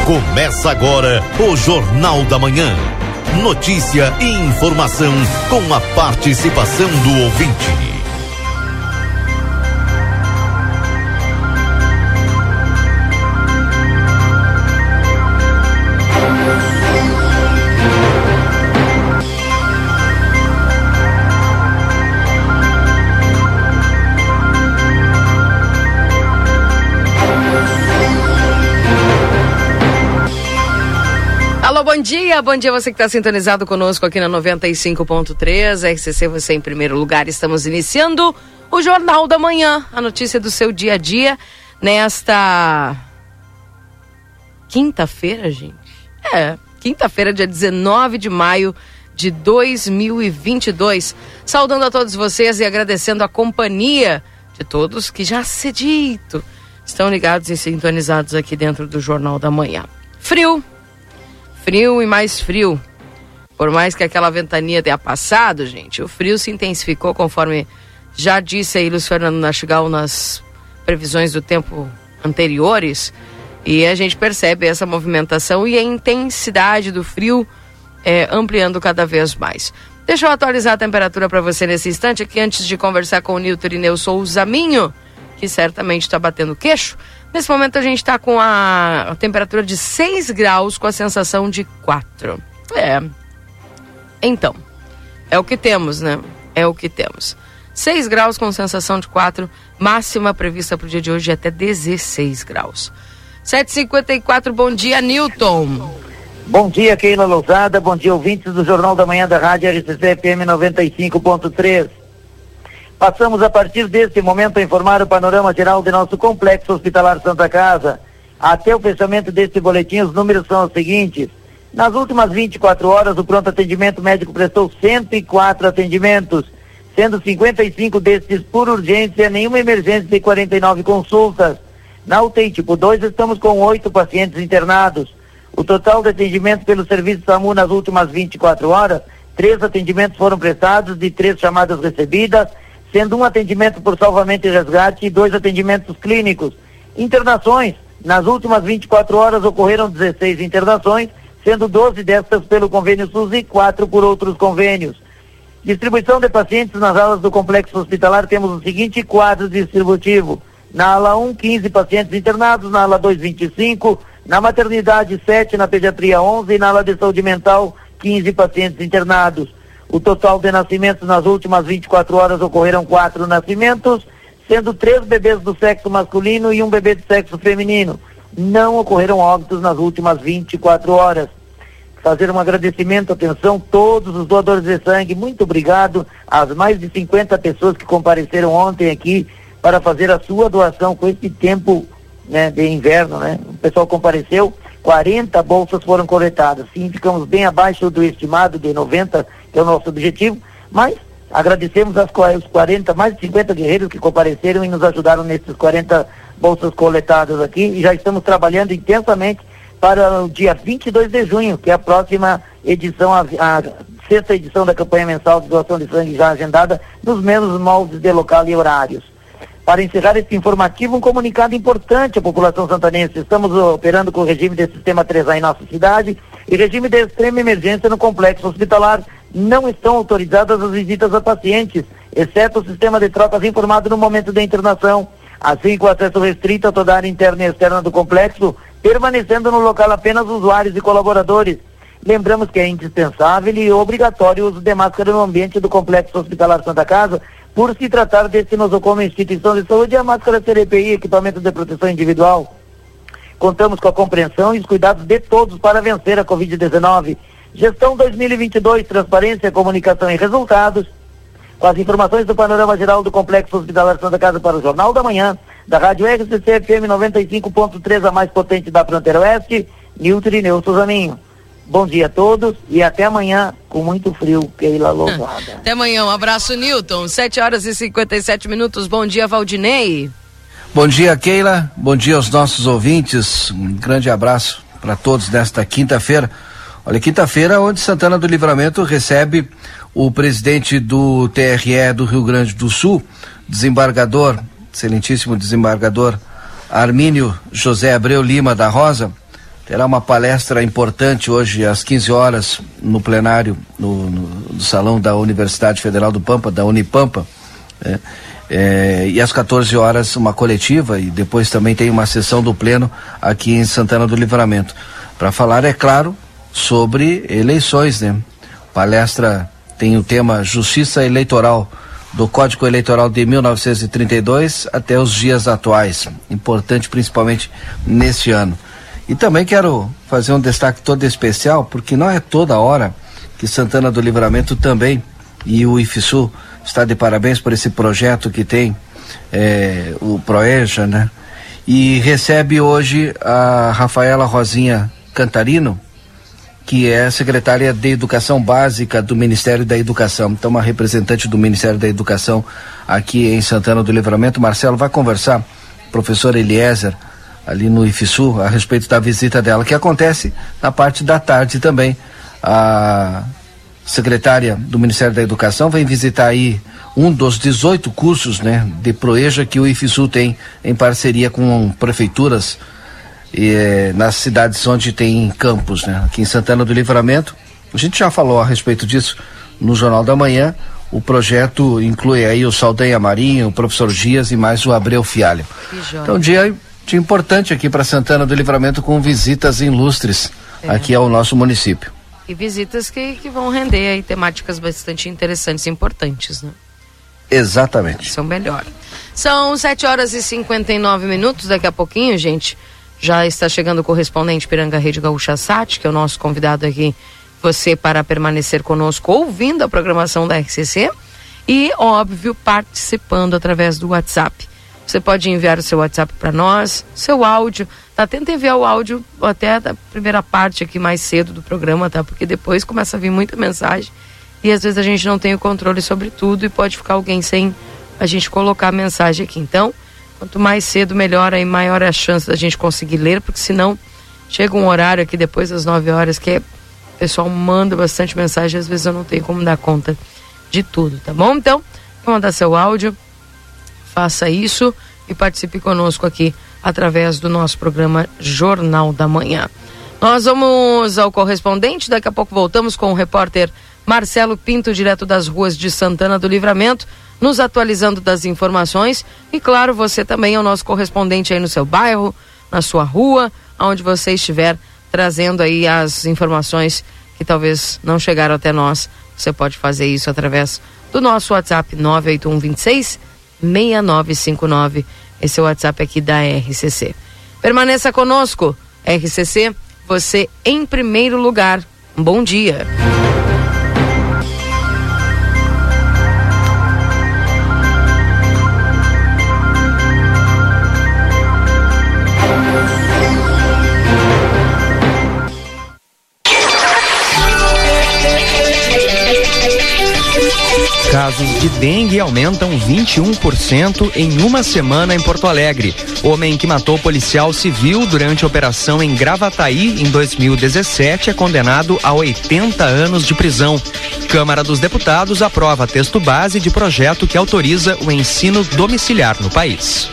Começa agora o Jornal da Manhã. Notícia e informação com a participação do ouvinte. Bom dia você que está sintonizado conosco aqui na 95.3, RCC você em primeiro lugar. Estamos iniciando o Jornal da Manhã, a notícia do seu dia a dia, nesta quinta-feira, gente. Quinta-feira, dia 19 de maio de 2022. Saudando a todos vocês e agradecendo a companhia de todos que já cedito estão ligados e sintonizados aqui dentro do Jornal da Manhã. Frio e mais frio. Por mais que aquela ventania tenha passado, gente, o frio se intensificou, conforme já disse aí Luiz Fernando Nastigal nas previsões do tempo anteriores, e a gente percebe essa movimentação e a intensidade do frio ampliando cada vez mais. Deixa eu atualizar a temperatura para você nesse instante aqui, antes de conversar com o Nilton Irineu Souza Minho, que certamente está batendo queixo. Nesse momento a gente está com a temperatura de 6 graus com a sensação de 4. Então, é o que temos, né? É o que temos. 6 graus com sensação de 4, máxima prevista para o dia de hoje é até 16 graus. 7h54, bom dia, Nilton. Bom dia, Keila Lousada, bom dia, ouvintes do Jornal da Manhã da Rádio RCC FM 95.3. Passamos a partir deste momento a informar o panorama geral de nosso Complexo Hospitalar Santa Casa. Até o fechamento deste boletim, os números são os seguintes. Nas últimas 24 horas, o pronto atendimento médico prestou 104 atendimentos, sendo 55 destes por urgência, nenhuma emergência e 49 consultas. Na UTI tipo 2, estamos com 8 pacientes internados. O total de atendimentos pelo serviço SAMU nas últimas 24 horas, 3 atendimentos foram prestados e 3 chamadas recebidas, sendo 1 atendimento por salvamento e resgate e 2 atendimentos clínicos. Internações, nas últimas 24 horas ocorreram 16 internações, sendo 12 destas pelo convênio SUS e 4 por outros convênios. Distribuição de pacientes nas alas do complexo hospitalar, temos o seguinte quadro distributivo. Na ala 1, 15 pacientes internados, na ala 2, 25, na maternidade 7, na pediatria 11 e na ala de saúde mental 15 pacientes internados. O total de nascimentos nas últimas 24 horas ocorreram 4 nascimentos, sendo 3 bebês do sexo masculino e 1 bebê de sexo feminino. Não ocorreram óbitos nas últimas 24 horas. Fazer um agradecimento, atenção, todos os doadores de sangue, muito obrigado às mais de 50 pessoas que compareceram ontem aqui para fazer a sua doação com esse tempo, né, de inverno, né? O pessoal compareceu, 40 bolsas foram coletadas. Sim, ficamos bem abaixo do estimado de 90, que é o nosso objetivo, mas agradecemos aos 40, mais de 50 guerreiros que compareceram e nos ajudaram nesses 40 bolsas coletadas aqui, e já estamos trabalhando intensamente para o dia 22 de junho, que é a próxima edição, a 6ª edição da campanha mensal de doação de sangue já agendada nos mesmos moldes de local e horários. Para encerrar esse informativo, um comunicado importante à população santanense. Estamos operando com o regime de sistema 3A em nossa cidade e regime de extrema emergência no complexo hospitalar. Não estão autorizadas as visitas a pacientes, exceto o sistema de trocas informado no momento da internação, assim com acesso restrito a toda a área interna e externa do complexo, permanecendo no local apenas usuários e colaboradores. Lembramos que é indispensável e obrigatório o uso de máscara no ambiente do complexo hospitalar Santa Casa, por se tratar deste nosocomio instituição de saúde, a máscara CRPI, equipamento de proteção individual. Contamos com a compreensão e os cuidados de todos para vencer a Covid-19. Gestão 2022, transparência, comunicação e resultados. Com as informações do panorama geral do Complexo Hospitalar Santa Casa para o Jornal da Manhã, da Rádio RCC FM 95.3, a mais potente da fronteira oeste, Nilton Irineu Souza Minho. Bom dia a todos e até amanhã com muito frio, Keila Lousada. Até amanhã, um abraço, Nilton. 7h57. Bom dia, Valdinei. Bom dia, Keila. Bom dia aos nossos ouvintes. Um grande abraço para todos nesta quinta-feira. Olha, quinta-feira onde Santana do Livramento recebe o presidente do TRE do Rio Grande do Sul, excelentíssimo desembargador Armínio José Abreu Lima da Rosa, terá uma palestra importante hoje às 15 horas no plenário no salão da Universidade Federal do Pampa, da Unipampa, e às 14 horas uma coletiva, e depois também tem uma sessão do pleno aqui em Santana do Livramento, para falar, é claro, sobre eleições, né? Palestra tem o tema Justiça Eleitoral, do Código Eleitoral de 1932 até os dias atuais, importante principalmente neste ano. E também quero fazer um destaque todo especial, porque não é toda hora que Santana do Livramento também, e o IFSU está de parabéns por esse projeto que tem, o Proeja, né? E recebe hoje a Rafaela Rosinha Cantarino, que é secretária de Educação Básica do Ministério da Educação. Então, uma representante do Ministério da Educação aqui em Santana do Livramento. Marcelo vai conversar, professor Eliezer, ali no IFSU, a respeito da visita dela, que acontece na parte da tarde também. A secretária do Ministério da Educação vem visitar aí um dos 18 cursos, né, de Proeja que o IFSU tem em parceria com prefeituras nas cidades onde tem campus, né? Aqui em Santana do Livramento, a gente já falou a respeito disso no Jornal da Manhã. O projeto inclui aí o Saldanha Marinho, o professor Dias e mais o Abreu Fialho. Então, dia importante aqui para Santana do Livramento, com visitas ilustres aqui ao nosso município. E visitas que vão render aí temáticas bastante interessantes e importantes, né? Exatamente. São melhor. São 7h59, daqui a pouquinho, gente, já está chegando o correspondente Piranga Rede Gaúcha Sat, que é o nosso convidado aqui, você para permanecer conosco ouvindo a programação da RCC e, óbvio, participando através do WhatsApp. Você pode enviar o seu WhatsApp para nós, seu áudio, tá? Tenta enviar o áudio até da primeira parte aqui mais cedo do programa, tá? Porque depois começa a vir muita mensagem e às vezes a gente não tem o controle sobre tudo e pode ficar alguém sem a gente colocar a mensagem aqui. Então, quanto mais cedo, melhor, aí maior é a chance da gente conseguir ler, porque senão chega um horário aqui depois das 9 horas que o pessoal manda bastante mensagem, às vezes eu não tenho como dar conta de tudo, tá bom? Então, vou mandar seu áudio, faça isso e participe conosco aqui através do nosso programa Jornal da Manhã. Nós vamos ao correspondente, daqui a pouco voltamos com o repórter Marcelo Pinto, direto das ruas de Santana do Livramento, nos atualizando das informações. E claro, você também é o nosso correspondente aí no seu bairro, na sua rua, aonde você estiver, trazendo aí as informações que talvez não chegaram até nós. Você pode fazer isso através do nosso WhatsApp 981266959. Esse é o WhatsApp aqui da RCC. Permaneça conosco, RCC, você em primeiro lugar. Um bom dia. Casos de dengue aumentam 21% em uma semana em Porto Alegre. Homem que matou policial civil durante a operação em Gravataí em 2017 é condenado a 80 anos de prisão. Câmara dos Deputados aprova texto base de projeto que autoriza o ensino domiciliar no país.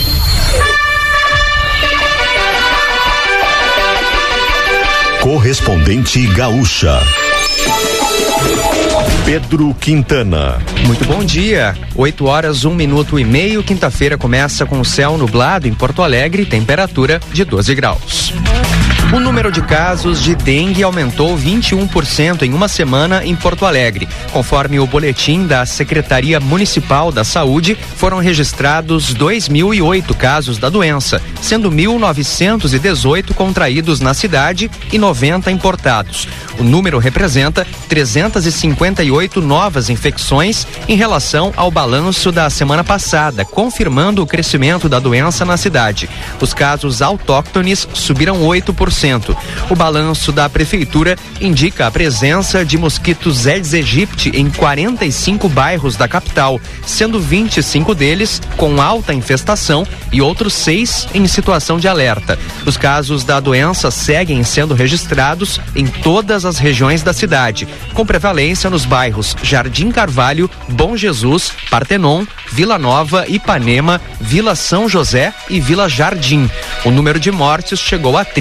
Correspondente Gaúcha. Pedro Quintana. Muito bom dia. 8h01:30. Quinta-feira começa com o céu nublado em Porto Alegre, temperatura de 12 graus. O número de casos de dengue aumentou 21% em uma semana em Porto Alegre. Conforme o boletim da Secretaria Municipal da Saúde, foram registrados 2.008 casos da doença, sendo 1.918 contraídos na cidade e 90 importados. O número representa 358 novas infecções em relação ao balanço da semana passada, confirmando o crescimento da doença na cidade. Os casos autóctones subiram 8%. O balanço da prefeitura indica a presença de mosquitos Aedes aegypti em 45 bairros da capital, sendo 25 deles com alta infestação e outros 6 em situação de alerta. Os casos da doença seguem sendo registrados em todas as regiões da cidade, com prevalência nos bairros Jardim Carvalho, Bom Jesus, Partenon, Vila Nova, Ipanema, Vila São José e Vila Jardim. O número de mortes chegou a 30 nesse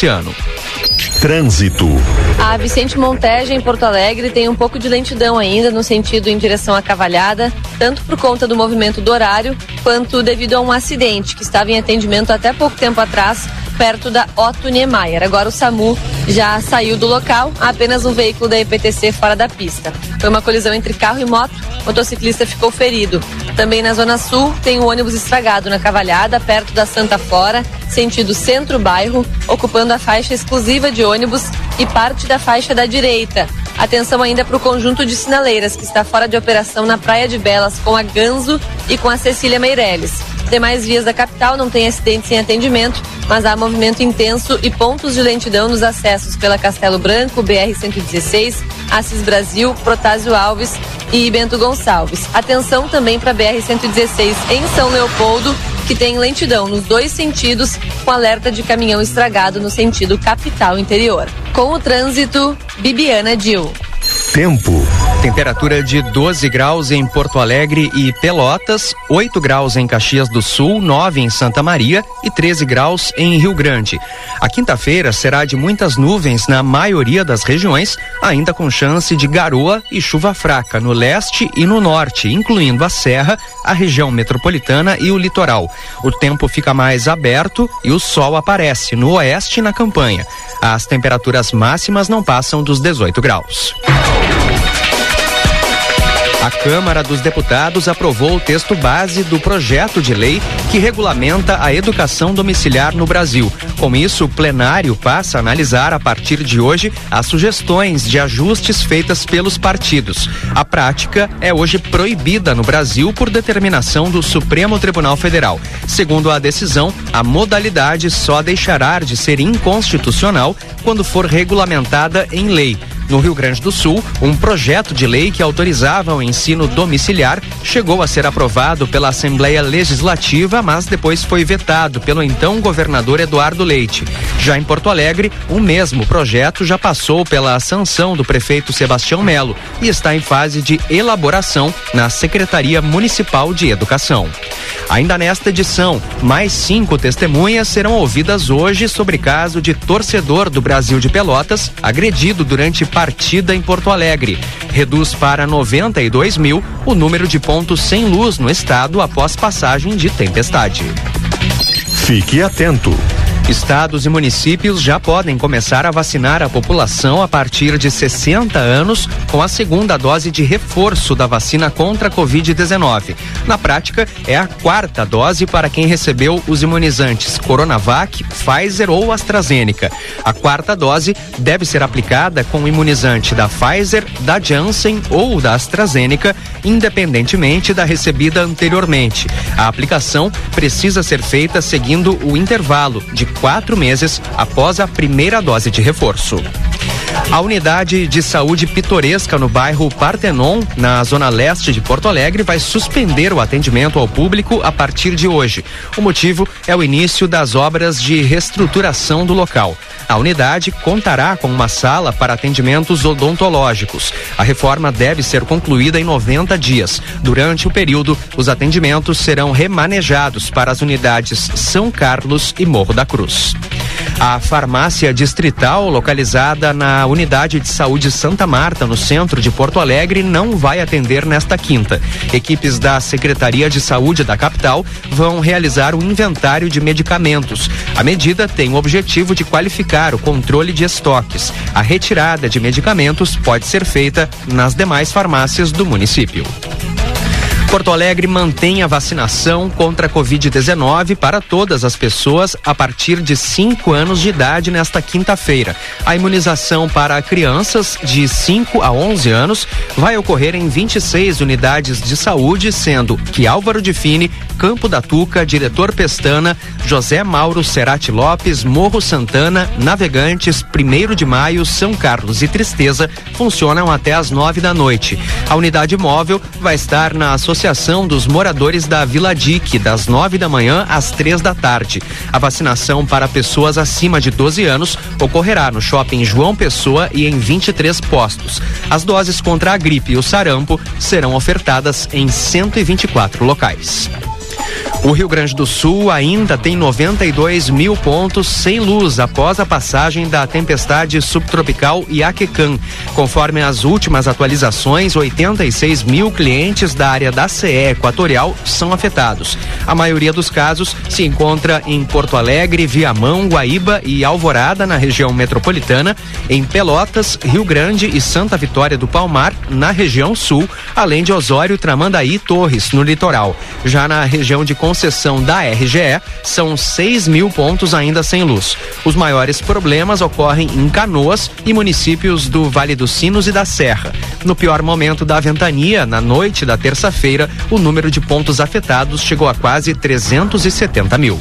desse ano. Trânsito. A Vicente Monteja, em Porto Alegre, tem um pouco de lentidão ainda no sentido em direção à Cavalhada, tanto por conta do movimento do horário, quanto devido a um acidente que estava em atendimento até pouco tempo atrás, perto da Otto Niemeyer. Agora o SAMU já saiu do local, há apenas um veículo da EPTC fora da pista. Foi uma colisão entre carro e moto, o motociclista ficou ferido. Também na Zona Sul tem um ônibus estragado na Cavalhada, perto da Santa Fora, sentido centro-bairro, ocupando a faixa exclusiva de ônibus e parte da faixa da direita. Atenção ainda para o conjunto de sinaleiras, que está fora de operação na Praia de Belas com a Ganzo e com a Cecília Meirelles. Demais vias da capital não tem acidentes em atendimento, mas há movimento intenso e pontos de lentidão nos acessos pela Castelo Branco, BR-116, Assis Brasil, Protásio Alves e Bento Gonçalves. Atenção também para a BR-116 em São Leopoldo, que tem lentidão nos dois sentidos, com alerta de caminhão estragado no sentido capital interior. Com o trânsito, Bibiana Dil. Tempo. Temperatura de 12 graus em Porto Alegre e Pelotas, 8 graus em Caxias do Sul, 9 em Santa Maria e 13 graus em Rio Grande. A quinta-feira será de muitas nuvens na maioria das regiões, ainda com chance de garoa e chuva fraca no leste e no norte, incluindo a Serra, a região metropolitana e o litoral. O tempo fica mais aberto e o sol aparece no oeste e na campanha. As temperaturas máximas não passam dos 18 graus. A Câmara dos Deputados aprovou o texto base do projeto de lei que regulamenta a educação domiciliar no Brasil. Com isso, o plenário passa a analisar a partir de hoje as sugestões de ajustes feitas pelos partidos. A prática é hoje proibida no Brasil por determinação do Supremo Tribunal Federal. Segundo a decisão, a modalidade só deixará de ser inconstitucional quando for regulamentada em lei. No Rio Grande do Sul, um projeto de lei que autorizava o ensino domiciliar chegou a ser aprovado pela Assembleia Legislativa, mas depois foi vetado pelo então governador Eduardo Leite. Já em Porto Alegre, o mesmo projeto já passou pela sanção do prefeito Sebastião Melo e está em fase de elaboração na Secretaria Municipal de Educação. Ainda nesta edição, mais 5 testemunhas serão ouvidas hoje sobre caso de torcedor do Brasil de Pelotas agredido durante partida em Porto Alegre. Reduz para 92 mil o número de pontos sem luz no estado após passagem de tempestade. Fique atento. Estados e municípios já podem começar a vacinar a população a partir de 60 anos com a segunda dose de reforço da vacina contra a Covid-19. Na prática, é a 4ª dose para quem recebeu os imunizantes Coronavac, Pfizer ou AstraZeneca. A 4ª dose deve ser aplicada com o imunizante da Pfizer, da Janssen ou da AstraZeneca, independentemente da recebida anteriormente. A aplicação precisa ser feita seguindo o intervalo de 4 meses após a primeira dose de reforço. A unidade de saúde pitoresca no bairro Partenon, na zona leste de Porto Alegre, vai suspender o atendimento ao público a partir de hoje. O motivo é o início das obras de reestruturação do local. A unidade contará com uma sala para atendimentos odontológicos. A reforma deve ser concluída em 90 dias. Durante o período, os atendimentos serão remanejados para as unidades São Carlos e Morro da Cruz. A farmácia distrital, localizada na unidade de saúde Santa Marta, no centro de Porto Alegre, não vai atender nesta quinta. Equipes da Secretaria de Saúde da capital vão realizar o inventário de medicamentos. A medida tem o objetivo de qualificar o controle de estoques. A retirada de medicamentos pode ser feita nas demais farmácias do município. Porto Alegre mantém a vacinação contra a Covid-19 para todas as pessoas a partir de 5 anos de idade nesta quinta-feira. A imunização para crianças de 5 a 11 anos vai ocorrer em 26 unidades de saúde, sendo que Álvaro de Fini, Campo da Tuca, Diretor Pestana, José Mauro Cerati Lopes, Morro Santana, Navegantes, 1º de Maio, São Carlos e Tristeza funcionam até às 9 da noite. A unidade móvel vai estar na Associação dos Moradores da Vila Dique, das 9 da manhã às 3 da tarde. A vacinação para pessoas acima de 12 anos ocorrerá no Shopping João Pessoa e em 23 postos. As doses contra a gripe e o sarampo serão ofertadas em 124 locais. O Rio Grande do Sul ainda tem 92 mil pontos sem luz após a passagem da tempestade subtropical Iaquecã. Conforme as últimas atualizações, 86 mil clientes da área da CE Equatorial são afetados. A maioria dos casos se encontra em Porto Alegre, Viamão, Guaíba e Alvorada, na região metropolitana, em Pelotas, Rio Grande e Santa Vitória do Palmar, na região sul, além de Osório, Tramandaí e Torres, no litoral. Já na região de concessão da RGE, são 6 mil pontos ainda sem luz. Os maiores problemas ocorrem em Canoas e municípios do Vale dos Sinos e da Serra. No pior momento da ventania, na noite da terça-feira, o número de pontos afetados chegou a quase 370 mil.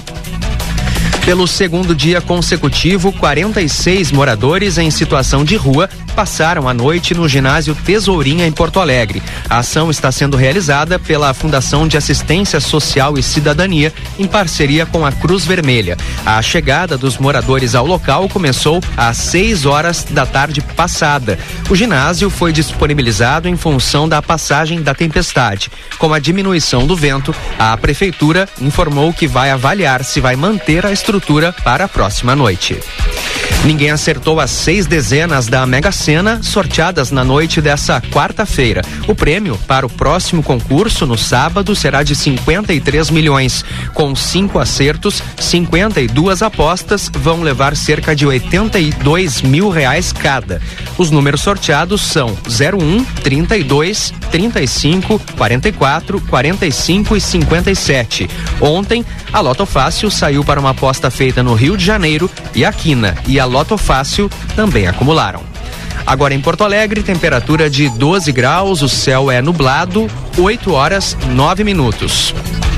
Pelo segundo dia consecutivo, 46 moradores em situação de rua passaram a noite no ginásio Tesourinha, em Porto Alegre. A ação está sendo realizada pela Fundação de Assistência Social e Cidadania, em parceria com a Cruz Vermelha. A chegada dos moradores ao local começou às 6 horas da tarde passada. O ginásio foi disponibilizado em função da passagem da tempestade. Com a diminuição do vento, a Prefeitura informou que vai avaliar se vai manter a estrutura para a próxima noite. Ninguém acertou as 6 dezenas da Mega Sena sorteadas na noite dessa quarta-feira. O prêmio para o próximo concurso, no sábado, será de 53 milhões. Com 5 acertos, 52 apostas vão levar cerca de 82 mil reais cada. Os números sorteados são 01, 32, 35, 44, 45 e 57. Ontem, a Loto Fácil saiu para uma aposta feita no Rio de Janeiro e a Quina e a Loto Fácil também acumularam. Agora em Porto Alegre, temperatura de 12 graus, o céu é nublado, 8 horas 9 minutos.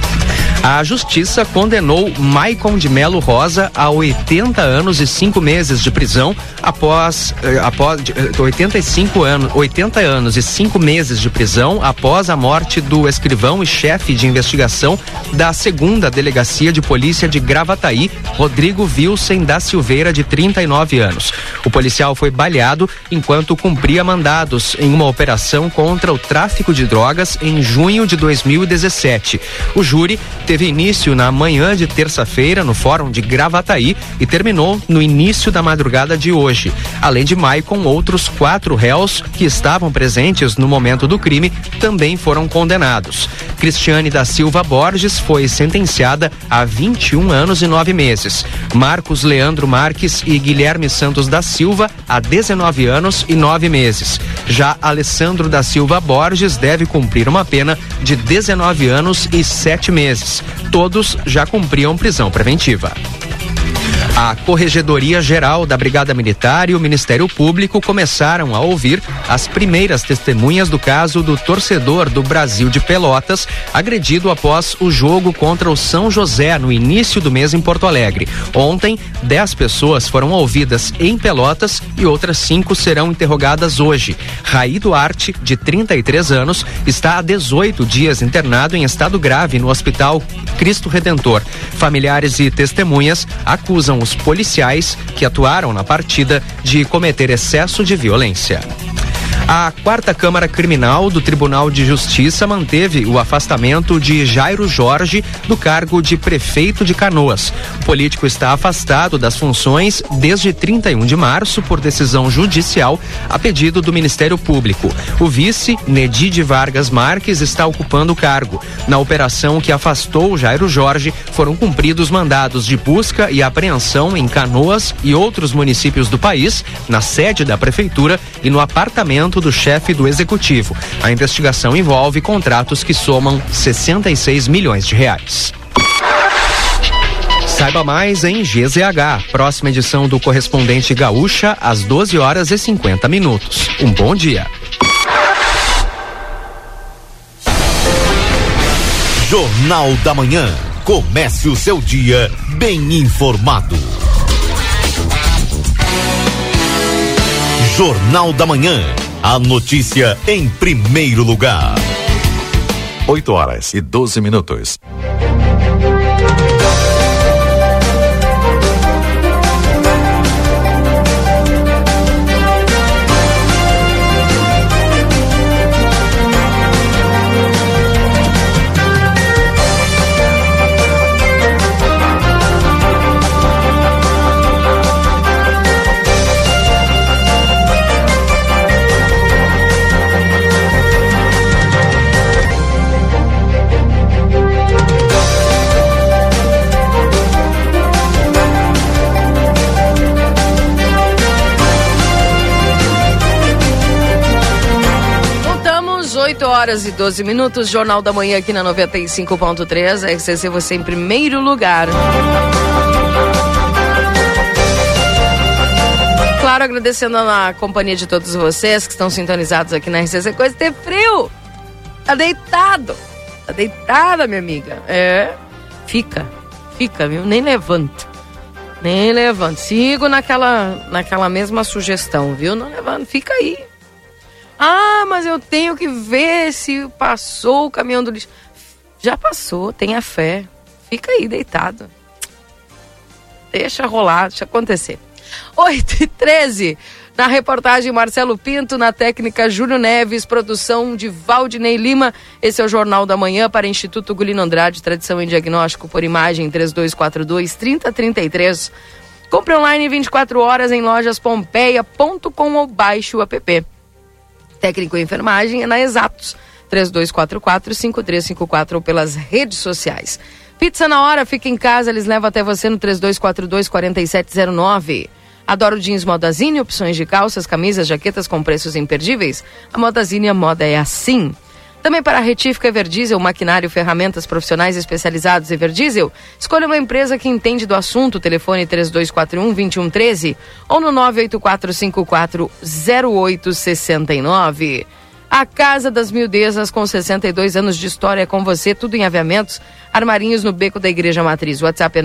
A Justiça condenou Maicon de Melo Rosa a 80 anos e 5 meses de prisão após 80 anos e 5 meses de prisão após a morte do escrivão e chefe de investigação da 2ª Delegacia de Polícia de Gravataí, Rodrigo Wilson da Silveira, de 39 anos. O policial foi baleado enquanto cumpria mandados em uma operação contra o tráfico de drogas em junho de 2017. O júri teve início na manhã de terça-feira no Fórum de Gravataí e terminou no início da madrugada de hoje. Além de Maicon, outros 4 réus que estavam presentes no momento do crime também foram condenados. Cristiane da Silva Borges foi sentenciada a 21 anos e 9 meses. Marcos Leandro Marques e Guilherme Santos da Silva a 19 anos e 9 meses. Já Alessandro da Silva Borges deve cumprir uma pena de 19 anos e 7 meses. Todos já cumpriam prisão preventiva. A Corregedoria Geral da Brigada Militar e o Ministério Público começaram a ouvir as primeiras testemunhas do caso do torcedor do Brasil de Pelotas, agredido após o jogo contra o São José no início do mês em Porto Alegre. Ontem, 10 pessoas foram ouvidas em Pelotas e outras 5 serão interrogadas hoje. Raí Duarte, de 33 anos, está há 18 dias internado em estado grave no Hospital Cristo Redentor. Familiares e testemunhas acusam os policiais que atuaram na partida de cometer excesso de violência. A 4ª Câmara Criminal do Tribunal de Justiça manteve o afastamento de Jairo Jorge do cargo de prefeito de Canoas. O político está afastado das funções desde 31 de março por decisão judicial a pedido do Ministério Público. O vice, Nedide Vargas Marques, está ocupando o cargo. Na operação que afastou Jairo Jorge, foram cumpridos mandados de busca e apreensão em Canoas e outros municípios do país, na sede da prefeitura e no apartamento do chefe do executivo. A investigação envolve contratos que somam 66 milhões de reais. Saiba mais em GZH. Próxima edição do Correspondente Gaúcha, às 12 horas e 50 minutos. Um bom dia. Jornal da Manhã. Comece o seu dia bem informado. Jornal da Manhã. A notícia em primeiro lugar. 8 horas e 12 minutos. 8 horas e 12 minutos, Jornal da Manhã aqui na 95.3, a RCC você em primeiro lugar. Claro, agradecendo a companhia de todos vocês que estão sintonizados aqui na RCC. Coisa de ter frio, tá deitado, tá deitada, minha amiga. Fica, viu? Nem levanta. Sigo naquela mesma sugestão, viu? Não levanta, fica aí. Mas eu tenho que ver se passou o caminhão do lixo. Já passou, tenha fé. Fica aí deitado. Deixa rolar, deixa acontecer. 8h13, na reportagem Marcelo Pinto, na técnica Júlio Neves, produção de Valdinei Lima. Esse é o Jornal da Manhã para Instituto Gulino Andrade, tradição em diagnóstico por imagem, 3242-3033. Compre online 24 horas em lojaspompeia.com ou baixe o app. Técnico em enfermagem é na Exatos, 3244-5354 ou pelas redes sociais. Pizza na hora, fica em casa, eles levam até você no 3242-4709. Adoro jeans Modazine, opções de calças, camisas, jaquetas com preços imperdíveis. A Modazine, a moda é assim. Também para a retífica Everdiesel, maquinário, ferramentas profissionais especializados Everdiesel, escolha uma empresa que entende do assunto. Telefone 3241-2113 ou no 984540869. A Casa das Mildezas, com 62 anos de história, é com você, tudo em aviamentos, armarinhos no Beco da Igreja Matriz. WhatsApp é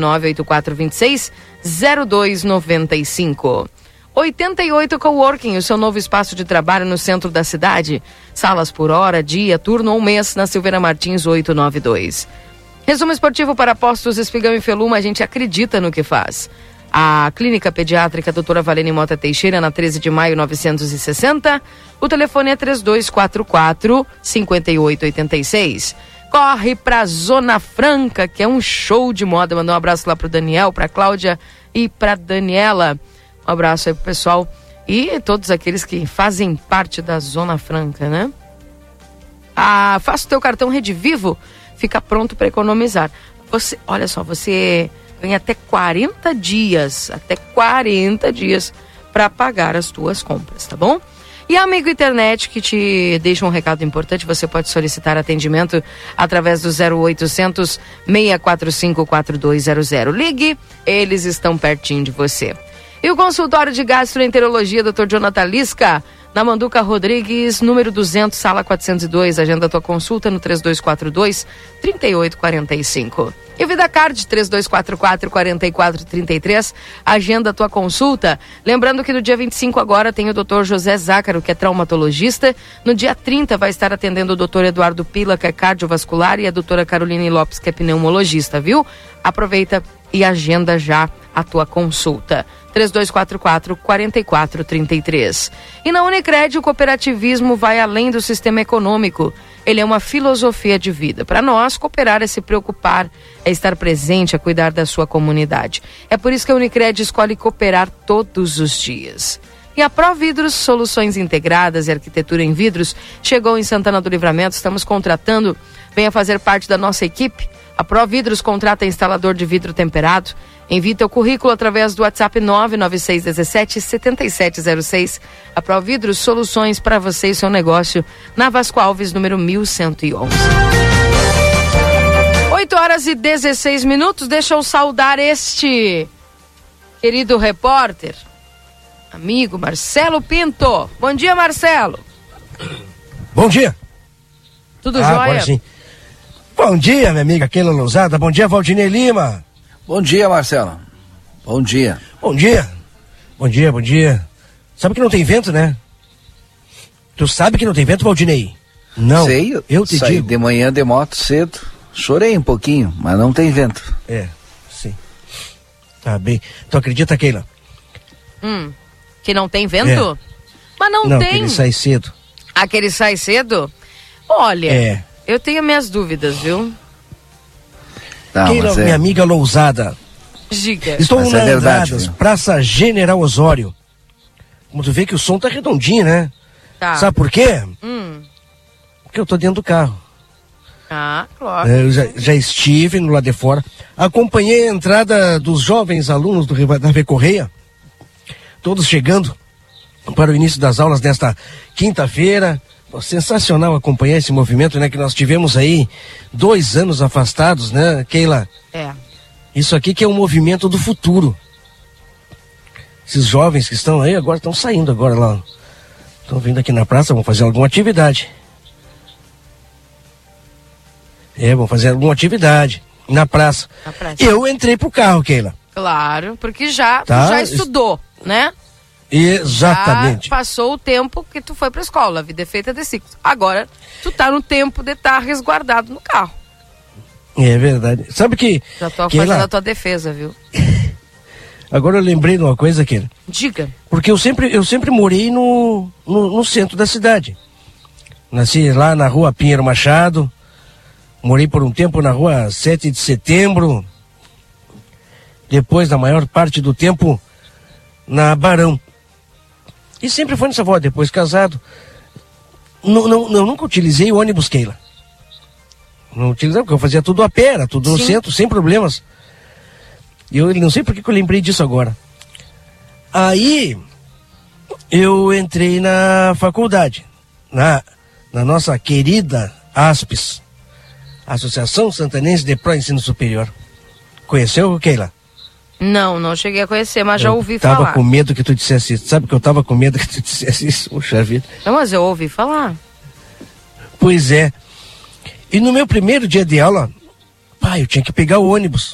98426-0295. 88 Coworking, o seu novo espaço de trabalho no centro da cidade. Salas por hora, dia, turno ou mês, na Silveira Martins 892. Resumo esportivo para Postos Espigão e Feluma, a gente acredita no que faz. A Clínica Pediátrica Doutora Valene Mota Teixeira, na 13 de maio 960. O telefone é 3244-5886. Corre pra Zona Franca, que é um show de moda. Mandar um abraço lá pro Daniel, pra Cláudia e pra Daniela. Um abraço aí pro pessoal e todos aqueles que fazem parte da Zona Franca, né? Faça o teu cartão Rede Vivo, fica pronto para economizar. Olha só, você ganha até 40 dias para pagar as tuas compras, tá bom? E a Amigo Internet, que te deixa um recado importante, você pode solicitar atendimento através do 0800 645 4200. Ligue, eles estão pertinho de você. E o consultório de gastroenterologia, Dr. Jonathan Lisca, na Manduca Rodrigues, número 200, sala 402. Agenda a tua consulta no 3242-3845. E o VidaCard, 3244-4433. Agenda a tua consulta. Lembrando que no dia 25 agora tem o Dr. José Zácaro, que é traumatologista. No dia 30 vai estar atendendo o Dr. Eduardo Pila, que é cardiovascular, e a doutora Caroline Lopes, que é pneumologista, viu? Aproveita e agenda já a tua consulta. 3244-4433. E na Unicred, o cooperativismo vai além do sistema econômico. Ele é uma filosofia de vida. Para nós, cooperar é se preocupar, é estar presente, é cuidar da sua comunidade. É por isso que a Unicred escolhe cooperar todos os dias. E a Providros, soluções integradas e arquitetura em vidros, chegou em Santana do Livramento. Estamos contratando, venha fazer parte da nossa equipe. A Providros contrata instalador de vidro temperado. Envie teu currículo através do WhatsApp 99617-7706. A Providros, soluções para você e seu negócio, na Vasco Alves, número 1111. 8 horas e 16 minutos. Deixa eu saudar este querido repórter, amigo Marcelo Pinto. Bom dia, Marcelo. Bom dia. Tudo jóia? Agora sim. Bom dia, minha amiga Keila Lousada. Bom dia, Valdinei Lima. Bom dia, Marcelo. Bom dia. Bom dia. Bom dia, bom dia. Sabe que não tem vento, né? Tu sabe que não tem vento, Valdinei? Não. Sei, eu te saí digo. de manhã de moto cedo. Chorei um pouquinho, mas não tem vento. Sim. Tá bem. Tu acredita, Keila? Que não tem vento? Mas não tem. Que ele sai cedo. Aquele sai cedo? Olha, eu tenho minhas dúvidas, viu? Não, Keila, minha amiga Lousada. Diga. Estou Mas na é verdade, Andradas, viu? Praça General Osório. Como tu vê que o som tá redondinho, né? Tá. Sabe por quê? Porque eu tô dentro do carro. Ah, claro. Eu já estive no lado de fora. Acompanhei a entrada dos jovens alunos do Davi Correia. Todos chegando para o início das aulas nesta quinta-feira. sensacional acompanhar esse movimento, né? Que nós tivemos aí 2 anos afastados, né, Keila? Isso aqui que é um movimento do futuro. Esses jovens que estão aí agora estão saindo agora lá. Estão vindo aqui na praça, vão fazer alguma atividade. Vão fazer alguma atividade na praça. Eu entrei pro carro, Keila. Claro, porque tu já estudou, né? Exatamente. Já passou o tempo que tu foi pra escola, a vida é feita de ciclos. Agora, tu tá no tempo de estar resguardado no carro. É verdade. Sabe que... Já tô fazendo a tua defesa, viu? Agora eu lembrei de uma coisa, Keila. Diga. Porque eu sempre morei no centro da cidade. Nasci lá na rua Pinheiro Machado. Morei por um tempo na rua 7 de Setembro. Depois, na maior parte do tempo, na Barão. E sempre foi nessa voz, depois casado. Eu nunca utilizei o ônibus, Keila. Não utilizava, porque eu fazia tudo a pé, era tudo no centro, sem problemas. E eu não sei por que eu lembrei disso agora. Aí, eu entrei na faculdade, na nossa querida ASPES, Associação Santanense de Pró Ensino Superior. Conheceu, Keila? Não cheguei a conhecer, mas já ouvi falar. Tava com medo que tu dissesse isso. Sabe que eu tava com medo que tu dissesse isso? Puxa vida. Não, mas eu ouvi falar. Pois é. E no meu primeiro dia de aula, eu tinha que pegar o ônibus.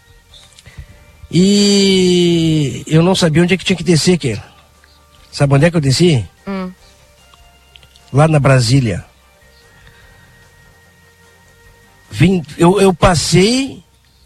E eu não sabia onde é que tinha que descer, Keila. Sabe onde é que eu desci? Lá na Brasília. Eu passei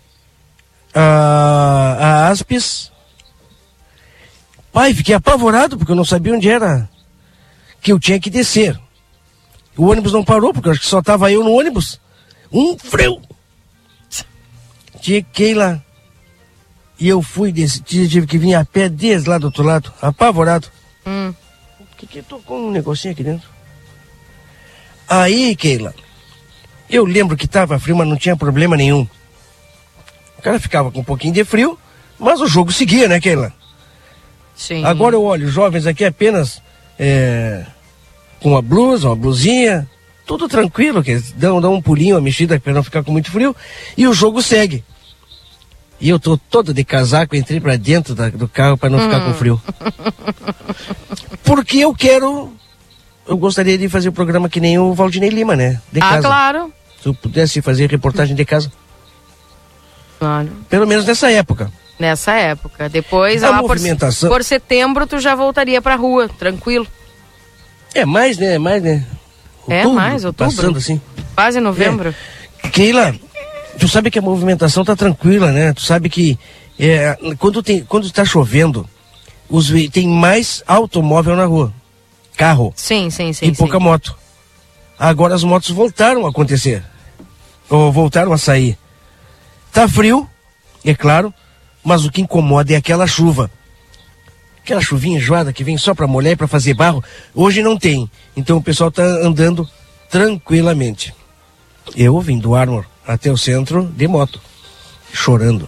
a ASPES. Fiquei apavorado porque eu não sabia onde era que eu tinha que descer. O ônibus não parou, porque eu acho que só tava eu no ônibus. Um frio. Cheguei lá. E eu tive que vir a pé desde lá do outro lado, apavorado. Que tocou um negocinho aqui dentro. Aí, Keila, eu lembro que tava frio, mas não tinha problema nenhum. O cara ficava com um pouquinho de frio, mas o jogo seguia, né, Keila? Sim. Agora eu olho, jovens aqui apenas com uma blusinha, tudo tranquilo, que dão um pulinho, uma mexida para não ficar com muito frio, e o jogo segue. E eu tô todo de casaco, entrei pra dentro do carro para não ficar com frio. Porque eu gostaria de fazer o programa que nem o Valdinei Lima, né? De casa. Claro. Se eu pudesse fazer reportagem de casa. Claro. Pelo menos nessa época. Nessa época. Depois, a lá movimentação... por setembro, tu já voltaria pra rua, tranquilo. Mais, né? Outubro. Passando assim. Quase novembro. Keila, tu sabe que a movimentação tá tranquila, né? Tu sabe que quando tá chovendo, tem mais automóvel na rua. Carro. Sim. E pouca moto. Agora as motos voltaram a acontecer. Ou voltaram a sair. Tá frio, é claro, mas o que incomoda é aquela chuva. Aquela chuvinha enjoada que vem só para molhar e para fazer barro, hoje não tem. Então o pessoal tá andando tranquilamente. Eu vim do Armor até o centro de moto, chorando.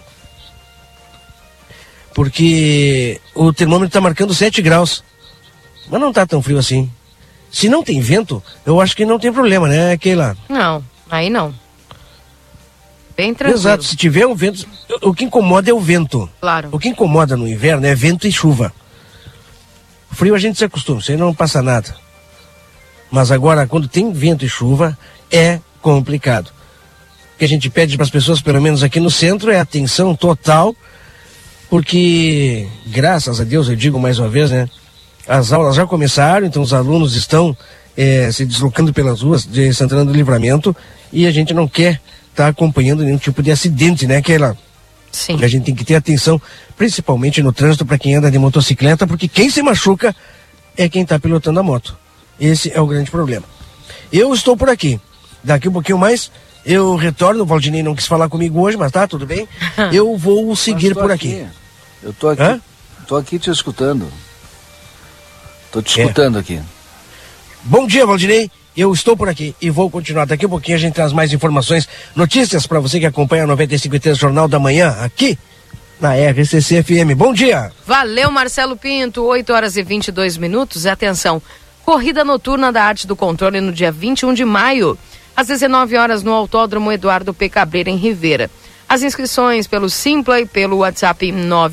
Porque o termômetro tá marcando 7 graus. Mas não tá tão frio assim. Se não tem vento, eu acho que não tem problema, né, Keila? Não, aí não. Bem tranquilo. Exato, se tiver um vento, o que incomoda é o vento. Claro. O que incomoda no inverno é vento e chuva. Frio a gente se acostuma, isso aí não passa nada. Mas agora, quando tem vento e chuva, é complicado. O que a gente pede para as pessoas, pelo menos aqui no centro, é atenção total, porque, graças a Deus, eu digo mais uma vez, né? As aulas já começaram, então os alunos estão se deslocando pelas ruas de Santana do Livramento e a gente não quer estar acompanhando nenhum tipo de acidente, né, Keila? Sim. A gente tem que ter atenção, principalmente no trânsito, para quem anda de motocicleta, porque quem se machuca é quem está pilotando a moto. Esse é o grande problema. Eu estou por aqui. Daqui um pouquinho mais eu retorno. O Valdinei não quis falar comigo hoje, mas tá, tudo bem? Eu vou seguir por aqui. Eu tô aqui. Tô aqui te escutando. Tô te escutando aqui. Bom dia, Valdinei. Eu estou por aqui e vou continuar. Daqui a pouquinho a gente traz mais informações, notícias para você que acompanha o 95.3 Jornal da Manhã, aqui na RCC FM. Bom dia. Valeu, Marcelo Pinto. 8 horas e 22 minutos. Atenção. corrida noturna da Arte do Controle no dia 21 de maio, às 19 horas no Autódromo Eduardo P. Cabreira, em Rivera. As inscrições pelo Simpla e pelo WhatsApp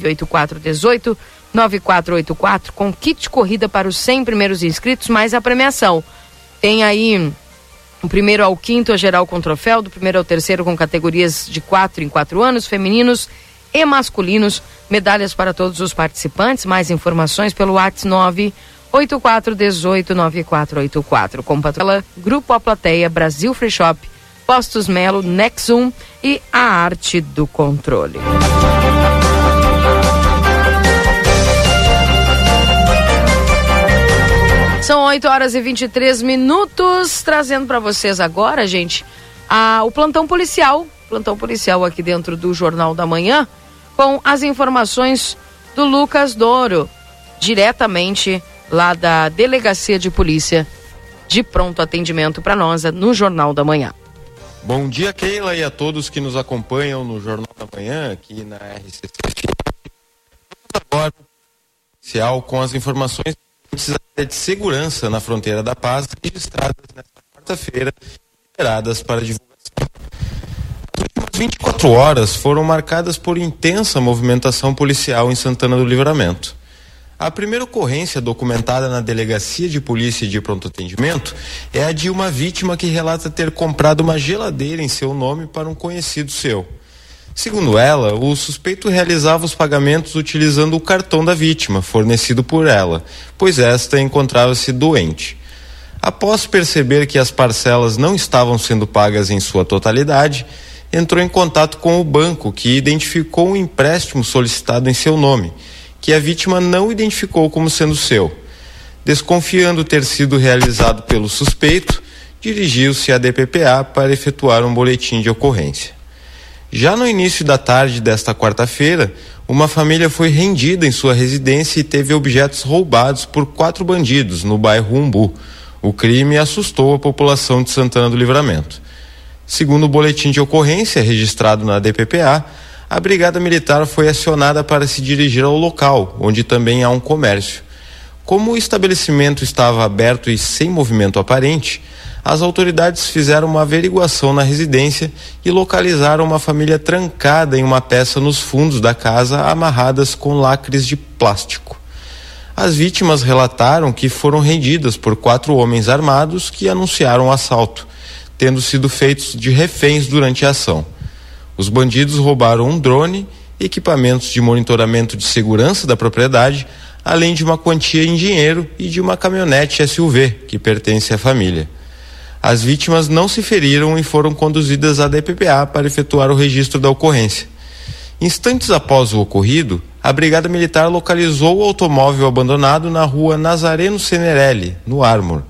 98418-9484, com kit corrida para os 100 primeiros inscritos, mais a premiação. Tem aí o primeiro ao quinto a geral com troféu, do primeiro ao terceiro com categorias de 4 em 4 anos, femininos e masculinos, medalhas para todos os participantes. Mais informações pelo WhatsApp 984189484. Com patroa Grupo A Plateia, Brasil Free Shop, Postos Melo, Nexum e a Arte do Controle. São 8 horas e 23 minutos, trazendo para vocês agora, gente, o plantão policial aqui dentro do Jornal da Manhã, com as informações do Lucas Douro, diretamente lá da Delegacia de Polícia de pronto atendimento para nós no Jornal da Manhã. Bom dia, Keila, e a todos que nos acompanham no Jornal da Manhã, aqui na RCC. Agora, policial com as informações de segurança na fronteira da Paz, registradas nesta quarta-feira, liberadas para divulgação. As últimas 24 horas foram marcadas por intensa movimentação policial em Santana do Livramento. A primeira ocorrência documentada na Delegacia de Polícia de Pronto Atendimento é a de uma vítima que relata ter comprado uma geladeira em seu nome para um conhecido seu. Segundo ela, o suspeito realizava os pagamentos utilizando o cartão da vítima, fornecido por ela, pois esta encontrava-se doente. Após perceber que as parcelas não estavam sendo pagas em sua totalidade, entrou em contato com o banco, que identificou um empréstimo solicitado em seu nome, que a vítima não identificou como sendo seu. Desconfiando ter sido realizado pelo suspeito, dirigiu-se à DPPA para efetuar um boletim de ocorrência. Já no início da tarde desta quarta-feira, uma família foi rendida em sua residência e teve objetos roubados por 4 bandidos no bairro Umbu. O crime assustou a população de Santana do Livramento. Segundo o boletim de ocorrência registrado na DPPA, a Brigada Militar foi acionada para se dirigir ao local, onde também há um comércio. Como o estabelecimento estava aberto e sem movimento aparente, as autoridades fizeram uma averiguação na residência e localizaram uma família trancada em uma peça nos fundos da casa, amarradas com lacres de plástico. As vítimas relataram que foram rendidas por 4 homens armados que anunciaram o assalto, tendo sido feitos de reféns durante a ação. Os bandidos roubaram um drone, equipamentos de monitoramento de segurança da propriedade, além de uma quantia em dinheiro e de uma caminhonete SUV, que pertence à família. As vítimas não se feriram e foram conduzidas à DPPA para efetuar o registro da ocorrência. Instantes após o ocorrido, a Brigada Militar localizou o automóvel abandonado na rua Nazareno Senerelli, no Armor.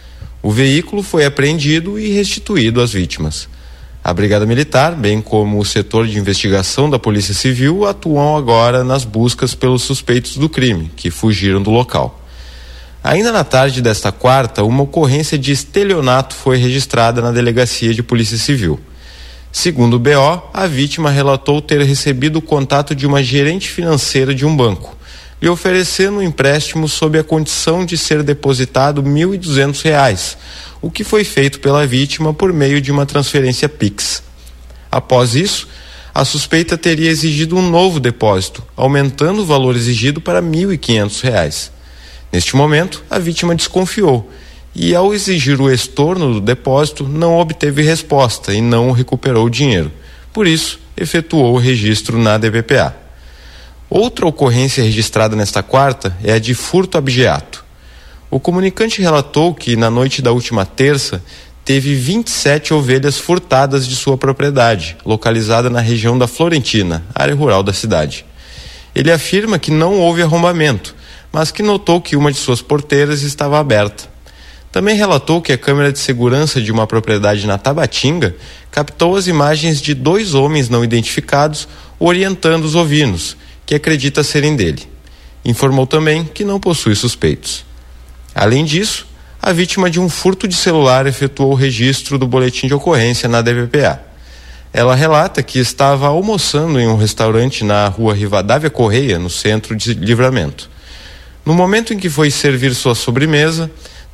O veículo foi apreendido e restituído às vítimas. A Brigada Militar, bem como o setor de investigação da Polícia Civil, atuam agora nas buscas pelos suspeitos do crime, que fugiram do local. Ainda na tarde desta quarta, uma ocorrência de estelionato foi registrada na Delegacia de Polícia Civil. Segundo o BO, a vítima relatou ter recebido o contato de uma gerente financeira de um banco, lhe oferecendo um empréstimo sob a condição de ser depositado R$ 1.200, o que foi feito pela vítima por meio de uma transferência Pix. Após isso, a suspeita teria exigido um novo depósito, aumentando o valor exigido para R$ 1.500. Neste momento, a vítima desconfiou e, ao exigir o estorno do depósito, não obteve resposta e não recuperou o dinheiro. Por isso, efetuou o registro na DPPA. Outra ocorrência registrada nesta quarta é a de furto abigeato. O comunicante relatou que, na noite da última terça, teve 27 ovelhas furtadas de sua propriedade, localizada na região da Florentina, área rural da cidade. Ele afirma que não houve arrombamento, mas que notou que uma de suas porteiras estava aberta. Também relatou que a câmera de segurança de uma propriedade na Tabatinga captou as imagens de 2 homens não identificados orientando os ovinos, que acredita serem dele. Informou também que não possui suspeitos. Além disso, a vítima de um furto de celular efetuou o registro do boletim de ocorrência na DPPA. Ela relata que estava almoçando em um restaurante na rua Rivadavia Correia, no centro de Livramento. No momento em que foi servir sua sobremesa,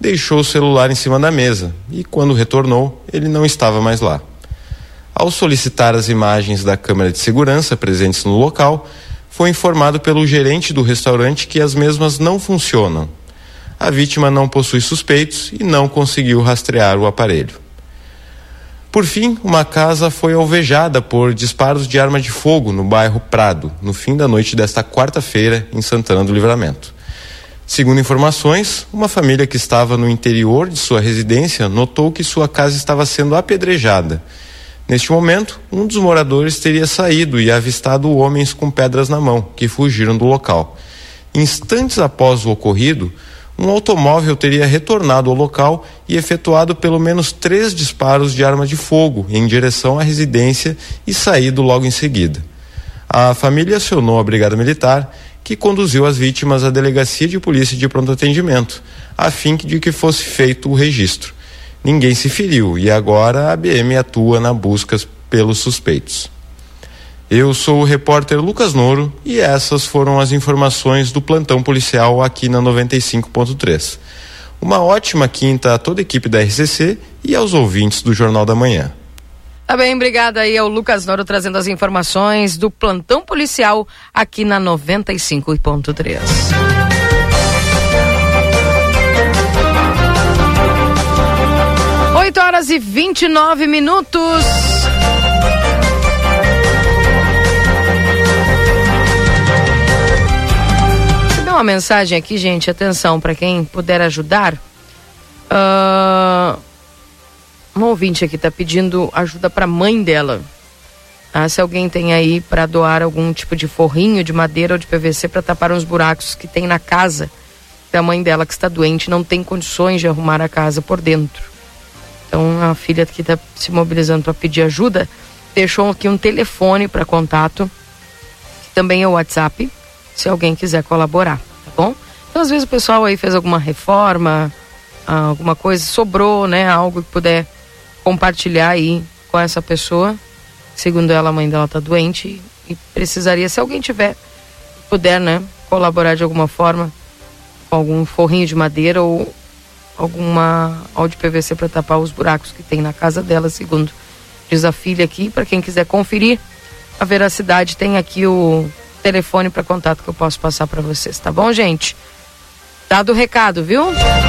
deixou o celular em cima da mesa e, quando retornou, ele não estava mais lá. Ao solicitar as imagens da câmera de segurança presentes no local, foi informado pelo gerente do restaurante que as mesmas não funcionam. A vítima não possui suspeitos e não conseguiu rastrear o aparelho. Por fim, uma casa foi alvejada por disparos de arma de fogo no bairro Prado, no fim da noite desta quarta-feira, em Santana do Livramento. Segundo informações, uma família que estava no interior de sua residência notou que sua casa estava sendo apedrejada. Neste momento, um dos moradores teria saído e avistado homens com pedras na mão, que fugiram do local. Instantes após o ocorrido, um automóvel teria retornado ao local e efetuado pelo menos 3 disparos de arma de fogo em direção à residência e saído logo em seguida. A família acionou a Brigada Militar, que conduziu as vítimas à Delegacia de Polícia de Pronto Atendimento, a fim de que fosse feito o registro. Ninguém se feriu e agora a BM atua na busca pelos suspeitos. Eu sou o repórter Lucas Noro e essas foram as informações do plantão policial aqui na 95.3. Uma ótima quinta a toda a equipe da RCC e aos ouvintes do Jornal da Manhã. Tá bem, obrigada aí ao Lucas Noro trazendo as informações do plantão policial aqui na 95.3. 8h29. Recebi uma mensagem aqui, gente, atenção, para quem puder ajudar. Um ouvinte aqui tá pedindo ajuda para a mãe dela. Se alguém tem aí para doar algum tipo de forrinho de madeira ou de PVC para tapar uns buracos que tem na casa da mãe dela, que está doente, não tem condições de arrumar a casa por dentro. Então a filha que está se mobilizando para pedir ajuda deixou aqui um telefone para contato, que também é o WhatsApp, se alguém quiser colaborar, tá bom? Então às vezes o pessoal aí fez alguma reforma, alguma coisa, sobrou, né, algo que puder compartilhar aí com essa pessoa. Segundo ela, a mãe dela tá doente e precisaria, se alguém puder, né, colaborar de alguma forma com algum forrinho de madeira ou alguma de PVC para tapar os buracos que tem na casa dela, segundo diz a filha aqui. Para quem quiser conferir a veracidade, tem aqui o telefone para contato que eu posso passar para vocês, tá bom, gente? Dado o recado, viu?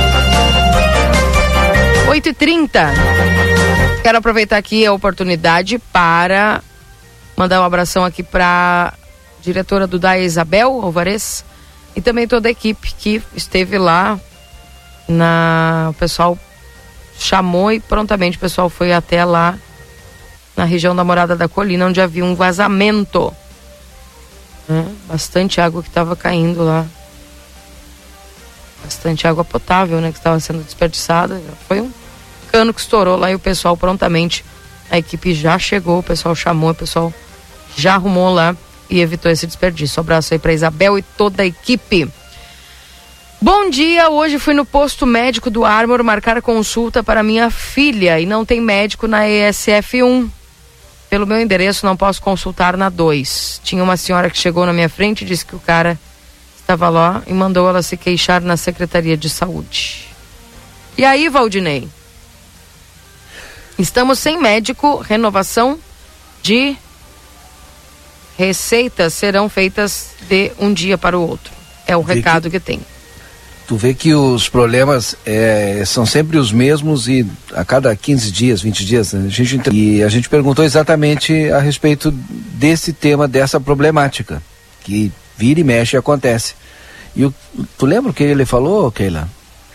8h30. Quero aproveitar aqui a oportunidade para mandar um abração aqui para diretora do DAE, Isabel Alvarez, e também toda a equipe que esteve lá. O pessoal chamou e prontamente o pessoal foi até lá na região da Morada da Colina, onde havia um vazamento, né? Bastante água que estava caindo lá, bastante água potável, né, que estava sendo desperdiçada. Foi um cano que estourou lá e o pessoal prontamente, a equipe já chegou, o pessoal chamou, o pessoal já arrumou lá e evitou esse desperdício. Um abraço aí para Isabel e toda a equipe. Bom dia, hoje fui no posto médico do Armor marcar a consulta para minha filha e não tem médico na ESF1. Pelo meu endereço não posso consultar na 2. Tinha uma senhora que chegou na minha frente e disse que o cara estava lá e mandou ela se queixar na Secretaria de Saúde. E aí, Valdinei? Estamos sem médico, renovação de receitas serão feitas de um dia para o outro. É o recado que tem. Tu vê que os problemas são sempre os mesmos e a cada 15 dias, 20 dias, né? A gente perguntou exatamente a respeito desse tema, dessa problemática, que vira e mexe e acontece. E tu lembra o que ele falou, Keila?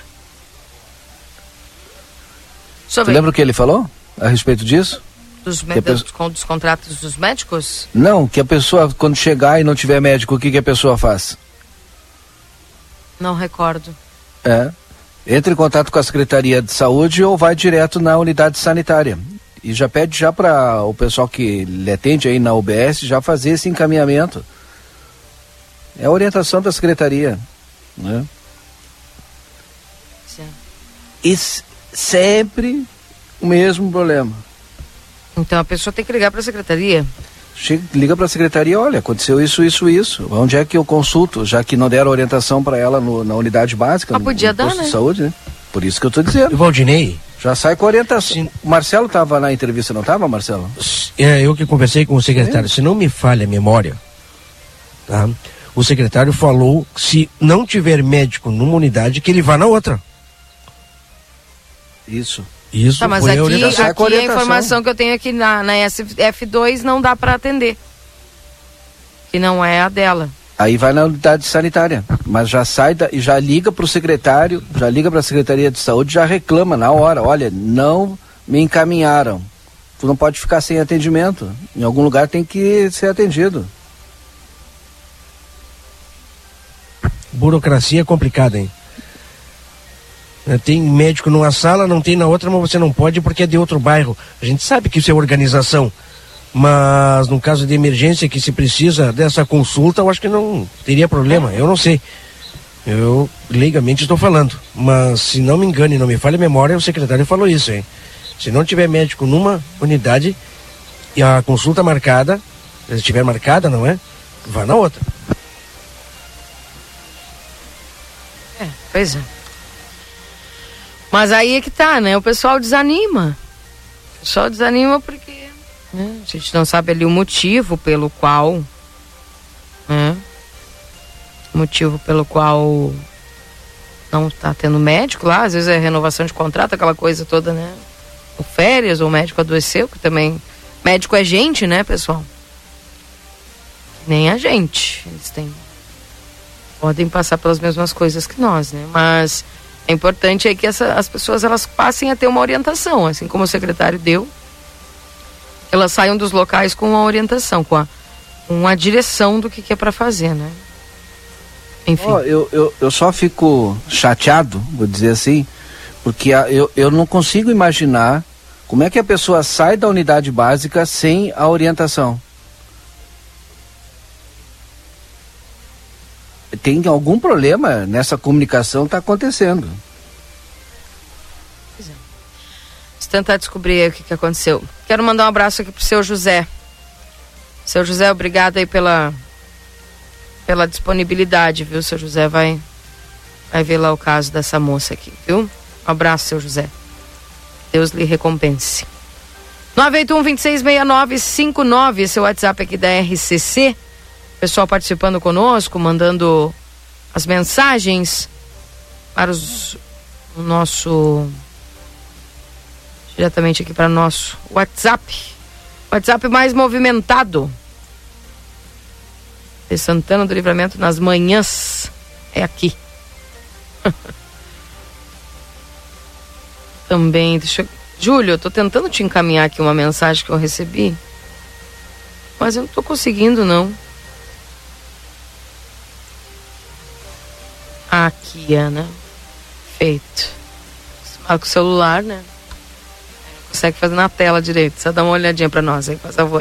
Tu lembra o que ele falou a respeito disso? Dos contratos dos médicos? Não, que a pessoa, quando chegar e não tiver médico, o que a pessoa faz? Não recordo. Entre em contato com a Secretaria de Saúde ou vai direto na unidade sanitária. E já pede já para o pessoal que lhe atende aí na UBS já fazer esse encaminhamento. É a orientação da Secretaria, né? Sim. E sempre o mesmo problema. Então a pessoa tem que ligar para a Secretaria. Liga para a Secretaria, olha, aconteceu isso. Onde é que eu consulto? Já que não deram orientação para ela na unidade básica, podia dar, posto né? de saúde, né? Por isso que eu tô dizendo. O Valdinei... Já sai com orientação. O Marcelo estava na entrevista, não estava, Marcelo? Eu que conversei com o secretário. Se não me falha a memória, tá? O secretário falou que se não tiver médico numa unidade, que ele vá na outra. Isso. Tá, mas aqui a informação que eu tenho aqui na SF2 não dá para atender. Que não é a dela. Aí vai na unidade sanitária, mas já sai e já liga para o secretário, já liga para a Secretaria de Saúde, já reclama na hora, olha, não me encaminharam, tu não pode ficar sem atendimento, em algum lugar tem que ser atendido. Burocracia é complicada, hein? Tem médico numa sala, não tem na outra, mas você não pode porque é de outro bairro. A gente sabe que isso é organização. Mas no caso de emergência que se precisa dessa consulta, eu acho que não teria problema, eu não sei. Eu legalmente estou falando, mas se não me engano e não me falha a memória, o secretário falou isso, hein? Se não tiver médico numa unidade e a consulta marcada, se estiver marcada, não é? Vá na outra. Pois é. Mas aí é que tá, né? O pessoal desanima. O pessoal desanima porque... a gente não sabe ali o motivo pelo qual não está tendo médico lá, às vezes é renovação de contrato, aquela coisa toda, né? Ou férias, ou o médico adoeceu, que também médico é gente, né, pessoal? Nem a gente, eles podem passar pelas mesmas coisas que nós, né? Mas é importante aí que as pessoas elas passem a ter uma orientação, assim como o secretário deu. Elas saiam dos locais com uma orientação, com a direção do que é para fazer, né? Enfim. Eu só fico chateado, vou dizer assim, porque eu não consigo imaginar como é que a pessoa sai da unidade básica sem a orientação. Tem algum problema nessa comunicação que está acontecendo. Tentar descobrir aí o que aconteceu. Quero mandar um abraço aqui pro seu José. Seu José, obrigado aí pela disponibilidade, viu? Seu José vai ver lá o caso dessa moça aqui, viu? Um abraço, seu José. Deus lhe recompense. 981-266959, esse é o WhatsApp aqui da RCC. Pessoal participando conosco, mandando as mensagens para o nosso... diretamente aqui para nosso WhatsApp mais movimentado de Santana do Livramento nas manhãs, é aqui. Também, Júlio, eu tô tentando te encaminhar aqui uma mensagem que eu recebi, mas eu não tô conseguindo, não. Aqui, Ana, feito. Com o celular, né? Consegue fazer na tela direito, só dá uma olhadinha pra nós aí, por favor.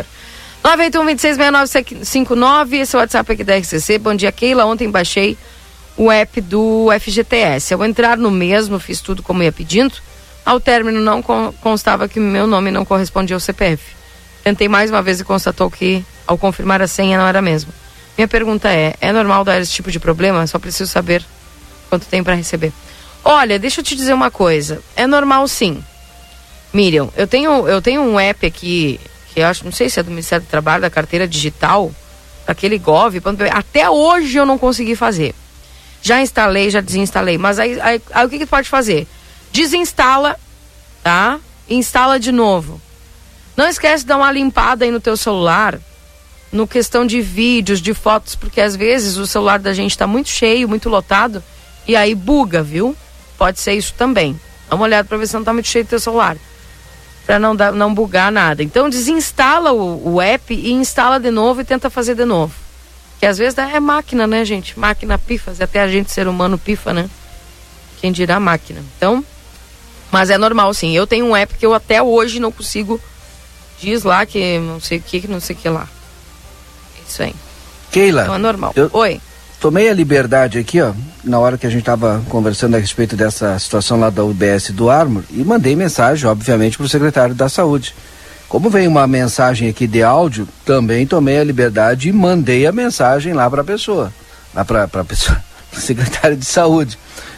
981-266959, esse é o WhatsApp aqui da RCC. Bom dia, Keila. Ontem baixei o app do FGTS. Ao entrar no mesmo, fiz tudo como ia pedindo. Ao término, não constava que meu nome não correspondia ao CPF. Tentei mais uma vez e constatou que, ao confirmar a senha, não era mesmo. Minha pergunta é normal dar esse tipo de problema? Só preciso saber quanto tem para receber. Olha, deixa eu te dizer uma coisa. É normal, sim. Miriam, eu tenho um app aqui, que eu acho, não sei se é do Ministério do Trabalho, da carteira digital, aquele Gov, até hoje eu não consegui fazer. Já instalei, já desinstalei, mas aí o que pode fazer? Desinstala, tá? E instala de novo. Não esquece de dar uma limpada aí no teu celular, no questão de vídeos, de fotos, porque às vezes o celular da gente tá muito cheio, muito lotado, e aí buga, viu? Pode ser isso também. Dá uma olhada pra ver se não tá muito cheio do teu celular, para não bugar nada. Então desinstala o app e instala de novo e tenta fazer de novo. Que às vezes é máquina, né, gente? Máquina pifa, até a gente, ser humano, pifa, né? Quem dirá máquina. Então, mas é normal, sim. Eu tenho um app que eu até hoje não consigo. Diz lá que não sei o que, não sei o que lá. Isso aí. Keila. Então é normal. Oi. Tomei a liberdade aqui, ó, na hora que a gente estava conversando a respeito dessa situação lá da UBS do Armor, e mandei mensagem, obviamente, para o secretário da Saúde. Como veio uma mensagem aqui de áudio, também tomei a liberdade e mandei a mensagem lá para a pessoa, lá para a pessoa, secretário de Saúde.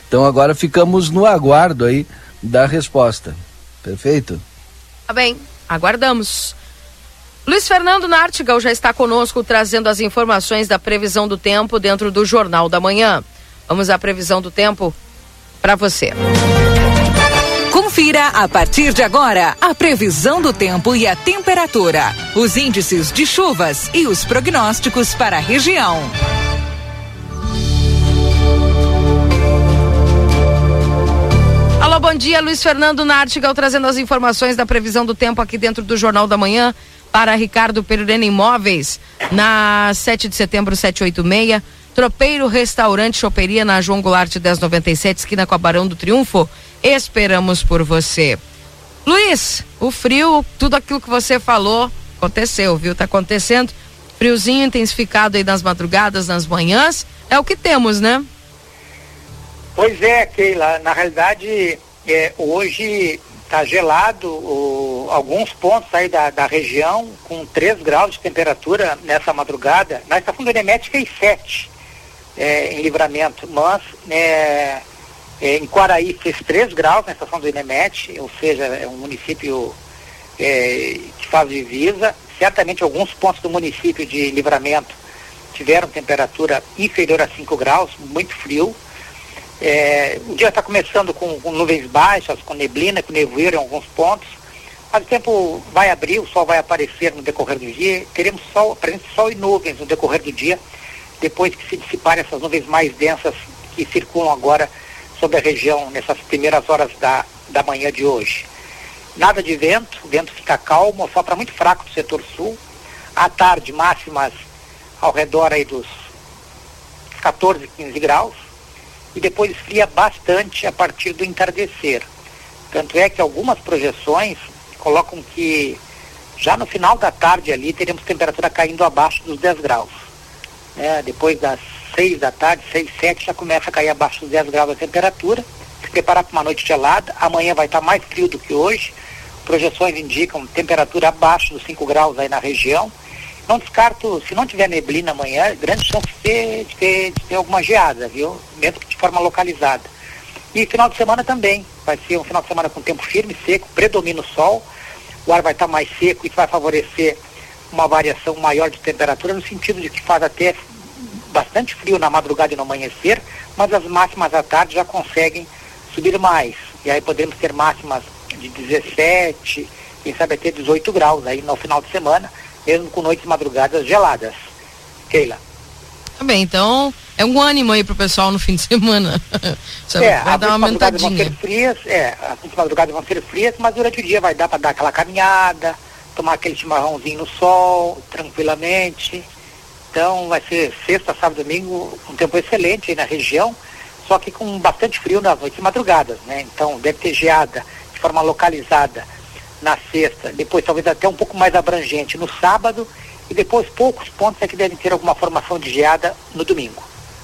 Então agora ficamos no aguardo aí da resposta. Perfeito? Tá bem, aguardamos. Luiz Fernando Nartigal já está conosco trazendo as informações da previsão do tempo dentro do Jornal da Manhã. Vamos à previsão do tempo para você. Confira a partir de agora a previsão do tempo e a temperatura, os índices de chuvas e os prognósticos para a região. Alô, bom dia, Luiz Fernando Nartigal trazendo as informações da previsão do tempo aqui dentro do Jornal da Manhã para Ricardo Perurena Imóveis, na 7 de setembro 786, Tropeiro Restaurante Choperia na João Goulart 1097, esquina com a Barão do Triunfo. Esperamos por você. Luiz, o frio, tudo aquilo que você falou, aconteceu, viu? Tá acontecendo. Friozinho intensificado aí nas madrugadas, nas manhãs, é o que temos, né? Pois é, Keila, na realidade, hoje tá gelado, alguns pontos aí da região, com 3 graus de temperatura nessa madrugada. Na estação do Enemet fez 7 em Livramento, mas em Quaraí fez 3 graus na estação do Enemet, ou seja, é um município que faz divisa. Certamente alguns pontos do município de Livramento tiveram temperatura inferior a 5 graus, muito frio. O dia está começando com nuvens baixas, com neblina, com nevoeiro em alguns pontos, mas o tempo vai abrir, o sol vai aparecer no decorrer do dia, teremos presença de sol e nuvens no decorrer do dia, depois que se dissiparem essas nuvens mais densas que circulam agora sobre a região nessas primeiras horas da manhã de hoje. Nada de vento, o vento fica calmo, sopra muito fraco do setor sul. À tarde, máximas ao redor aí dos 14, 15 graus. E depois esfria bastante a partir do entardecer. Tanto é que algumas projeções colocam que já no final da tarde ali teremos temperatura caindo abaixo dos 10 graus. Depois das 6 da tarde, 6, 7, já começa a cair abaixo dos 10 graus a temperatura. Se preparar para uma noite gelada. Amanhã vai estar mais frio do que hoje. Projeções indicam temperatura abaixo dos 5 graus aí na região. Não descarto, se não tiver neblina amanhã, grande chance de ter alguma geada, viu? Mesmo que de forma localizada. E final de semana também. Vai ser um final de semana com tempo firme, seco, predomina o sol. O ar vai estar mais seco e vai favorecer uma variação maior de temperatura, no sentido de que faz até bastante frio na madrugada e no amanhecer, mas as máximas à tarde já conseguem subir mais. E aí podemos ter máximas de 17, quem sabe até 18 graus aí no final de semana, mesmo com noites e madrugadas geladas. Keila. Tá bem, então é um ânimo aí pro pessoal no fim de semana. Vai dar uma aumentadinha. Vão ser frias, as madrugadas vão ser frias, mas durante o dia vai dar para dar aquela caminhada, tomar aquele chimarrãozinho no sol, tranquilamente. Então vai ser sexta, sábado, domingo, um tempo excelente aí na região, só que com bastante frio nas noites e madrugadas, né? Então deve ter geada de forma localizada na sexta, depois talvez até um pouco mais abrangente no sábado, e depois poucos pontos é que devem ter alguma formação de geada no domingo.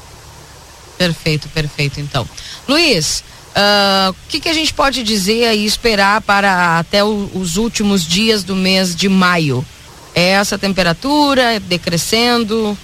Perfeito, então. Luiz, o que a gente pode dizer e esperar para até os últimos dias do mês de maio? É essa temperatura decrescendo?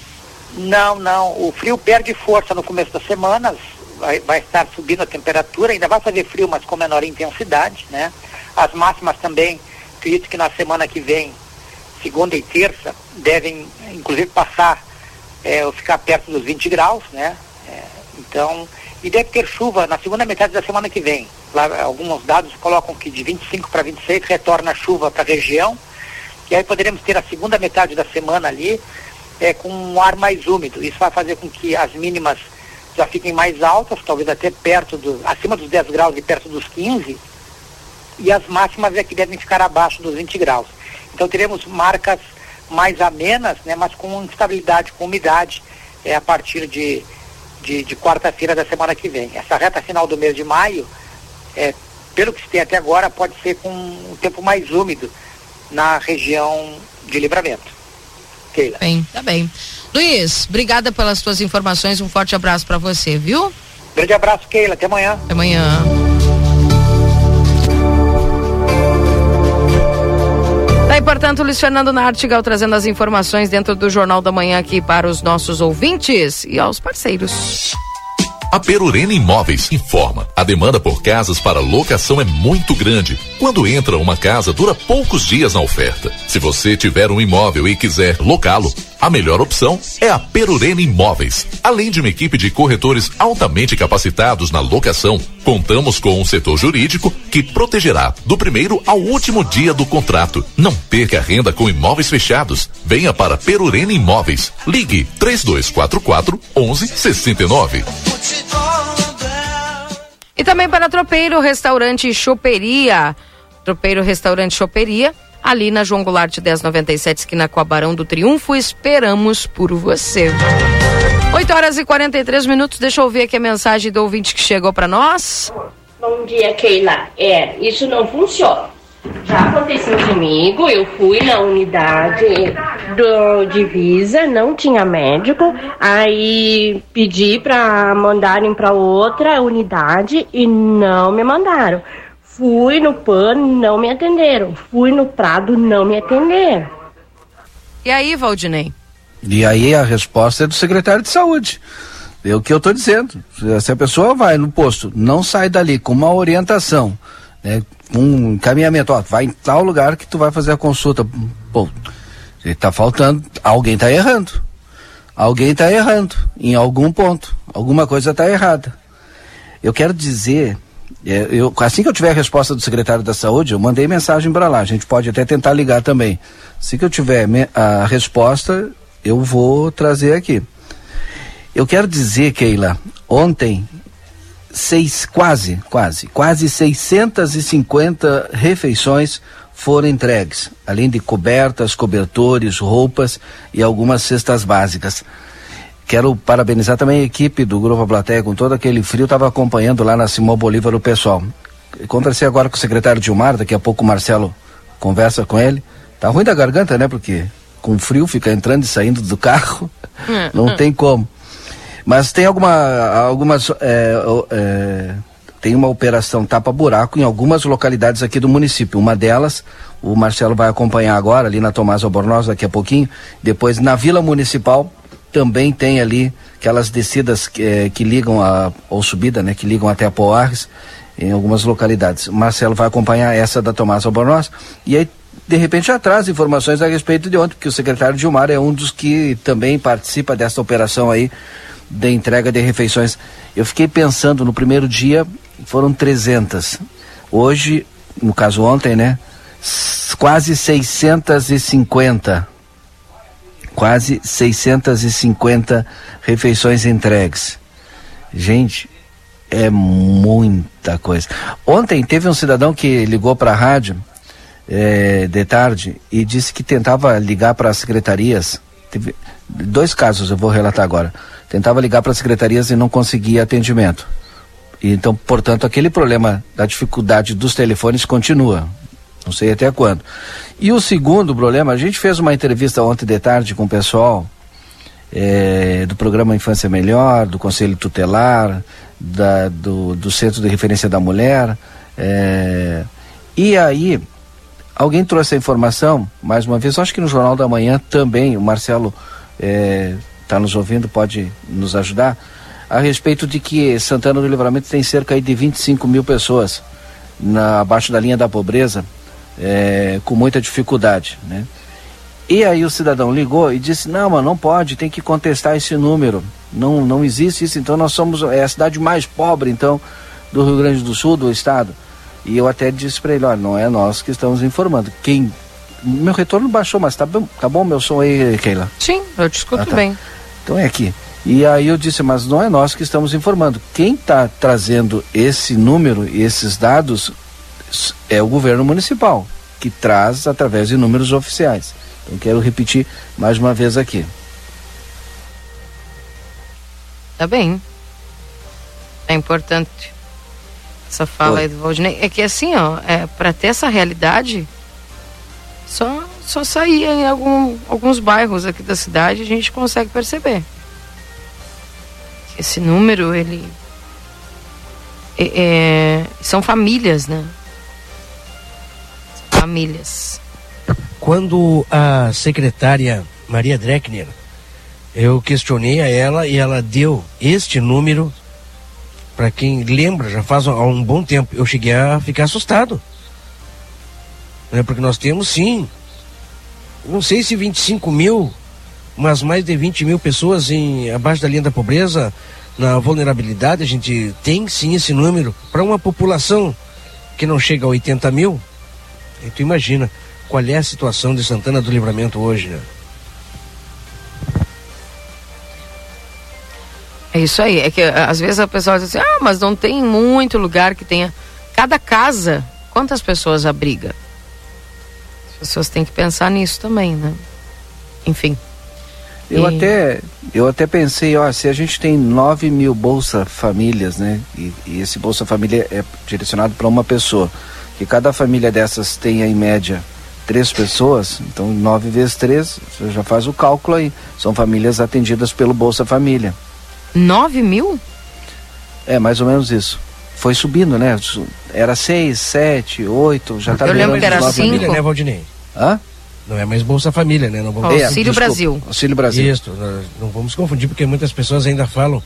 Não, o frio perde força no começo das semanas, vai estar subindo a temperatura, ainda vai fazer frio, mas com menor intensidade, né? As máximas também, acredito que na semana que vem, segunda e terça, devem inclusive passar ou ficar perto dos 20 graus, né? Então, e deve ter chuva na segunda metade da semana que vem. Lá, alguns dados colocam que de 25 para 26 retorna a chuva para a região, e aí poderemos ter a segunda metade da semana ali com um ar mais úmido. Isso vai fazer com que as mínimas já fiquem mais altas, talvez até acima dos 10 graus e perto dos 15, e as máximas é que devem ficar abaixo dos 20 graus. Então teremos marcas mais amenas, né, mas com instabilidade, com umidade, a partir de quarta-feira da semana que vem. Essa reta final do mês de maio, pelo que se tem até agora, pode ser com um tempo mais úmido na região de Livramento. Keila. Tá bem. Luiz, obrigada pelas tuas informações, um forte abraço para você, viu? Grande abraço, Keila, até amanhã. Até amanhã. Daí, portanto, Luiz Fernando Nartigal trazendo as informações dentro do Jornal da Manhã aqui para os nossos ouvintes e aos parceiros. A Perurena Imóveis informa: a demanda por casas para locação é muito grande. Quando entra uma casa, dura poucos dias na oferta. Se você tiver um imóvel e quiser locá-lo, a melhor opção é a Perurena Imóveis. Além de uma equipe de corretores altamente capacitados na locação, contamos com um setor jurídico que protegerá do primeiro ao último dia do contrato. Não perca a renda com imóveis fechados. Venha para Perurena Imóveis. Ligue 3244-1169. E também para Tropeiro Restaurante e Choperia. Tropeiro Restaurante e Choperia, ali na João Goulart 1097, esquina com a Barão do Triunfo. Esperamos por você. 8h43. Deixa eu ouvir aqui a mensagem do ouvinte que chegou para nós. Bom dia, Keila. Isso não funciona. Já aconteceu comigo, eu fui na unidade do Divisa, não tinha médico, aí pedi para mandarem para outra unidade e não me mandaram. Fui no PAN, não me atenderam. Fui no Prado, não me atenderam. E aí, Valdinei? E aí a resposta é do secretário de saúde. É o que eu estou dizendo. Se a pessoa vai no posto, não sai dali com uma orientação, né, um encaminhamento, vai em tal lugar que tu vai fazer a consulta. Pô, tá faltando, alguém tá errando. Alguém tá errando em algum ponto. Alguma coisa tá errada. Eu quero dizer, assim que eu tiver a resposta do secretário da saúde, eu mandei mensagem para lá. A gente pode até tentar ligar também. Assim que eu tiver a resposta, eu vou trazer aqui. Eu quero dizer, Keila, ontem quase 650 refeições foram entregues, além de cobertas, cobertores, roupas e algumas cestas básicas. Quero parabenizar também a equipe do Grupo A Plateia, com todo aquele frio, estava acompanhando lá na Simão Bolívar o pessoal. Conversei agora com o secretário Gilmar, daqui a pouco o Marcelo conversa com ele. Tá ruim da garganta, né? Porque com frio fica entrando e saindo do carro, não tem como. Mas tem tem uma operação tapa-buraco em algumas localidades aqui do município. Uma delas, o Marcelo vai acompanhar agora, ali na Tomás Albornoz, daqui a pouquinho. Depois, na Vila Municipal, também tem ali aquelas descidas que ligam ou subida, né, que ligam até a Poarres, em algumas localidades. O Marcelo vai acompanhar essa da Tomás Albornoz, e aí, de repente, já traz informações a respeito de ontem, porque o secretário Gilmar é um dos que também participa dessa operação aí, de entrega de refeições. Eu fiquei pensando, no primeiro dia foram 300. Hoje, no caso ontem, né? Quase 650. Quase 650 refeições entregues. Gente, é muita coisa. Ontem teve um cidadão que ligou para a rádio de tarde e disse que tentava ligar para as secretarias. Teve 2 casos, eu vou relatar agora. Tentava ligar para as secretarias e não conseguia atendimento. E então, portanto, aquele problema da dificuldade dos telefones continua. Não sei até quando. E o segundo problema, a gente fez uma entrevista ontem de tarde com o pessoal do programa Infância Melhor, do Conselho Tutelar, do Centro de Referência da Mulher. E aí, alguém trouxe a informação, mais uma vez, acho que no Jornal da Manhã também, o Marcelo está nos ouvindo, pode nos ajudar, a respeito de que Santana do Livramento tem cerca de 25 mil pessoas abaixo da linha da pobreza, com muita dificuldade, né? E aí o cidadão ligou e disse, não pode, tem que contestar esse número, não existe isso, então nós somos a cidade mais pobre, então, do Rio Grande do Sul, do estado. E eu até disse para ele, olha, não é nós que estamos informando, meu retorno baixou, mas tá bom meu som aí, Keila? Sim, eu te escuto bem. Então é aqui. E aí eu disse, mas não é nós que estamos informando. Quem está trazendo esse número e esses dados é o governo municipal, que traz através de números oficiais. Então quero repetir mais uma vez aqui. Tá bem. É importante essa fala aí do Valdinei. É que assim, para ter essa realidade, só sair em alguns bairros aqui da cidade a gente consegue perceber. Esse número, ele são famílias, né? Famílias. Quando a secretária Maria Dreckner, eu questionei a ela e ela deu este número Para quem lembra, já faz há um bom tempo, eu cheguei a ficar assustado. Porque nós temos, sim, não sei se 25 mil, mas mais de 20 mil pessoas abaixo da linha da pobreza, na vulnerabilidade. A gente tem, sim, esse número. Para uma população que não chega a 80 mil, e tu imagina qual é a situação de Santana do Livramento hoje, né? É isso aí, é que às vezes a pessoa diz assim, mas não tem muito lugar que tenha. Cada casa, quantas pessoas abriga? As pessoas têm que pensar nisso também, né? Enfim. Eu até pensei, se a gente tem 9 mil Bolsa Famílias, né? E esse Bolsa Família é direcionado para uma pessoa. Que cada família dessas tenha em média 3 pessoas, então 9 vezes 3, você já faz o cálculo aí. São famílias atendidas pelo Bolsa Família. 9 mil? É, mais ou menos isso. Foi subindo, né? Era 6, 7, 8, já tá. Eu lembro que era 5. Família, né, Valdinei? Não é mais Bolsa Família, né? Não vamos... Auxílio Brasil. Auxílio Brasil. Isso, não vamos confundir, porque muitas pessoas ainda falam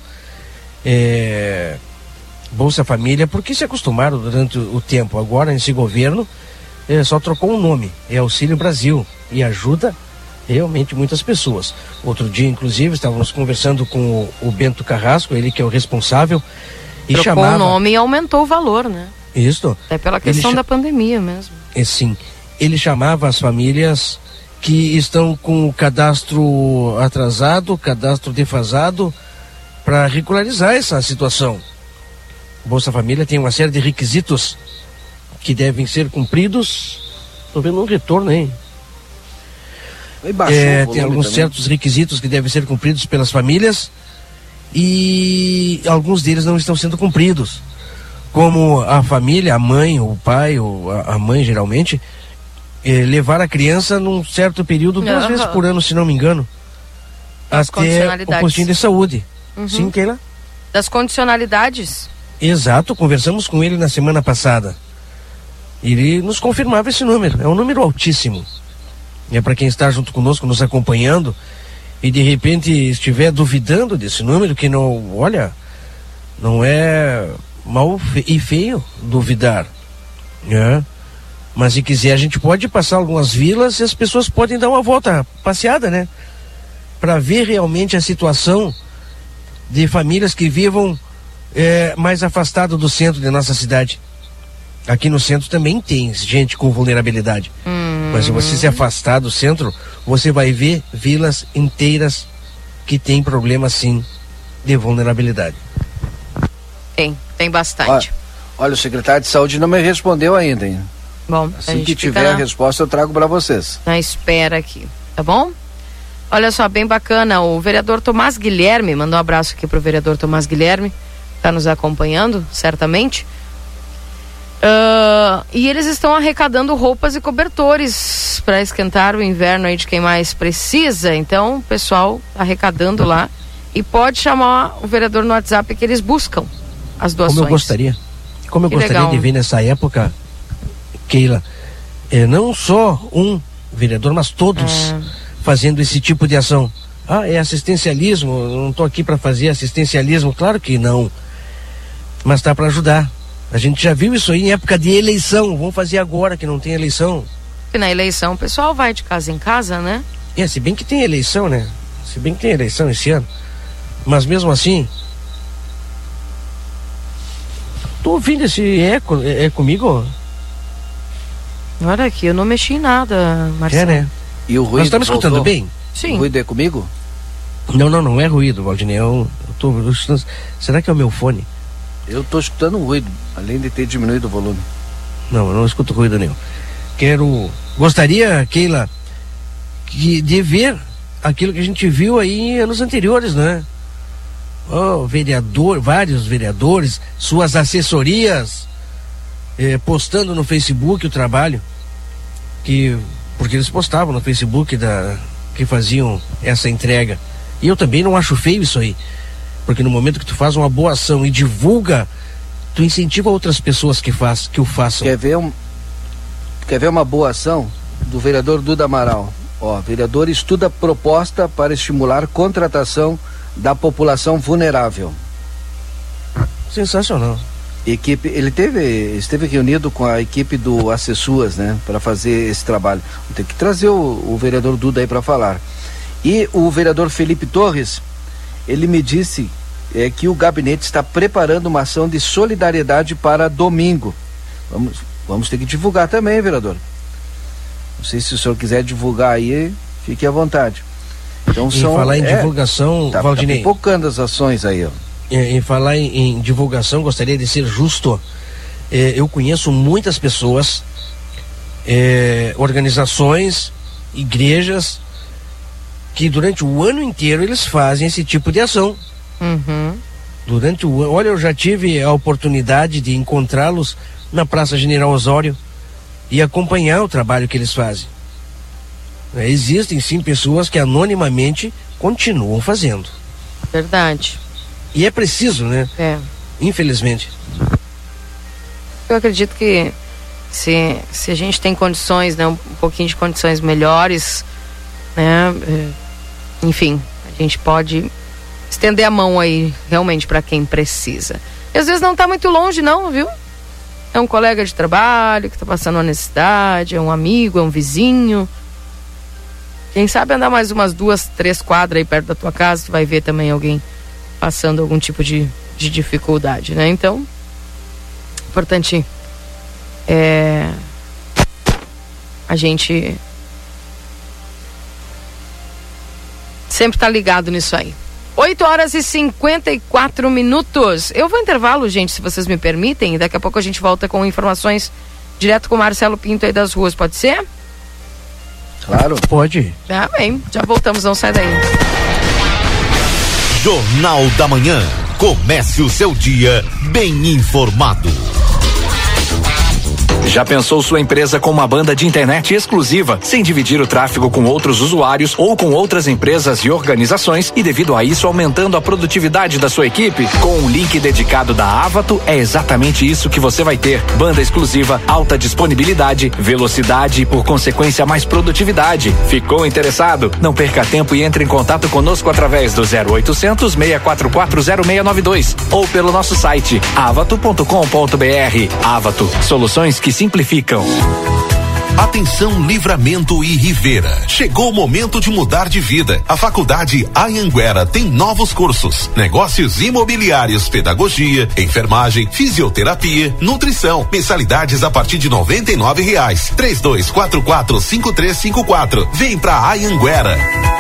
Bolsa Família, porque se acostumaram durante o tempo. Agora, nesse governo, só trocou um nome, é Auxílio Brasil, e ajuda realmente muitas pessoas. Outro dia, inclusive, estávamos conversando com o Bento Carrasco, ele que é o responsável, e trocou o nome e aumentou o valor, né? Isso. Até pela questão da pandemia mesmo. Sim. Ele chamava as famílias que estão com o cadastro atrasado, cadastro defasado, para regularizar essa situação. Bolsa Família tem uma série de requisitos que devem ser cumpridos. Estou vendo um retorno aí. Tem alguns certos requisitos que devem ser cumpridos pelas famílias e alguns deles não estão sendo cumpridos. Como a família, a mãe, o pai, ou a mãe geralmente, levar a criança num certo período, 2 vezes por ano, se não me engano, até o postinho de saúde. Sim, Keila? Das condicionalidades? Exato, conversamos com ele na semana passada. Ele nos confirmava esse número, é um número altíssimo. É para quem está junto conosco, nos acompanhando, e de repente estiver duvidando desse número, que não, olha, não é mal e feio duvidar, né? Mas se quiser a gente pode passar algumas vilas e as pessoas podem dar uma volta passeada, né? Para ver realmente a situação de famílias que vivam mais afastado do centro de nossa cidade. Aqui no centro também tem gente com vulnerabilidade. Mas se você se afastar do centro, você vai ver vilas inteiras que tem problema sim de vulnerabilidade. Tem bastante. Olha, o secretário de saúde não me respondeu ainda, hein? Bom, assim que tiver a resposta eu trago para vocês. Na espera aqui, tá bom? Olha só, bem bacana, o vereador Tomás Guilherme, mandou um abraço aqui pro vereador Tomás Guilherme, está nos acompanhando, certamente. E eles estão arrecadando roupas e cobertores para esquentar o inverno aí de quem mais precisa. Então, o pessoal arrecadando lá, e pode chamar o vereador no WhatsApp que eles buscam as doações. Como eu gostaria de ver nessa época, Keila, não só um vereador, mas todos fazendo esse tipo de ação. É assistencialismo, eu não estou aqui para fazer assistencialismo, claro que não, mas tá para ajudar. A gente já viu isso aí em época de eleição, vamos fazer agora que não tem eleição. E na eleição o pessoal vai de casa em casa, né? Se bem que tem eleição, né? Se bem que tem eleição esse ano, mas mesmo assim, tô ouvindo esse eco, é comigo? Olha aqui, eu não mexi em nada, Marcelo. Né? E o ruído? Nós estamos escutando bem? Sim. O ruído é comigo? Não é ruído, Valdinei. Será que é o meu fone? Eu estou escutando um ruído, além de ter diminuído o volume. Não, eu não escuto ruído nenhum. Gostaria, Keila, de ver aquilo que a gente viu aí em anos anteriores, né? Vários vereadores, suas assessorias, postando no Facebook o trabalho, porque eles postavam no Facebook que faziam essa entrega. E eu também não acho feio isso aí, porque no momento que tu faz uma boa ação e divulga, tu incentiva outras pessoas que o façam. Quer ver uma boa ação do vereador Duda Amaral? Vereador estuda proposta para estimular contratação da população vulnerável. Sensacional. Ele esteve reunido com a equipe do Acessuas, né, para fazer esse trabalho. Tem que trazer o vereador Duda aí para falar. E o vereador Felipe Torres, ele me disse que o gabinete está preparando uma ação de solidariedade para domingo. Vamos ter que divulgar também, vereador. Não sei se o senhor quiser divulgar aí, fique à vontade. Então, falar em divulgação, Valdinei. Tá pipocando as ações aí, ó. Em falar em divulgação, gostaria de ser justo. Eu conheço muitas pessoas, organizações, igrejas, que durante o ano inteiro eles fazem esse tipo de ação. Uhum. Durante o ano, olha, eu já tive a oportunidade de encontrá-los na Praça General Osório e acompanhar o trabalho que eles fazem. Existem sim pessoas que anonimamente continuam fazendo. Verdade. E é preciso, né? Infelizmente. Eu acredito que se a gente tem condições, né, um pouquinho de condições melhores, né, enfim, a gente pode estender a mão aí realmente para quem precisa. E às vezes não está muito longe não, viu? É um colega de trabalho que está passando uma necessidade, é um amigo, é um vizinho. Quem sabe andar mais umas 2, 3 quadras aí perto da tua casa, tu vai ver também alguém passando algum tipo de dificuldade, né? Então, importante a gente sempre tá ligado nisso aí. 8h54. Eu vou intervalo, gente, se vocês me permitem, e daqui a pouco a gente volta com informações direto com o Marcelo Pinto aí das ruas, pode ser? Claro. Pode. Tá bem, já voltamos, não sai daí. Jornal da Manhã. Comece o seu dia bem informado. Já pensou sua empresa com uma banda de internet exclusiva, sem dividir o tráfego com outros usuários ou com outras empresas e organizações e devido a isso aumentando a produtividade da sua equipe? Com um link dedicado da Avato é exatamente isso que você vai ter. Banda exclusiva, alta disponibilidade, velocidade e por consequência mais produtividade. Ficou interessado? Não perca tempo e entre em contato conosco através do 0800 644 0692 ou pelo nosso site avato.com.br. Avato, soluções que simplificam. Atenção Livramento e Rivera. Chegou o momento de mudar de vida. A Faculdade Anhanguera tem novos cursos: negócios imobiliários, pedagogia, enfermagem, fisioterapia, nutrição. Mensalidades a partir de R$99. 3244-5354. Vem pra Anhanguera.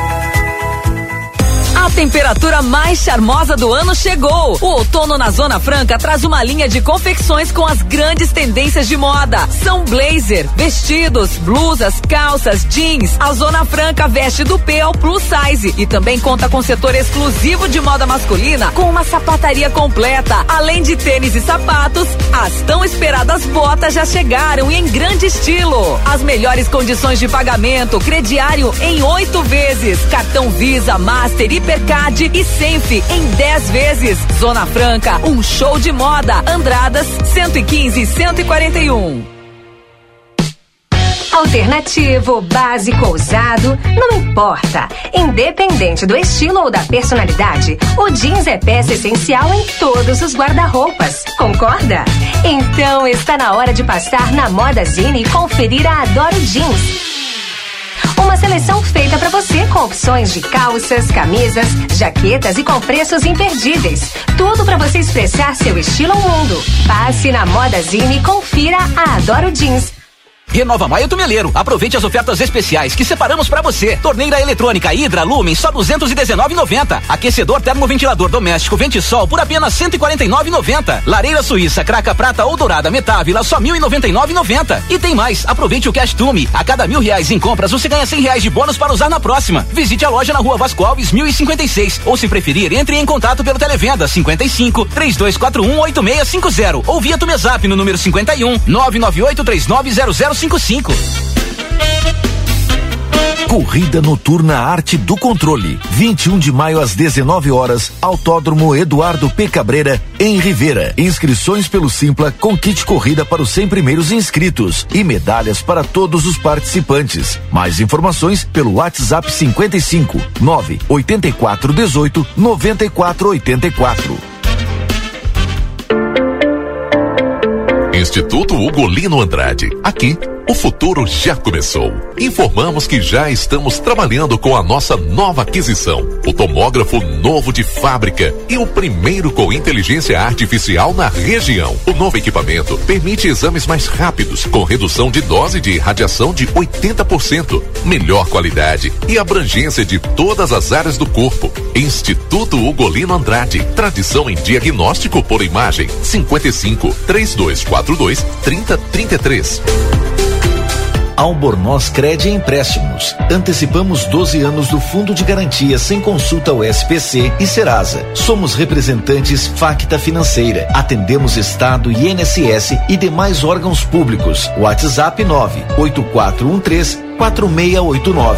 A temperatura mais charmosa do ano chegou. O outono na Zona Franca traz uma linha de confecções com as grandes tendências de moda. São blazer, vestidos, blusas, calças, jeans. A Zona Franca veste do P ao plus size e também conta com setor exclusivo de moda masculina com uma sapataria completa. Além de tênis e sapatos, as tão esperadas botas já chegaram e em grande estilo. As melhores condições de pagamento, crediário em 8 vezes, cartão Visa, Master, Hipercard e Senf em 10 vezes. Zona Franca, um show de moda. Andradas 115 e 141. Alternativo, básico, ousado, não importa. Independente do estilo ou da personalidade, o jeans é peça essencial em todos os guarda-roupas. Concorda? Então está na hora de passar na Modazine e conferir a Adoro Jeans. Uma seleção feita para você com opções de calças, camisas, jaquetas e com preços imperdíveis. Tudo para você expressar seu estilo ao mundo. Passe na Modazine e confira a Adoro Jeans. Renova Maio Tumeleiro. Aproveite as ofertas especiais que separamos para você. Torneira eletrônica Hidra Lumen só R$219,90. Aquecedor termoventilador doméstico Ventisol por apenas R$149,90. Lareira suíça Craca Prata ou Dourada Metávila só R$1.099,90. E tem mais. Aproveite o Cash Tume. A cada R$1.000 em compras você ganha R$100 de bônus para usar na próxima. Visite a loja na Rua Vasco Alves 1056 ou se preferir entre em contato pelo televenda 55 3241 8650 ou via Tumezap no número 51 998390055. Corrida Noturna Arte do Controle, 21 de maio às 19 horas, Autódromo Eduardo P. Cabreira, em Rivera. Inscrições pelo Simpla com kit corrida para os 100 primeiros inscritos e medalhas para todos os participantes. Mais informações pelo WhatsApp 55 98418 9484. Instituto Ugolino Andrade. Aqui, o futuro já começou. Informamos que já estamos trabalhando com a nossa nova aquisição, o tomógrafo novo de fábrica e o primeiro com inteligência artificial na região. O novo equipamento permite exames mais rápidos, com redução de dose de radiação de 80%, melhor qualidade e abrangência de todas as áreas do corpo. Instituto Ugolino Andrade, tradição em diagnóstico por imagem. 55 3242 3033. Albornoz Cred Empréstimos. Antecipamos 12 anos do Fundo de Garantia sem consulta ao SPC e Serasa. Somos representantes Facta Financeira. Atendemos Estado, INSS e demais órgãos públicos. WhatsApp 98413-4689.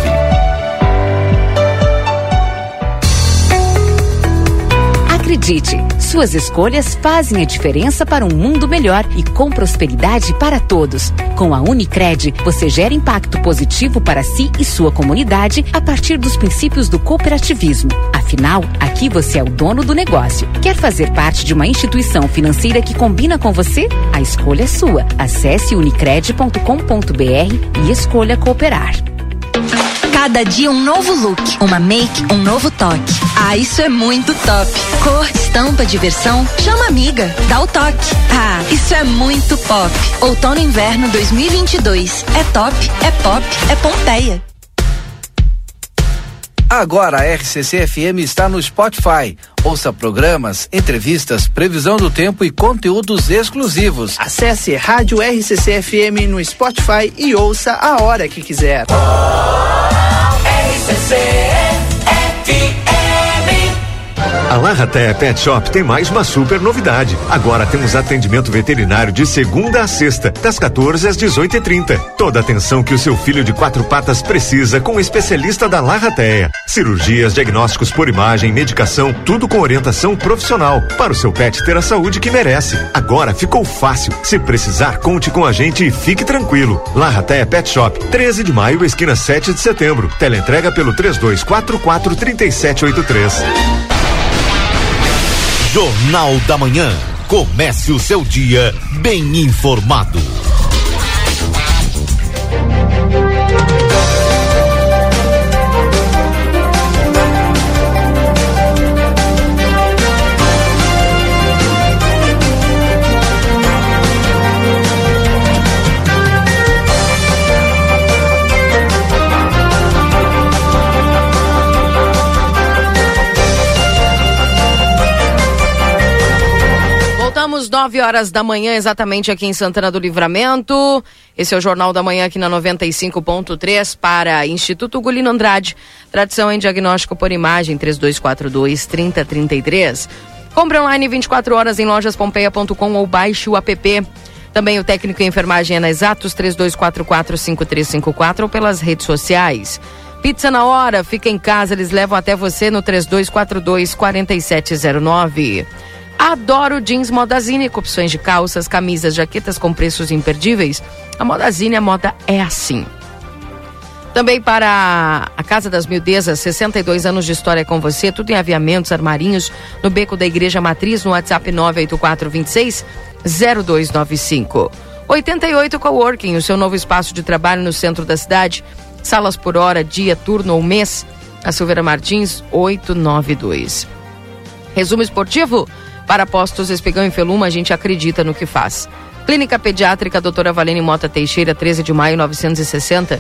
Acredite, suas escolhas fazem a diferença para um mundo melhor e com prosperidade para todos. Com a Unicred, você gera impacto positivo para si e sua comunidade a partir dos princípios do cooperativismo. Afinal, aqui você é o dono do negócio. Quer fazer parte de uma instituição financeira que combina com você? A escolha é sua. Acesse unicred.com.br e escolha cooperar. Cada dia um novo look, uma make, um novo toque. Ah, isso é muito top. Cor, estampa, diversão, chama a amiga, dá o toque. Ah, isso é muito pop. Outono e inverno 2022. É top, é pop, é Pompeia. Agora a RCC FM está no Spotify. Ouça programas, entrevistas, previsão do tempo e conteúdos exclusivos. Acesse Rádio RCC FM no Spotify e ouça a hora que quiser. RCC FM. A Larratea Pet Shop tem mais uma super novidade. Agora temos atendimento veterinário de segunda a sexta, das 14 às 18h30. Toda a atenção que o seu filho de 4 patas precisa com o especialista da Larratea. Cirurgias, diagnósticos por imagem, medicação, tudo com orientação profissional, para o seu pet ter a saúde que merece. Agora ficou fácil. Se precisar, conte com a gente e fique tranquilo. Larratea Pet Shop, 13 de maio, esquina 7 de setembro. Teleentrega pelo 3244-3783. Jornal da Manhã. Comece o seu dia bem informado. Voltamos 9 horas da manhã, exatamente aqui em Santana do Livramento. Esse é o Jornal da Manhã aqui na 95.3 para Instituto Ugolino Andrade. Tradição em diagnóstico por imagem, 3242-3033. Compre online 24 horas em lojaspompeia.com ou baixe o app. Também o técnico em enfermagem é na Exatos, 3244-5354 ou pelas redes sociais. Pizza na hora, fica em casa, eles levam até você no 3242-4709. Adoro jeans Modazine, com opções de calças, camisas, jaquetas com preços imperdíveis. A Modazine, a moda é assim. Também para a Casa das Mildezas, 62 anos de história com você, tudo em aviamentos, armarinhos, no Beco da Igreja Matriz, no WhatsApp 98426-0295. 88 Coworking, o seu novo espaço de trabalho no centro da cidade. Salas por hora, dia, turno ou mês. A Silveira Martins, 892. Resumo esportivo? Para Postos Espigão e Feluma, a gente acredita no que faz. Clínica Pediátrica Doutora Valene Mota Teixeira, 13 de maio, 960,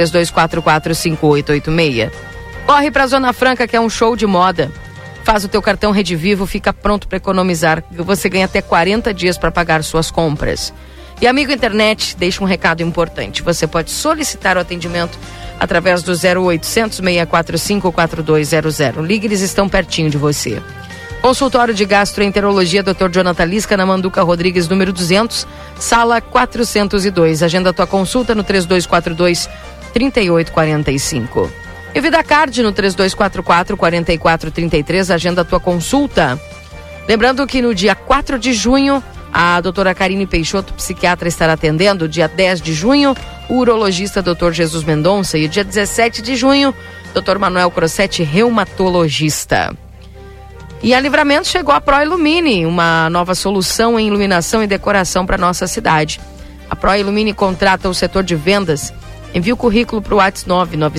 3244-5886. Corre pra Zona Franca, que é um show de moda. Faz o teu cartão Rede Vivo, fica pronto para economizar. Você ganha até 40 dias para pagar suas compras. E Amigo Internet, deixa um recado importante. Você pode solicitar o atendimento através do 0800 645 4200. Ligue, eles estão pertinho de você. Consultório de Gastroenterologia Dr. Jonathan Lisca, na Manduca Rodrigues, número 200, sala 402. Agenda tua consulta no 3242-3845. E Vida Card no 3244-4433. Agenda tua consulta. Lembrando que no dia 4 de junho, a doutora Karine Peixoto, psiquiatra, estará atendendo. Dia 10 de junho, o urologista Dr. Jesus Mendonça. E o dia 17 de junho, Dr. Manuel Crossetti, reumatologista. E a Livramento chegou a Pro Ilumine, uma nova solução em iluminação e decoração para nossa cidade. A Pro Ilumine contrata o setor de vendas. Envie o currículo para o WhatsApp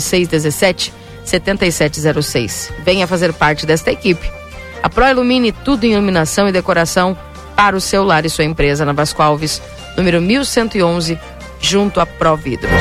99617-7706. Venha fazer parte desta equipe. A Pro Ilumine, tudo em iluminação e decoração para o seu lar e sua empresa, na Vasco Alves, número 1111, junto a Pro Vidros.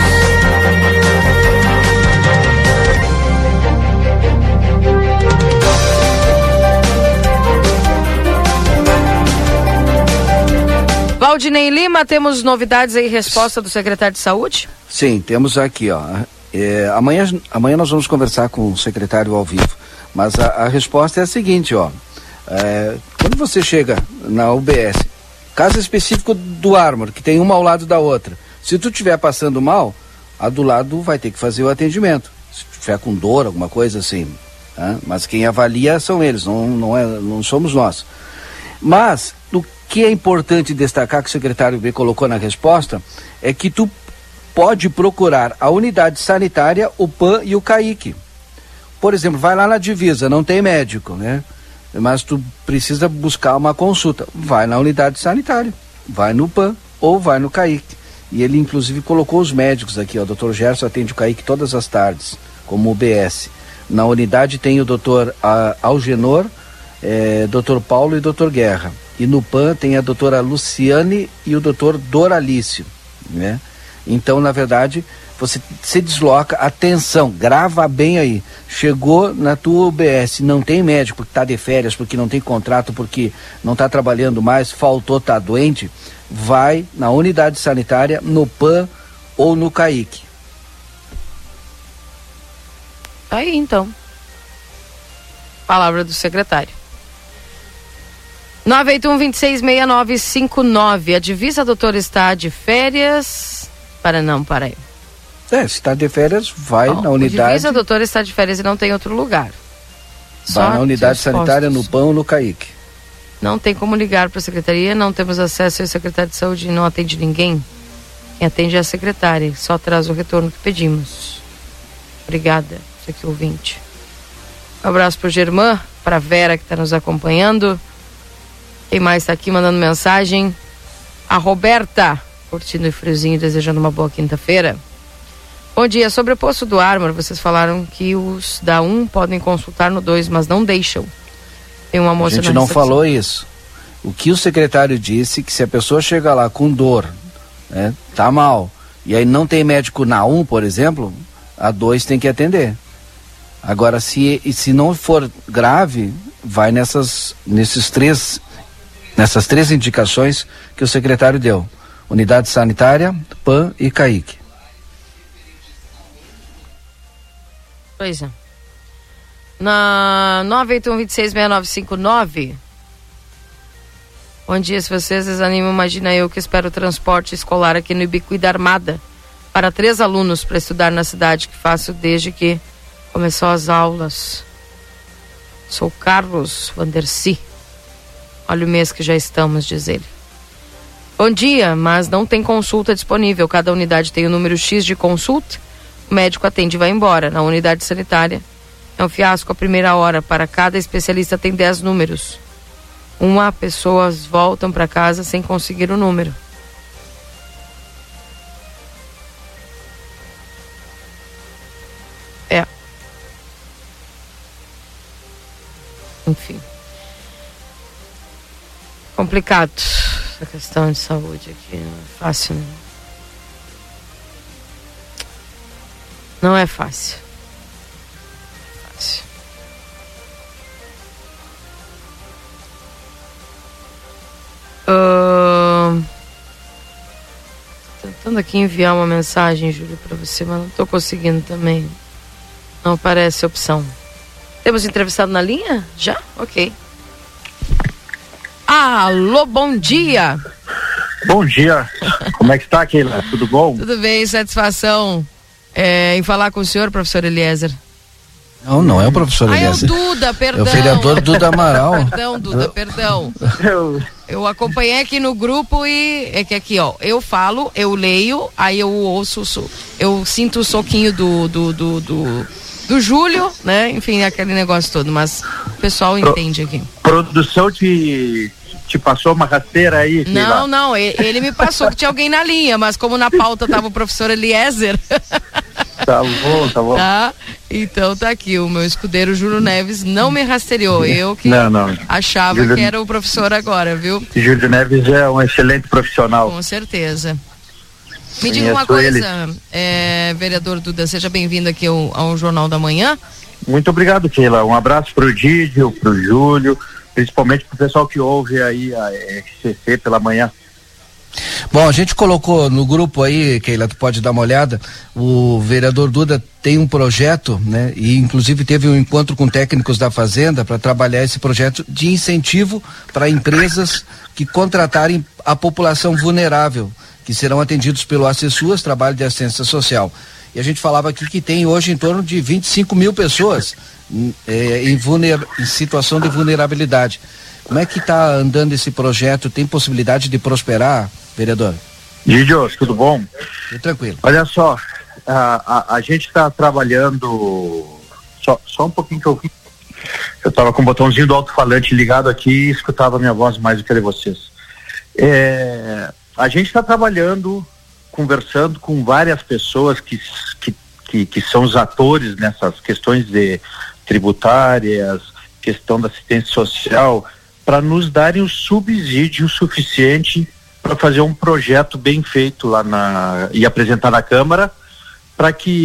Valdinei Lima, temos novidades aí, resposta do secretário de Saúde? Sim, temos aqui, ó. Amanhã nós vamos conversar com o secretário ao vivo, mas a resposta é a seguinte, ó. Quando você chega na UBS, caso específico do Armor, que tem uma ao lado da outra, se tu estiver passando mal, a do lado vai ter que fazer o atendimento. Se tiver com dor, alguma coisa assim, mas quem avalia são eles, não somos nós. Mas o que é importante destacar, que o secretário B colocou na resposta, é que tu pode procurar a unidade sanitária, o PAN e o CAIC. Por exemplo, vai lá na divisa, não tem médico, né? Mas tu precisa buscar uma consulta. Vai na unidade sanitária, vai no PAN ou vai no CAIC. E ele inclusive colocou os médicos aqui, ó. O Dr. Gerson atende o CAIC todas as tardes, como UBS. Na unidade tem o Dr. Algenor, Dr. Paulo e Dr. Guerra. E no PAN tem a doutora Luciane e o Dr. Doralício, né? Então, na verdade, você se desloca, atenção, grava bem aí, chegou na tua UBS, não tem médico porque está de férias, porque não tem contrato, porque não está trabalhando mais, faltou, está doente, vai na unidade sanitária, no PAN ou no CAIC. Aí, então. Palavra do secretário. 981-266959. A divisa, doutor, está de férias? Para aí. Se está de férias, vai na unidade. A divisa, doutor, está de férias e não tem outro lugar. Vai na unidade sanitária, no PAN ou no CAIC. Não tem como ligar para a secretaria, não temos acesso ao secretário de saúde, não atende ninguém. Quem atende é a secretária, só traz o retorno que pedimos. Obrigada, você aqui ouvinte. Um abraço para o Germán, para a Vera que está nos acompanhando. Quem mais está aqui mandando mensagem? A Roberta, curtindo o friozinho, desejando uma boa quinta-feira. Bom dia, sobre o posto do Armor, vocês falaram que os da 1 podem consultar no 2, mas não deixam. Tem uma moça. A gente não falou isso. O que o secretário disse, que se a pessoa chega lá com dor, né, tá mal, e aí não tem médico na 1, por exemplo, a 2 tem que atender. Agora, se não for grave, vai nessas três indicações que o secretário deu: unidade sanitária, PAN e CAIC. Pois é. Na 981-266959. Bom dia, se vocês desanimam, imagina eu que espero transporte escolar aqui no Ibicuí da Armada para 3 alunos para estudar na cidade, que faço desde que começou as aulas. Sou Carlos Vanderci. Olha o mês que já estamos, diz ele. Bom dia, mas não tem consulta disponível. Cada unidade tem o número X de consulta. O médico atende e vai embora. Na unidade sanitária é um fiasco a primeira hora. Para cada especialista tem 10 números. Pessoas voltam para casa sem conseguir o número. Enfim. Complicado essa questão de saúde aqui. Não é fácil, não. Não é fácil. Tentando aqui enviar uma mensagem, Júlio, para você, mas não estou conseguindo também. Não aparece opção. Temos entrevistado na linha? Já? Ok. Alô, bom dia. Bom dia. Como é que está, Keila? Tudo bom? Tudo bem, satisfação em falar com o senhor, professor Eliezer. Não é o professor Eliezer. É o Duda, perdão. É o vereador Duda Amaral. Perdão, Duda, perdão. Eu acompanhei aqui no grupo e é que aqui, ó, eu falo, eu leio, aí eu ouço, eu sinto o soquinho do Júlio, né? Enfim, aquele negócio todo, mas o pessoal entende aqui. Produção te passou uma rasteira aí? Não, ele me passou que tinha alguém na linha, mas como na pauta tava o professor Eliezer. Tá bom. Tá? Então tá aqui, o meu escudeiro Júlio Neves não me rastreou, eu que achava que era o professor agora, viu? Júlio Neves é um excelente profissional. Com certeza. Me diga uma coisa, vereador Duda, seja bem-vindo aqui ao Jornal da Manhã. Muito obrigado, Keila. Um abraço pro Dídio, pro Júlio, principalmente pro pessoal que ouve aí a RCC pela manhã. Bom, a gente colocou no grupo aí, Keila, tu pode dar uma olhada, o vereador Duda tem um projeto, né? E inclusive teve um encontro com técnicos da Fazenda para trabalhar esse projeto de incentivo para empresas que contratarem a população vulnerável, que serão atendidos pelo ACSUAS, Trabalho de Assistência Social. E a gente falava aqui que tem hoje em torno de 25 mil pessoas em situação de vulnerabilidade. Como é que está andando esse projeto? Tem possibilidade de prosperar, vereador? Dídio, tudo bom? Tudo tranquilo. Olha só, a gente está trabalhando, só um pouquinho que eu estava com o botãozinho do alto-falante ligado aqui e escutava a minha voz mais do que a de vocês. A gente está trabalhando, conversando com várias pessoas que são os atores nessas questões de tributárias, questão da assistência social, para nos darem o subsídio suficiente para fazer um projeto bem feito lá e apresentar na Câmara, para que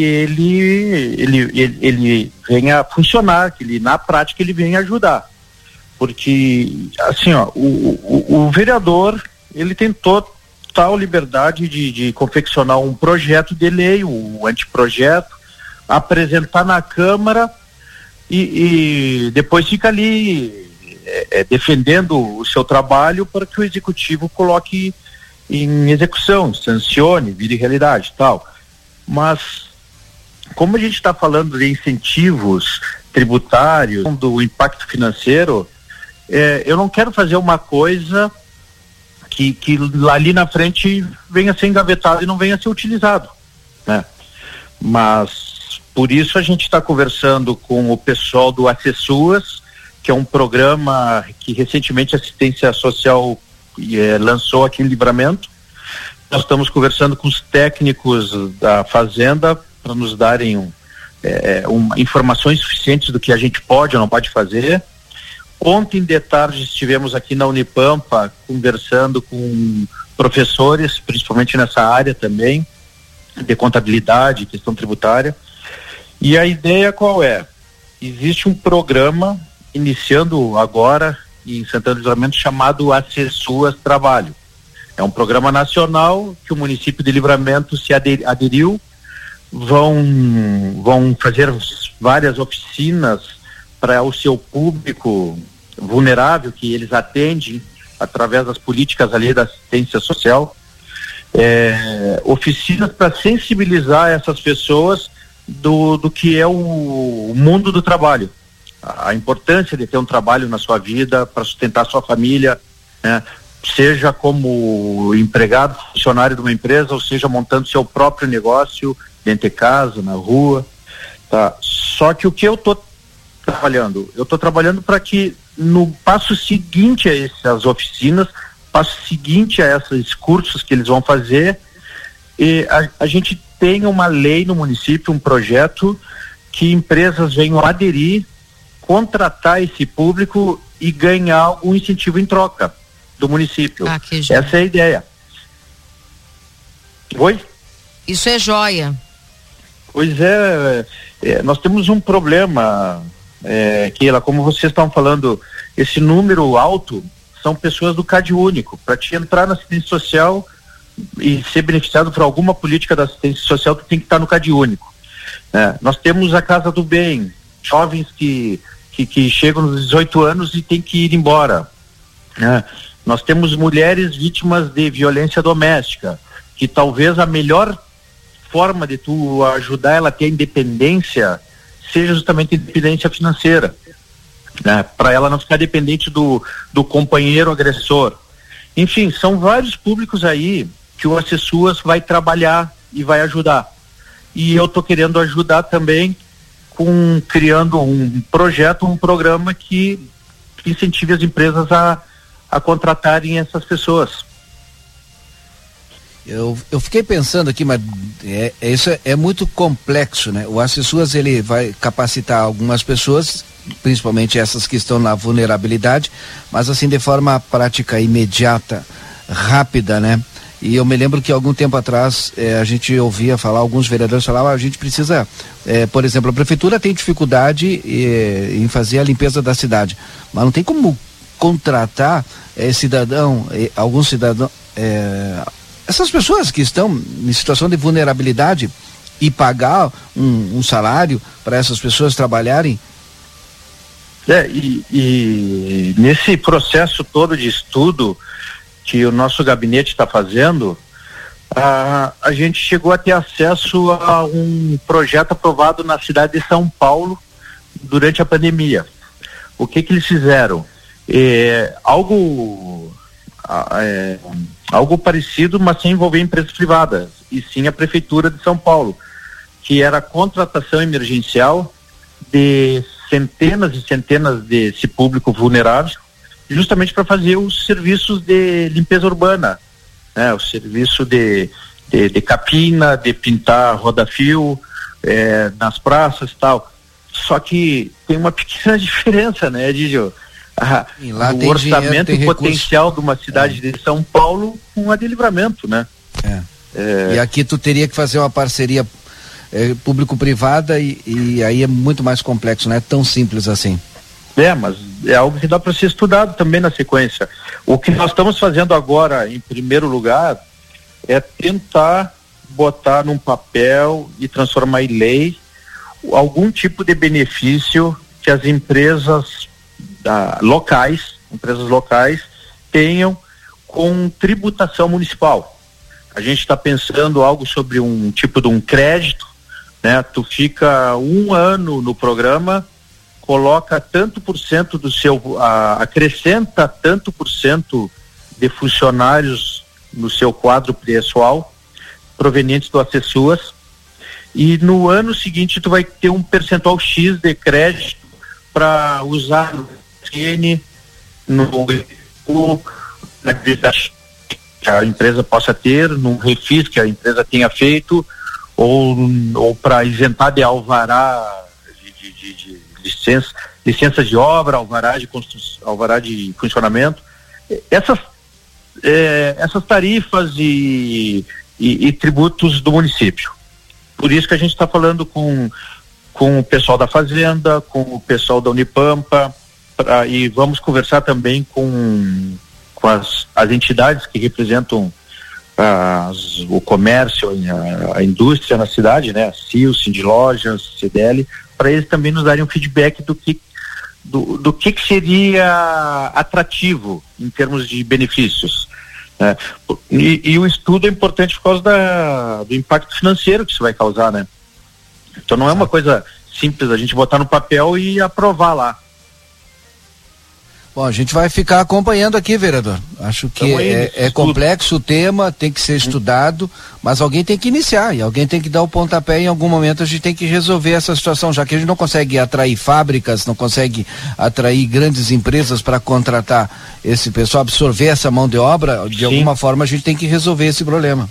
ele venha a funcionar, que ele na prática ele venha ajudar. Porque assim, ó, o vereador, ele tem total liberdade de confeccionar um projeto de lei, um anteprojeto, apresentar na Câmara e depois fica ali defendendo o seu trabalho para que o executivo coloque em execução, sancione, vire realidade e tal. Mas como a gente está falando de incentivos tributários, do impacto financeiro, eu não quero fazer uma coisa que ali na frente venha a ser engavetado e não venha a ser utilizado, né? Mas por isso a gente está conversando com o pessoal do ACSUAS, que é um programa que recentemente a Assistência Social lançou aqui em Livramento. Nós estamos conversando com os técnicos da Fazenda para nos darem informações suficientes do que a gente pode ou não pode fazer. Ontem de tarde estivemos aqui na Unipampa conversando com professores, principalmente nessa área também, de contabilidade, questão tributária. E a ideia qual é? Existe um programa iniciando agora em Santana do Livramento chamado ACSUAS Trabalho. É um programa nacional que o município de Livramento se aderiu, vão fazer várias oficinas para o seu público vulnerável que eles atendem através das políticas ali da assistência social, oficinas para sensibilizar essas pessoas do que é o mundo do trabalho, a importância de ter um trabalho na sua vida para sustentar sua família, né? Seja como empregado, funcionário de uma empresa, ou seja montando seu próprio negócio dentro de casa, na rua, tá? Só que o que eu tô trabalhando? Eu tô trabalhando para que no passo seguinte a essas oficinas, passo seguinte a esses cursos que eles vão fazer, a gente tem uma lei no município, um projeto que empresas venham aderir, contratar esse público e ganhar algum incentivo em troca do município. Essa é a ideia. Oi? Isso é joia. Pois nós temos um problema, Keila, como vocês estão falando, esse número alto são pessoas do Cade Único. Para te entrar na assistência social e ser beneficiado por alguma política da assistência social, tu tem que estar no Cade Único. Nós temos a Casa do Bem, jovens que chegam nos 18 anos e tem que ir embora, né? Nós temos mulheres vítimas de violência doméstica, que talvez a melhor forma de tu ajudar ela a ter independência seja justamente a independência financeira, né? Para ela não ficar dependente do companheiro agressor. Enfim, são vários públicos aí que o ACSUAS vai trabalhar e vai ajudar. E eu tô querendo ajudar também criando um projeto, um programa que incentive as empresas a contratarem essas pessoas. Eu fiquei pensando aqui, mas isso é muito complexo, né? O ACESUAS, ele vai capacitar algumas pessoas, principalmente essas que estão na vulnerabilidade, mas assim de forma prática, imediata, rápida, né? E eu me lembro que algum tempo atrás a gente ouvia falar, alguns vereadores falavam, a gente precisa, por exemplo, a prefeitura tem dificuldade em fazer a limpeza da cidade, mas não tem como contratar algum cidadão, essas pessoas que estão em situação de vulnerabilidade e pagar um salário para essas pessoas trabalharem. E nesse processo todo de estudo que o nosso gabinete está fazendo, a gente chegou a ter acesso a um projeto aprovado na cidade de São Paulo durante a pandemia. O que eles fizeram? Algo parecido, mas sem envolver empresas privadas, e sim a Prefeitura de São Paulo, que era a contratação emergencial de centenas e centenas desse público vulnerável, justamente para fazer os serviços de limpeza urbana, né? O serviço de capina, de pintar roda-fio nas praças e tal. Só que tem uma pequena diferença, né, Digio? O orçamento e potencial de uma cidade de São Paulo com a de Livramento, né? E aqui tu teria que fazer uma parceria público-privada e aí é muito mais complexo, não é tão simples assim. Mas é algo que dá para ser estudado também na sequência. O que nós estamos fazendo agora, em primeiro lugar, é tentar botar num papel e transformar em lei algum tipo de benefício que as empresas locais tenham com tributação municipal. A gente está pensando algo sobre um tipo de um crédito, né? Tu fica 1 ano no programa, coloca tanto por cento do seu, acrescenta tanto por cento de funcionários no seu quadro pessoal provenientes do ACESUAS, e no ano seguinte tu vai ter um percentual X de crédito para usar no que a empresa possa ter, num refis que a empresa tenha feito, ou para isentar de alvará de licença de obra, alvará de construção, alvará de funcionamento. Essas tarifas e tributos do município. Por isso que a gente está falando com o pessoal da Fazenda, com o pessoal da Unipampa, e vamos conversar também com as entidades que representam o comércio, a indústria na cidade, né? A CIL, Sindilojas, CDL, para eles também nos darem um feedback do que seria atrativo em termos de benefícios. Né? E o estudo é importante por causa do impacto financeiro que isso vai causar, né? Então não é uma coisa simples a gente botar no papel e aprovar lá. Bom, a gente vai ficar acompanhando aqui, vereador. Acho que é complexo o tema, tem que ser estudado, mas alguém tem que iniciar e alguém tem que dar o pontapé. Em algum momento a gente tem que resolver essa situação, já que a gente não consegue atrair fábricas, não consegue atrair grandes empresas para contratar esse pessoal, absorver essa mão de obra. De alguma forma a gente tem que resolver esse problema.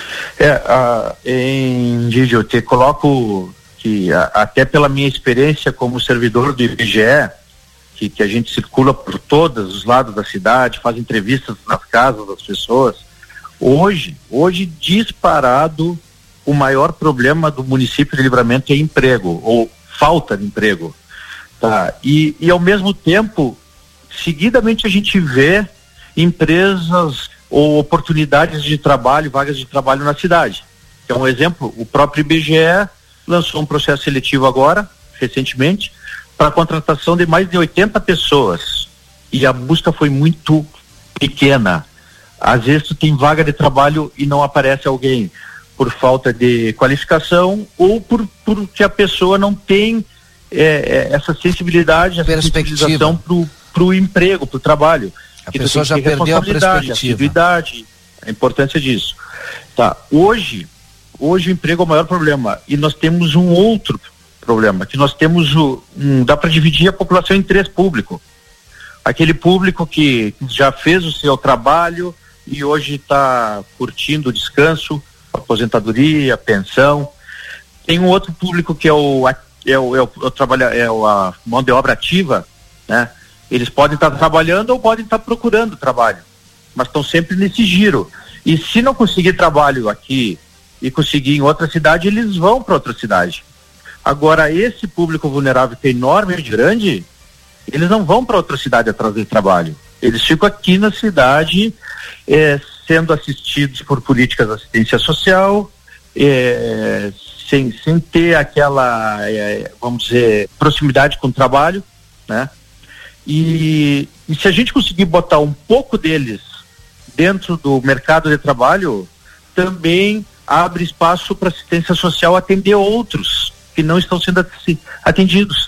Em Gigi, eu te coloco que até pela minha experiência como servidor do IBGE, que a gente circula por todos os lados da cidade, faz entrevistas nas casas das pessoas. Hoje disparado, o maior problema do município de Livramento é emprego, ou falta de emprego. Tá? E ao mesmo tempo, seguidamente a gente vê empresas ou oportunidades de trabalho, vagas de trabalho na cidade. Então, um exemplo, o próprio IBGE lançou um processo seletivo agora, recentemente, para a contratação de mais de 80 pessoas, e a busca foi muito pequena. Às vezes tu tem vaga de trabalho e não aparece alguém por falta de qualificação, ou porque a pessoa não tem essa sensibilidade, essa sensibilização para o emprego, para o trabalho. A pessoa já perdeu a perspectiva. A importância disso. Tá. Hoje o emprego é o maior problema, e nós temos um outro problema, que nós temos dá para dividir a população em 3 públicos. Aquele público que já fez o seu trabalho e hoje está curtindo o descanso, a aposentadoria, a pensão. Tem um outro público que é a mão de obra ativa, né? Eles podem estar trabalhando ou podem estar procurando trabalho, mas estão sempre nesse giro. E se não conseguir trabalho aqui e conseguir em outra cidade, eles vão para outra cidade. Agora, esse público vulnerável que é enormemente grande, eles não vão para outra cidade atrás de trabalho. Eles ficam aqui na cidade, sendo assistidos por políticas de assistência social, sem ter aquela, vamos dizer, proximidade com o trabalho, né? E se a gente conseguir botar um pouco deles dentro do mercado de trabalho, também abre espaço para assistência social atender outros que não estão sendo atendidos.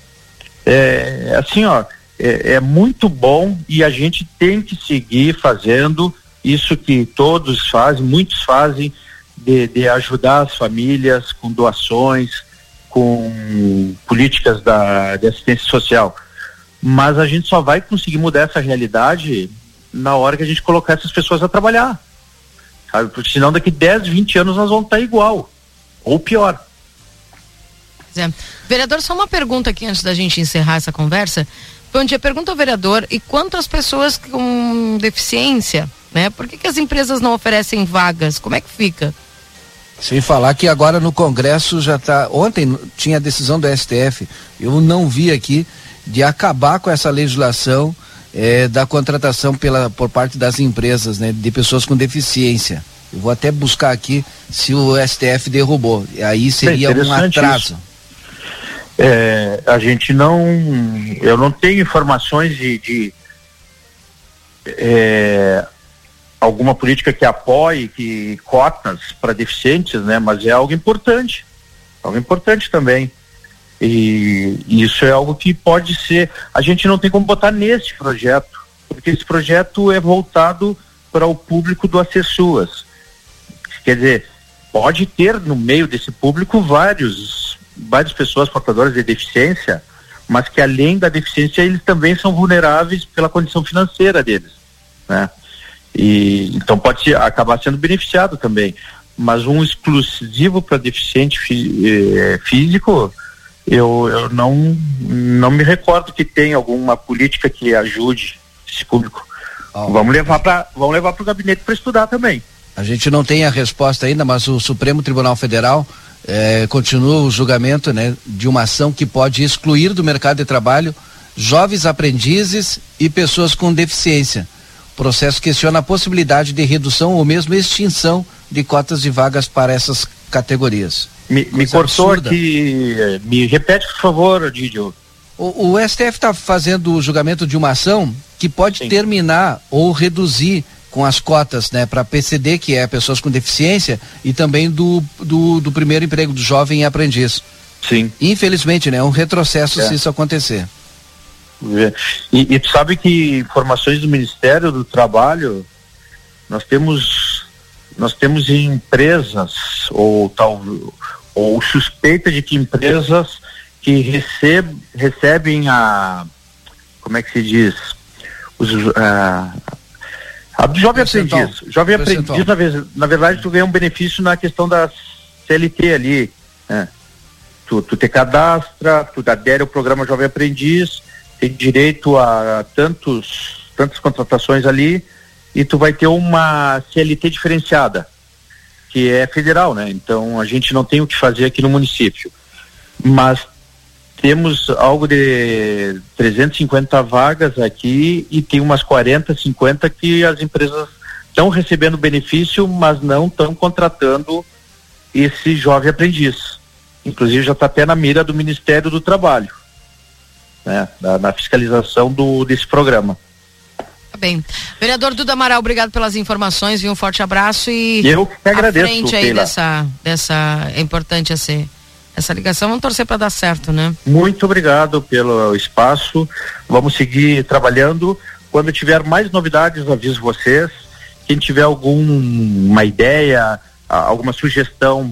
É muito bom e a gente tem que seguir fazendo isso que todos fazem, muitos fazem, de ajudar as famílias com doações, com políticas de assistência social. Mas a gente só vai conseguir mudar essa realidade na hora que a gente colocar essas pessoas a trabalhar, sabe? Porque senão daqui 10, 20 anos nós vamos estar igual, ou pior. Vereador, só uma pergunta aqui antes da gente encerrar essa conversa. Bom dia, pergunta ao vereador, e quanto às pessoas com deficiência, né? Por que as empresas não oferecem vagas? Como é que fica? Sem falar que agora no Congresso já está, ontem tinha a decisão do STF, eu não vi aqui, de acabar com essa legislação da contratação por parte das empresas, né, de pessoas com deficiência. Eu vou até buscar aqui se o STF derrubou, aí seria um atraso. Eu não tenho informações de alguma política que apoie cotas para deficientes, né? Mas é algo importante também. E isso é algo que pode ser, a gente não tem como botar nesse projeto, porque esse projeto é voltado para o público do Acessuas. Quer dizer, pode ter no meio desse público várias pessoas portadoras de deficiência, mas que além da deficiência eles também são vulneráveis pela condição financeira deles, né? E então pode acabar sendo beneficiado também, mas um exclusivo para deficiente físico, eu não me recordo que tenha alguma política que ajude esse público. Vamos levar para o gabinete para estudar também. A gente não tem a resposta ainda, mas o Supremo Tribunal Federal continua o julgamento, né, de uma ação que pode excluir do mercado de trabalho jovens aprendizes e pessoas com deficiência. O processo questiona a possibilidade de redução ou mesmo extinção de cotas de vagas para essas categorias. Me cortou absurda aqui, me repete por favor, Didio. O STF está fazendo o julgamento de uma ação que pode terminar ou reduzir com as cotas, né, para PCD, que é pessoas com deficiência, e também do primeiro emprego do jovem aprendiz. Sim. Infelizmente, né, é um retrocesso se isso acontecer. E tu sabe que informações do Ministério do Trabalho, nós temos empresas ou suspeita de que empresas que recebem como é que se diz, a do jovem aprendiz. Jovem aprendiz, na verdade, tu ganha um benefício na questão da CLT ali, né? Tu te cadastra, tu adere ao programa Jovem Aprendiz, tem direito a tantas contratações ali, e tu vai ter uma CLT diferenciada, que é federal, né? Então a gente não tem o que fazer aqui no município, mas temos algo de 350 vagas aqui e tem umas 40, 50 que as empresas estão recebendo benefício, mas não estão contratando esse jovem aprendiz. Inclusive já está até na mira do Ministério do Trabalho, né? Na fiscalização desse programa. Bem, vereador Duda Amaral, obrigado pelas informações, um forte abraço e eu que agradeço, à frente aí é importante essa ligação, vamos torcer para dar certo, né? Muito obrigado pelo espaço, vamos seguir trabalhando, quando tiver mais novidades aviso vocês, quem tiver alguma ideia, alguma sugestão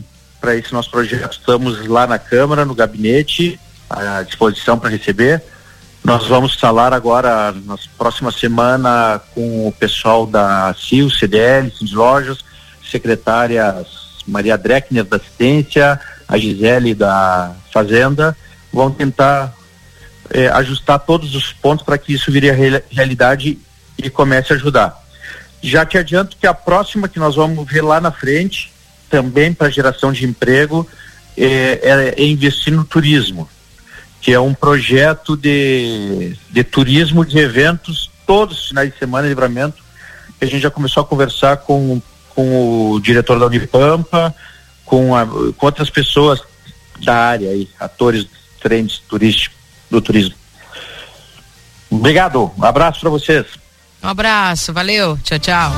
para esse nosso projeto. Estamos lá na Câmara, no gabinete, à disposição para receber. Nós vamos falar agora, na próxima semana, com o pessoal da CIL, CDL, Lojas, secretárias Maria Dreckner da Assistência, a Gisele da Fazenda. Vão tentar ajustar todos os pontos para que isso vire a realidade e comece a ajudar. Já te adianto que a próxima que nós vamos ver lá na frente, também para geração de emprego, é investir no turismo, que é um projeto de turismo, de eventos, todos os finais de semana em Livramento, que a gente já começou a conversar com o diretor da Unipampa, com outras pessoas da área aí, atores, trends do turismo. Obrigado, um abraço para vocês. Um abraço, valeu, tchau, tchau.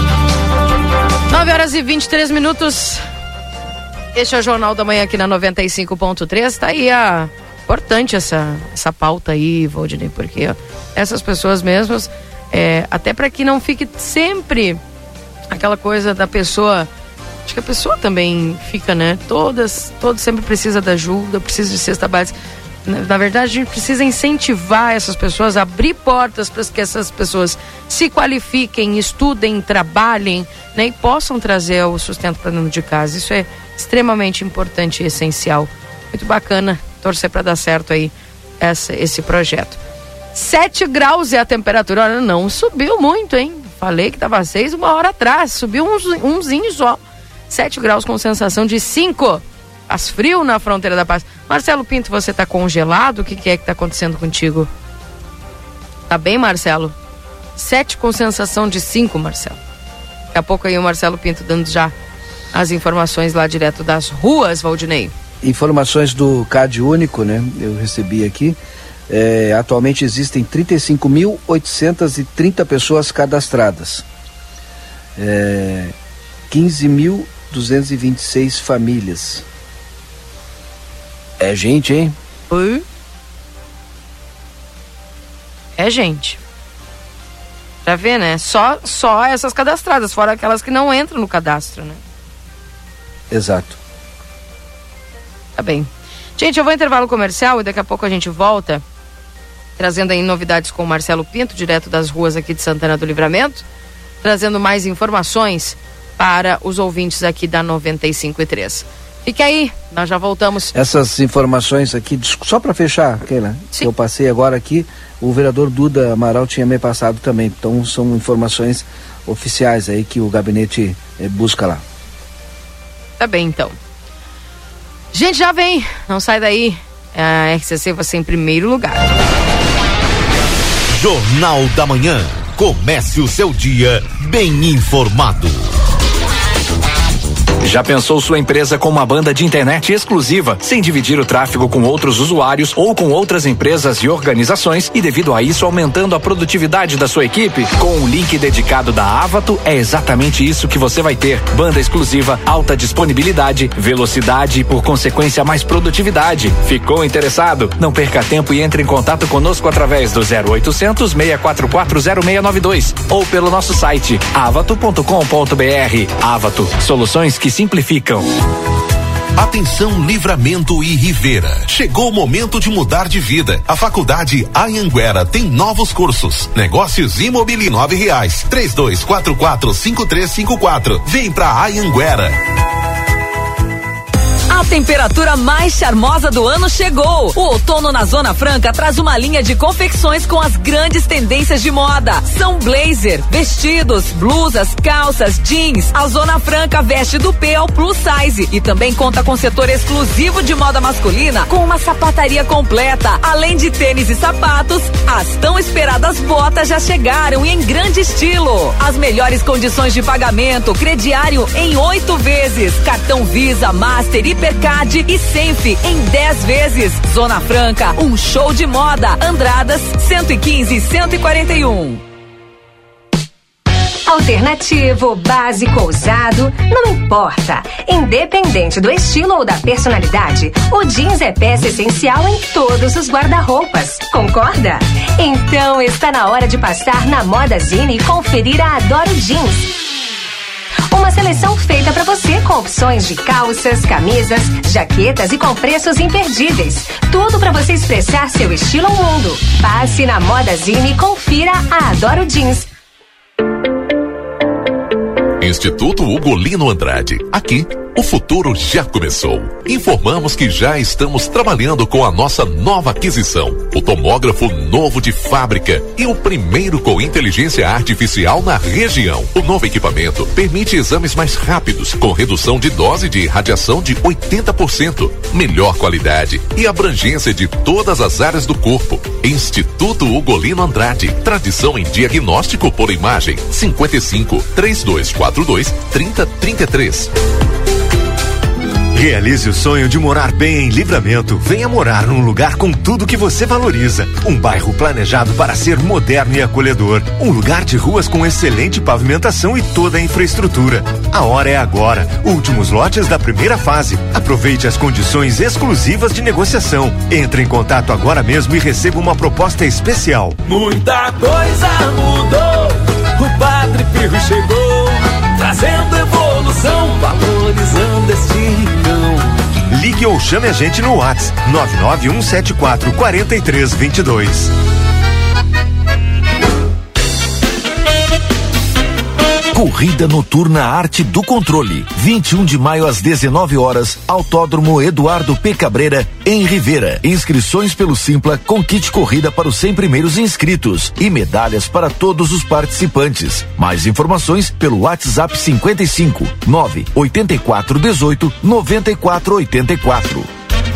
9h23. Este é o Jornal da Manhã aqui na 95.3. Tá aí importante essa pauta aí, Valdinei, porque essas pessoas mesmas, até para que não fique sempre aquela coisa da pessoa, acho que a pessoa também fica, né? Todos sempre precisa de ajuda, precisa de cesta básica. Na verdade, a gente precisa incentivar essas pessoas, abrir portas para que essas pessoas se qualifiquem, estudem, trabalhem, né, e possam trazer o sustento para dentro de casa. Isso é extremamente importante e essencial. Muito bacana, torcer para dar certo aí esse projeto. 7 graus é a temperatura. Olha, não subiu muito, hein? Falei que estava 6 uma hora atrás, subiu umzinho só. 7 graus com sensação de 5. Faz frio na fronteira da paz. Marcelo Pinto, você tá congelado? O que é que tá acontecendo contigo? Tá bem, Marcelo? 7 com sensação de 5, Marcelo. Daqui a pouco aí o Marcelo Pinto dando já as informações lá direto das ruas, Valdinei. Informações do CAD único, né? Eu recebi aqui. Atualmente existem 35.830 pessoas cadastradas. 15.226 famílias. É gente, hein? É gente. Pra ver, né? Só essas cadastradas, fora aquelas que não entram no cadastro, né? Exato. Tá bem. Gente, eu vou intervalo comercial e daqui a pouco a gente volta, trazendo aí novidades com o Marcelo Pinto, direto das ruas aqui de Santana do Livramento, trazendo mais informações para os ouvintes aqui da 95.3. Fique aí, nós já voltamos. Essas informações aqui, só para fechar, Keila, que eu passei agora aqui, o vereador Duda Amaral tinha me passado também, então são informações oficiais aí que o gabinete busca lá. Tá bem, então. Gente, já vem, não sai daí, a RCC vai ser em primeiro lugar. Jornal da Manhã, comece o seu dia bem informado. Já pensou sua empresa com uma banda de internet exclusiva, sem dividir o tráfego com outros usuários ou com outras empresas e organizações e devido a isso aumentando a produtividade da sua equipe? Com um link dedicado da Avato é exatamente isso que você vai ter. Banda exclusiva, alta disponibilidade, velocidade e por consequência mais produtividade. Ficou interessado? Não perca tempo e entre em contato conosco através do 0800 644 0692 ou pelo nosso site avato.com.br. Avato, soluções que simplificam. Atenção Livramento e Rivera. Chegou o momento de mudar de vida. A Faculdade Anhanguera tem novos cursos. Negócios imobiliários R$9. 3244-5354. Vem pra Anhanguera. A temperatura mais charmosa do ano chegou. O outono na Zona Franca traz uma linha de confecções com as grandes tendências de moda. São blazer, vestidos, blusas, calças, jeans. A Zona Franca veste do P ao plus size e também conta com setor exclusivo de moda masculina com uma sapataria completa. Além de tênis e sapatos, as tão esperadas botas já chegaram e em grande estilo. As melhores condições de pagamento, crediário em 8 vezes. Cartão Visa, Master, Hipercard e Senf em 10 vezes. Zona Franca, um show de moda. Andradas 115 e 141. Alternativo, básico, ousado, não importa. Independente do estilo ou da personalidade, o jeans é peça essencial em todos os guarda-roupas. Concorda? Então está na hora de passar na Moda Zine e conferir a Adoro Jeans. Uma seleção feita para você com opções de calças, camisas, jaquetas e com preços imperdíveis. Tudo para você expressar seu estilo ao mundo. Passe na Modazine e confira a Adoro Jeans. Instituto Ugolino Andrade. Aqui, o futuro já começou. Informamos que já estamos trabalhando com a nossa nova aquisição, o tomógrafo novo de fábrica e o primeiro com inteligência artificial na região. O novo equipamento permite exames mais rápidos, com redução de dose de radiação de 80%, melhor qualidade e abrangência de todas as áreas do corpo. Instituto Ugolino Andrade, tradição em diagnóstico por imagem. 55-3242-3033. Realize o sonho de morar bem em Livramento. Venha morar num lugar com tudo que você valoriza. Um bairro planejado para ser moderno e acolhedor. Um lugar de ruas com excelente pavimentação e toda a infraestrutura. A hora é agora. Últimos lotes da primeira fase. Aproveite as condições exclusivas de negociação. Entre em contato agora mesmo e receba uma proposta especial. Muita coisa mudou. O Padre Pirro chegou, trazendo evolução, valorizando este rincão. Ligue ou chame a gente no WhatsApp 991744322. Corrida Noturna Arte do Controle, 21 de maio às 19 horas, Autódromo Eduardo P. Cabreira, em Rivera. Inscrições pelo Simpla com kit corrida para os 100 primeiros inscritos e medalhas para todos os participantes. Mais informações pelo WhatsApp 55 98418 9484.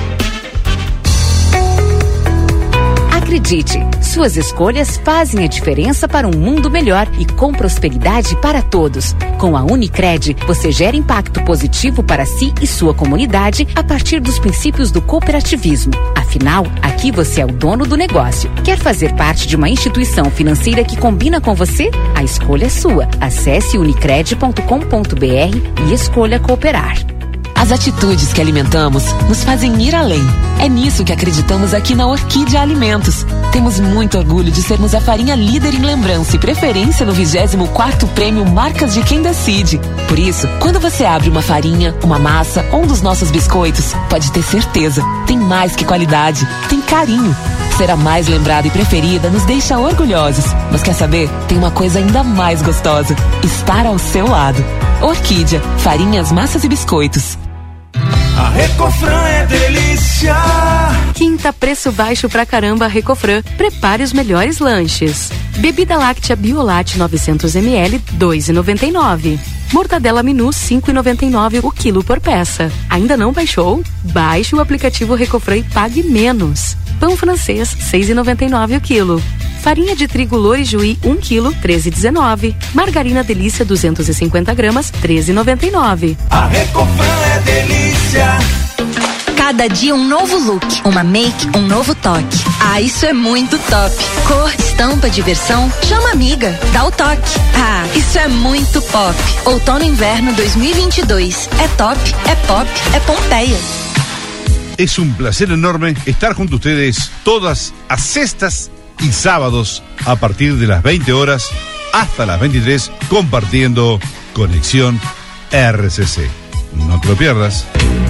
Acredite, suas escolhas fazem a diferença para um mundo melhor e com prosperidade para todos. Com a Unicred, você gera impacto positivo para si e sua comunidade a partir dos princípios do cooperativismo. Afinal, aqui você é o dono do negócio. Quer fazer parte de uma instituição financeira que combina com você? A escolha é sua. Acesse unicred.com.br e escolha cooperar. As atitudes que alimentamos nos fazem ir além. É nisso que acreditamos aqui na Orquídea Alimentos. Temos muito orgulho de sermos a farinha líder em lembrança e preferência no 24º Prêmio Marcas de Quem Decide. Por isso, quando você abre uma farinha, uma massa ou um dos nossos biscoitos, pode ter certeza, tem mais que qualidade, tem carinho. Ser a mais lembrada e preferida nos deixa orgulhosos. Mas quer saber? Tem uma coisa ainda mais gostosa: estar ao seu lado. Orquídea, farinhas, massas e biscoitos. A Recofran é delícia. Quinta, preço baixo pra caramba Recofran. Prepare os melhores lanches. Bebida láctea Biolate 900ml, 2,99. Mortadela Minu, 5,99 o quilo por peça. Ainda não baixou? Baixe o aplicativo Recofran e pague menos. Pão francês, 6,99 o quilo. Farinha de trigo Loures Juí, 1 quilo, 13,19. Margarina Delícia, 250 gramas, 13,99. A Recofran é delícia. Cada dia um novo look, uma make, um novo toque. Ah, isso é muito top. Cor, estampa, diversão, chama amiga, dá o toque. Ah, isso é muito pop. Outono e inverno 2022. É top, é pop, é Pompeia. Es un placer enorme estar junto a ustedes todas las sextas y sábados a partir de las 20 horas hasta las 23 compartiendo Conexión RCC. No te lo pierdas.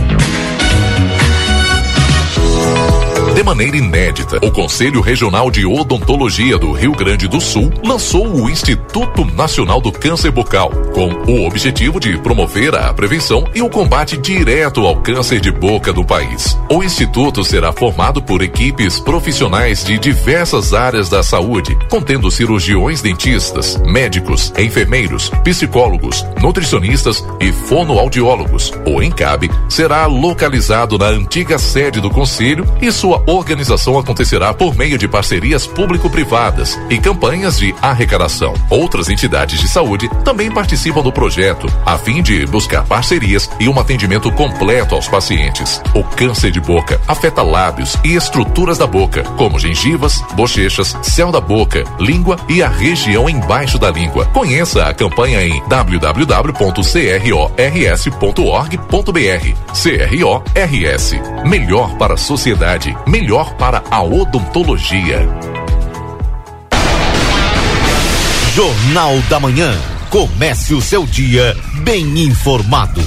De maneira inédita, o Conselho Regional de Odontologia do Rio Grande do Sul lançou o Instituto Nacional do Câncer Bucal, com o objetivo de promover a prevenção e o combate direto ao câncer de boca do país. O Instituto será formado por equipes profissionais de diversas áreas da saúde, contendo cirurgiões dentistas, médicos, enfermeiros, psicólogos, nutricionistas e fonoaudiólogos. O ENCAB será localizado na antiga sede do Conselho e sua organização acontecerá por meio de parcerias público-privadas e campanhas de arrecadação. Outras entidades de saúde também participam do projeto, a fim de buscar parcerias e um atendimento completo aos pacientes. O câncer de boca afeta lábios e estruturas da boca, como gengivas, bochechas, céu da boca, língua e a região embaixo da língua. Conheça a campanha em www.crors.org.br. CRORS. Melhor para a sociedade, melhor para a odontologia. Jornal da Manhã. Comece o seu dia bem informado.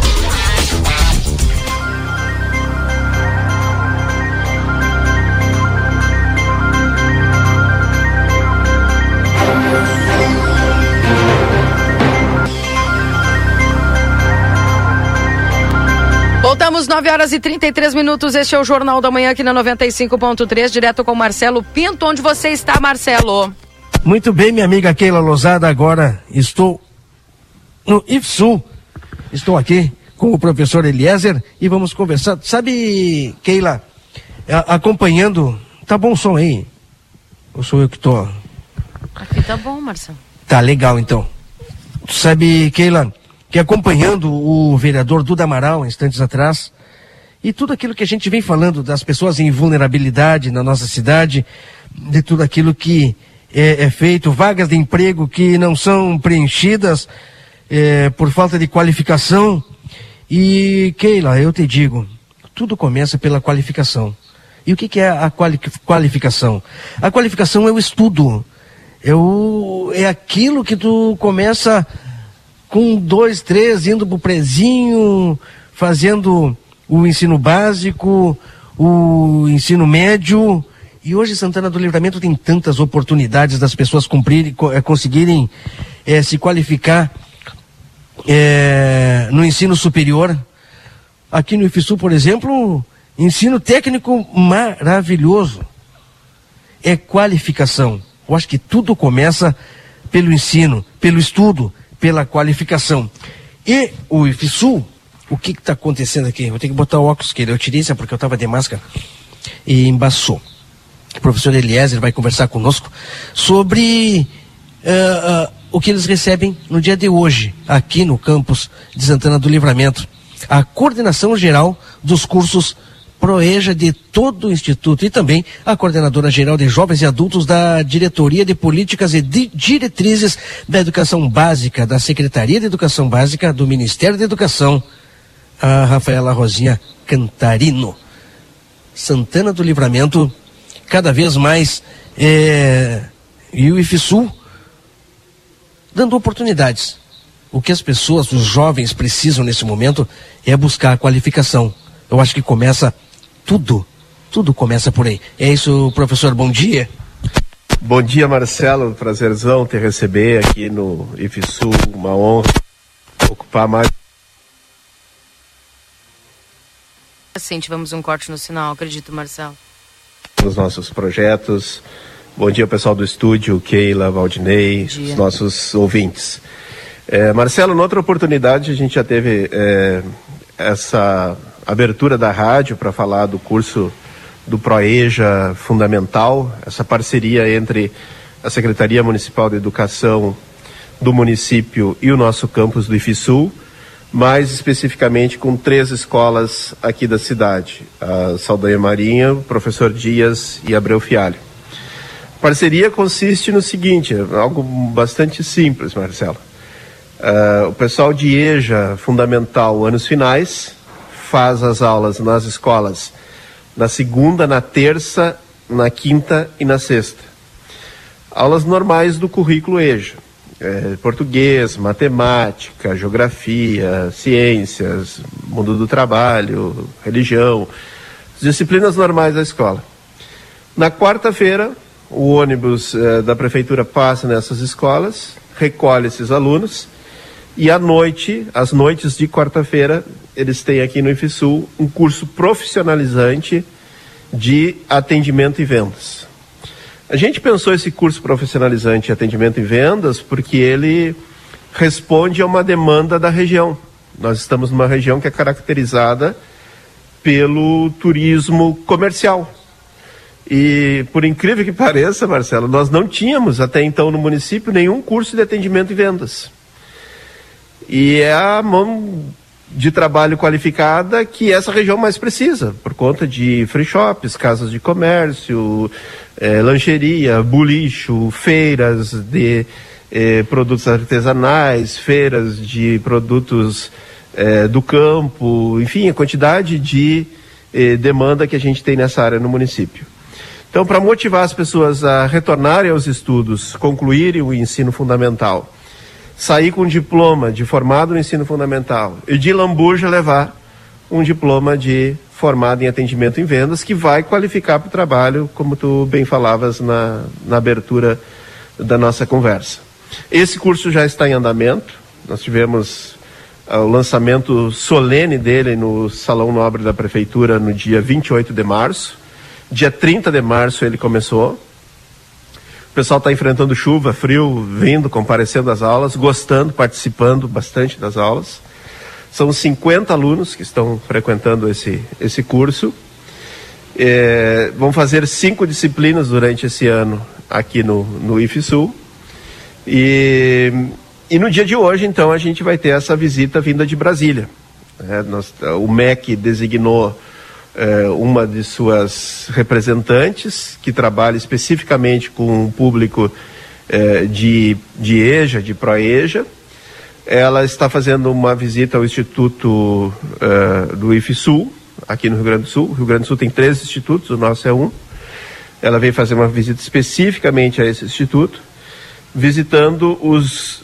Voltamos 9h33. Este é o Jornal da Manhã aqui na 95.3, direto com Marcelo Pinto. Onde você está, Marcelo? Muito bem, minha amiga Keila Lozada. Agora estou no IFSU. Estou aqui com o professor Eliezer e vamos conversar. Sabe, Keila, acompanhando. Tá bom o som aí? Ou sou eu que tô? Aqui tá bom, Marcelo. Tá legal, então. Sabe, Keila, que acompanhando o vereador Duda Amaral, instantes atrás, e tudo aquilo que a gente vem falando das pessoas em vulnerabilidade na nossa cidade, de tudo aquilo que é feito, vagas de emprego que não são preenchidas por falta de qualificação. E, Keila, eu te digo, tudo começa pela qualificação. E o que é a qualificação? A qualificação é o estudo. É aquilo que tu começa com 2, 3, indo pro prezinho, fazendo o ensino básico, o ensino médio. E hoje Santana do Livramento tem tantas oportunidades das pessoas conseguirem se qualificar no ensino superior. Aqui no IFSU, por exemplo, ensino técnico maravilhoso. É qualificação. Eu acho que tudo começa pelo ensino, pelo estudo, pela qualificação. E o IFSU, o que está acontecendo aqui? Vou ter que botar o óculos, que eu tirei isso porque eu estava de máscara e embaçou. O professor Eliezer vai conversar conosco sobre o que eles recebem no dia de hoje, aqui no campus de Santana do Livramento. A coordenação geral dos cursos Proeja de todo o Instituto e também a coordenadora geral de jovens e adultos da Diretoria de Políticas e Diretrizes da Educação Básica, da Secretaria de Educação Básica do Ministério da Educação, a Rafaela Rosinha Cantarino. Santana do Livramento, cada vez mais, e o IFSU dando oportunidades. O que as pessoas, os jovens precisam nesse momento é buscar a qualificação. Eu acho que começa tudo começa por aí. É isso, professor, bom dia. Bom dia, Marcelo, prazerzão te receber aqui no IFSU, uma honra ocupar mais. Sim, tivemos um corte no sinal, acredito, Marcelo. Nos nossos projetos. Bom dia, pessoal do estúdio, Keila, Valdinei, os nossos ouvintes. Marcelo, noutra oportunidade a gente já teve essa abertura da rádio para falar do curso do Proeja Fundamental, essa parceria entre a Secretaria Municipal de Educação do município e o nosso campus do IFSU, mais especificamente com 3 escolas aqui da cidade, a Saldanha Marinha, o Professor Dias e Abreu Fialho. A parceria consiste no seguinte, algo bastante simples, Marcelo. O pessoal de EJA Fundamental, anos finais, faz as aulas nas escolas na segunda, na terça, na quinta e na sexta. Aulas normais do currículo EJA. Português, matemática, geografia, ciências, mundo do trabalho, religião, disciplinas normais da escola. Na quarta-feira, o ônibus da prefeitura passa nessas escolas, recolhe esses alunos e à noite, às noites de quarta-feira, eles têm aqui no IFSU um curso profissionalizante de atendimento e vendas. A gente pensou esse curso profissionalizante de atendimento e vendas porque ele responde a uma demanda da região. Nós estamos numa região que é caracterizada pelo turismo comercial. E, por incrível que pareça, Marcelo, nós não tínhamos até então no município nenhum curso de atendimento e vendas. E é a mão de trabalho qualificada que essa região mais precisa, por conta de free shops, casas de comércio, lancheria, bulicho, feiras de produtos artesanais, feiras de produtos do campo, enfim, a quantidade de demanda que a gente tem nessa área no município. Então, para motivar as pessoas a retornarem aos estudos, concluírem o ensino fundamental, sair com um diploma de formado no ensino fundamental e de lambuja levar um diploma de formado em atendimento em vendas, que vai qualificar para o trabalho, como tu bem falavas na abertura da nossa conversa. Esse curso já está em andamento, nós tivemos o lançamento solene dele no Salão Nobre da Prefeitura no dia 28 de março, dia 30 de março ele começou. O pessoal está enfrentando chuva, frio, vindo, comparecendo às aulas, gostando, participando bastante das aulas. São 50 alunos que estão frequentando esse curso. Vão fazer 5 disciplinas durante esse ano aqui no IFSU. E no dia de hoje, então, a gente vai ter essa visita vinda de Brasília. O MEC designou uma de suas representantes, que trabalha especificamente com um público de EJA, de ProEJA. Ela está fazendo uma visita ao Instituto do IFSU, aqui no Rio Grande do Sul. O Rio Grande do Sul tem 3 institutos, o nosso é um. Ela veio fazer uma visita especificamente a esse instituto, visitando os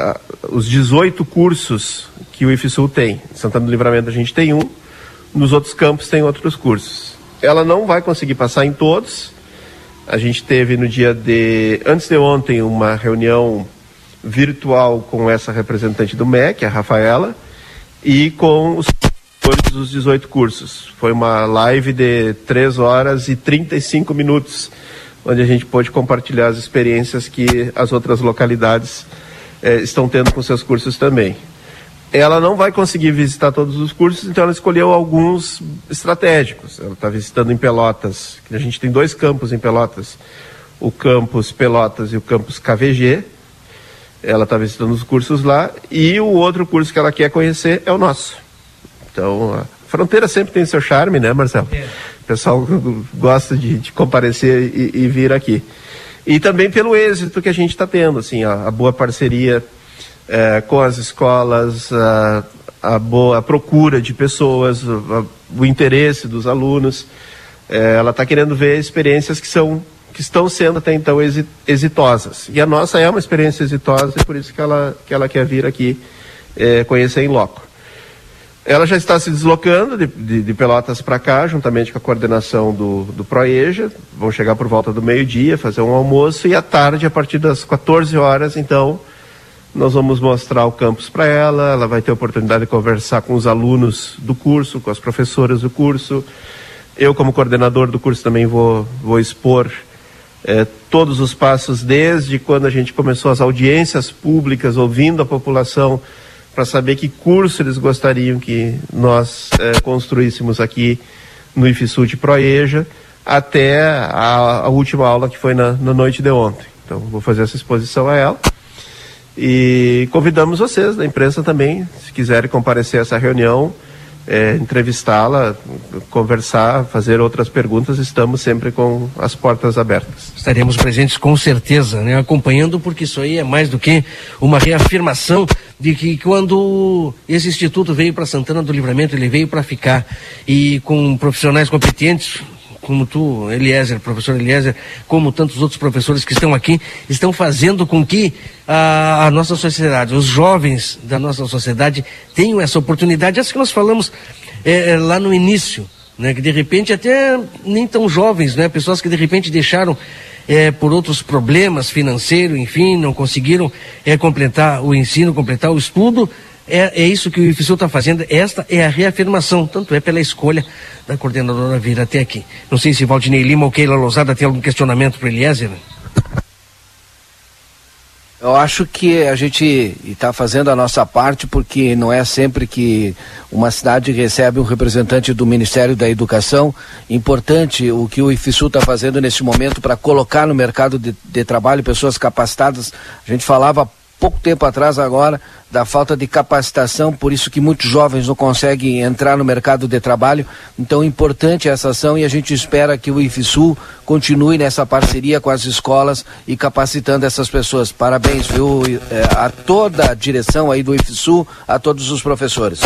18 cursos que o IFSU tem. Em Santana do Livramento a gente tem um, nos outros campos tem outros cursos. Ela não vai conseguir passar em todos. A gente teve no antes de ontem, uma reunião virtual com essa representante do MEC, a Rafaela, e com os professores dos 18 cursos. Foi uma live de 3 horas e 35 minutos, onde a gente pôde compartilhar as experiências que as outras localidades estão tendo com seus cursos também. Ela não vai conseguir visitar todos os cursos, então ela escolheu alguns estratégicos. Ela está visitando em Pelotas, que a gente tem 2 campos em Pelotas, o campus Pelotas e o campus KVG. Ela está visitando os cursos lá, e o outro curso que ela quer conhecer é o nosso. Então, a fronteira sempre tem seu charme, né, Marcelo? O pessoal gosta de comparecer e vir aqui. E também pelo êxito que a gente está tendo, assim, a boa parceria com as escolas, a boa procura de pessoas, o interesse dos alunos. Ela está querendo ver experiências que estão sendo até então exitosas. E a nossa é uma experiência exitosa, e por isso que ela quer vir aqui conhecer em loco. Ela já está se deslocando de Pelotas para cá, juntamente com a coordenação do ProEJA. Vão chegar por volta do meio-dia, fazer um almoço, e à tarde, a partir das 14 horas, então, nós vamos mostrar o campus para ela. Ela vai ter a oportunidade de conversar com os alunos do curso, com as professoras do curso. Eu, como coordenador do curso, também vou expor todos os passos, desde quando a gente começou as audiências públicas, ouvindo a população, para saber que curso eles gostariam que nós construíssemos aqui no IFSU de ProEJA, até a última aula, que foi na noite de ontem. Então, vou fazer essa exposição a ela. E convidamos vocês, da imprensa também, se quiserem comparecer a essa reunião, entrevistá-la, conversar, fazer outras perguntas, estamos sempre com as portas abertas. Estaremos presentes com certeza, né, acompanhando, porque isso aí é mais do que uma reafirmação de que quando esse instituto veio para Santana do Livramento, ele veio para ficar, e com profissionais competentes, como tu, Eliezer, professor Eliezer, como tantos outros professores que estão aqui, estão fazendo com que a nossa sociedade, os jovens da nossa sociedade, tenham essa oportunidade, essa que nós falamos lá no início, né, que de repente até nem tão jovens, né, pessoas que de repente deixaram por outros problemas financeiros, enfim, não conseguiram completar o ensino, completar o estudo. É isso que o IFSU está fazendo. Esta é a reafirmação, tanto é pela escolha da coordenadora vir até aqui. Não sei se Valdinei Lima ou Keila Lousada tem algum questionamento para o Eliezer. Eu acho que a gente está fazendo a nossa parte, porque não é sempre que uma cidade recebe um representante do Ministério da Educação. Importante o que o IFSU está fazendo nesse momento para colocar no mercado de trabalho pessoas capacitadas. A gente falava pouco tempo atrás agora da falta de capacitação, por isso que muitos jovens não conseguem entrar no mercado de trabalho. Então é importante essa ação, e a gente espera que o IFSU continue nessa parceria com as escolas e capacitando essas pessoas. Parabéns, viu, a toda a direção aí do IFSU, a todos os professores.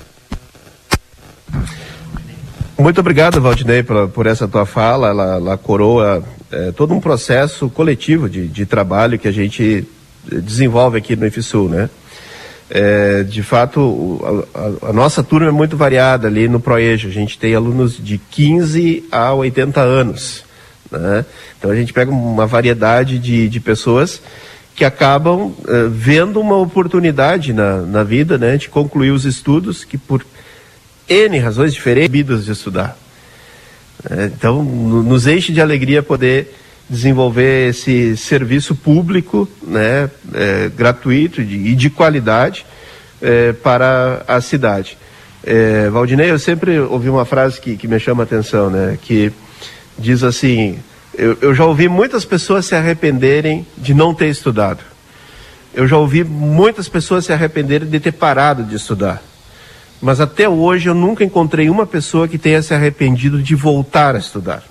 Muito obrigado, Valdinei, por essa tua fala. Ela coroa todo um processo coletivo de trabalho que a gente desenvolve aqui no IFSUL, né? De fato, a nossa turma é muito variada ali no ProEja. A gente tem alunos de 15 a 80 anos, né? Então a gente pega uma variedade de pessoas que acabam vendo uma oportunidade na vida, né, de concluir os estudos que por N razões diferentes de estudar. Então nos enche de alegria poder desenvolver esse serviço público, né, gratuito e de qualidade para a cidade. Valdinei, eu sempre ouvi uma frase que me chama a atenção, né, que diz assim: eu já ouvi muitas pessoas se arrependerem de não ter estudado. Eu já ouvi muitas pessoas se arrependerem de ter parado de estudar. Mas até hoje eu nunca encontrei uma pessoa que tenha se arrependido de voltar a estudar.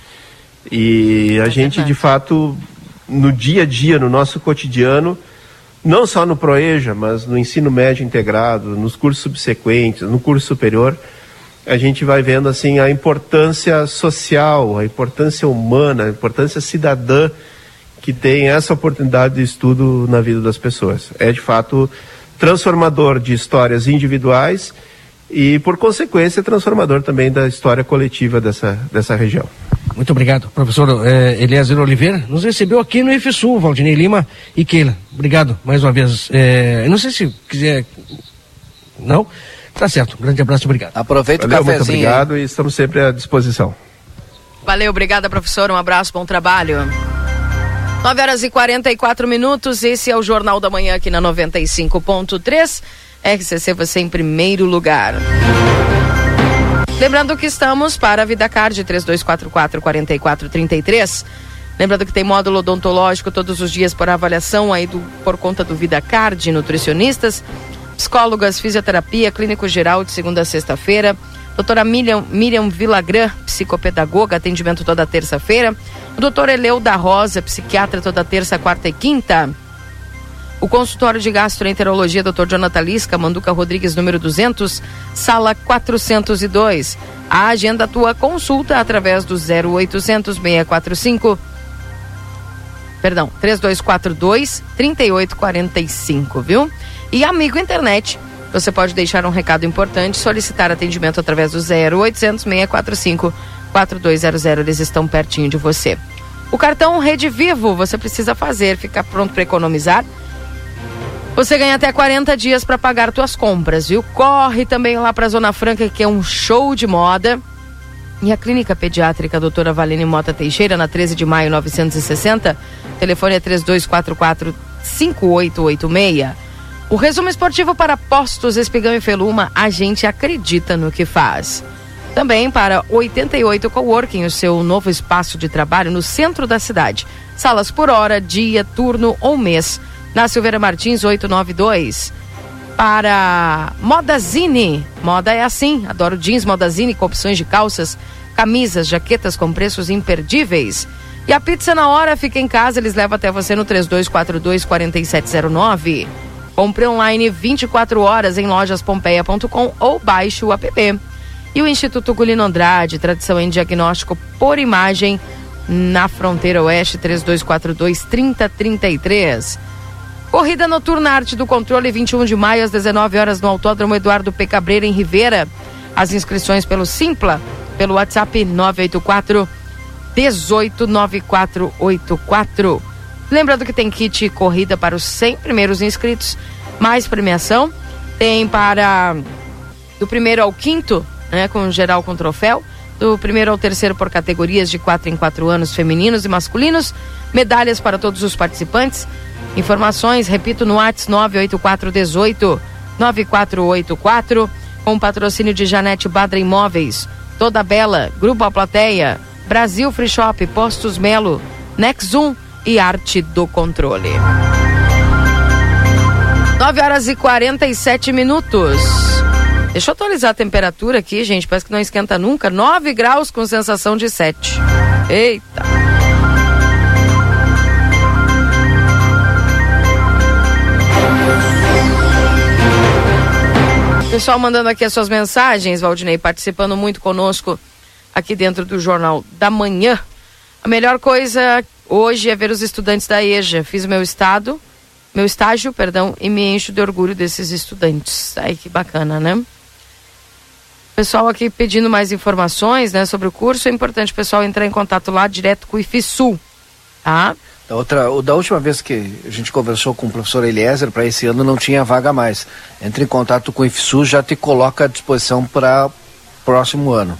E a gente, de fato, no dia a dia, no nosso cotidiano, não só no ProEja, mas no ensino médio integrado, nos cursos subsequentes, no curso superior, a gente vai vendo assim a importância social, a importância humana, a importância cidadã que tem essa oportunidade de estudo na vida das pessoas. É, de fato, transformador de histórias individuais e, por consequência, transformador também da história coletiva dessa região. Muito obrigado. Professor Eliezer Oliveira nos recebeu aqui no IFSUL, Valdinei Lima e Keila. Obrigado mais uma vez. Eu não sei se quiser... Não? Tá certo. Um grande abraço e obrigado. Aproveita o cafezinho. Muito obrigado e estamos sempre à disposição. Valeu, obrigada, professor. Um abraço, bom trabalho. 9h44. Esse é o Jornal da Manhã aqui na 95.3. RCC, você em primeiro lugar. Lembrando que estamos para a VidaCard 3244-4433. Lembrando que tem módulo odontológico todos os dias por avaliação aí por conta do VidaCard, nutricionistas, psicólogas, fisioterapia, clínico geral de segunda a sexta-feira. Doutora Miriam Vilagran, psicopedagoga, atendimento toda terça-feira. O doutor Eleu da Rosa, psiquiatra, toda terça, quarta e quinta. O consultório de gastroenterologia, Dr. Jonathan Lisca, Manduca Rodrigues, número 200, sala 402. A agenda tua consulta através do 3242-3845, viu? E Amigo Internet, você pode deixar um recado importante, solicitar atendimento através do 0800-645-4200, eles estão pertinho de você. O cartão Rede Vivo, você precisa ficar pronto para economizar. Você ganha até 40 dias para pagar suas compras, viu? Corre também lá para a Zona Franca, que é um show de moda. E a Clínica Pediátrica Doutora Valene Mota Teixeira, na 13 de maio, 960. Telefone é 3244-5886. O resumo esportivo para Postos, Espigão e Feluma, a gente acredita no que faz. Também para 88 Coworking, o seu novo espaço de trabalho no centro da cidade. Salas por hora, dia, turno ou mês. Na Silveira Martins, 892. Para Modazine, moda é assim, adoro jeans Modazine com opções de calças, camisas, jaquetas com preços imperdíveis. E a pizza na hora fica em casa, eles levam até você no 3242-4709. Compre online 24 horas em lojaspompeia.com ou baixe o app. E o Instituto Gulino Andrade, tradição em diagnóstico por imagem, na Fronteira Oeste, 3242-3033. Corrida Noturna Arte do Controle, 21 de maio, às 19 horas, no Autódromo Eduardo P. Cabreira, em Rivera. As inscrições pelo Simpla, pelo WhatsApp 984-189484. Lembrando que tem kit corrida para os 100 primeiros inscritos, mais premiação. Tem para do primeiro ao quinto, né, com geral com troféu. Do primeiro ao terceiro por categorias de 4 em 4 anos, femininos e masculinos. Medalhas para todos os participantes. Informações, repito, no WhatsApp 98418-9484, com patrocínio de Janete Badra Imóveis, Toda Bela, Grupo A Plateia, Brasil Free Shop, Postos Melo, Nexum e Arte do Controle. 9h47. Deixa eu atualizar a temperatura aqui, gente, parece que não esquenta nunca. 9 graus com sensação de 7. Eita! Pessoal mandando aqui as suas mensagens, Valdinei, participando muito conosco aqui dentro do Jornal da Manhã. A melhor coisa hoje é ver os estudantes da EJA. Fiz o meu estado, e me encho de orgulho desses estudantes. Ai, que bacana, né? Pessoal aqui pedindo mais informações, né, sobre o curso. É importante o pessoal entrar em contato lá direto com o IFSU, tá? Da última vez que a gente conversou com o professor Eliezer, para esse ano não tinha vaga mais. Entre em contato com o IFSU, já te coloca à disposição para próximo ano.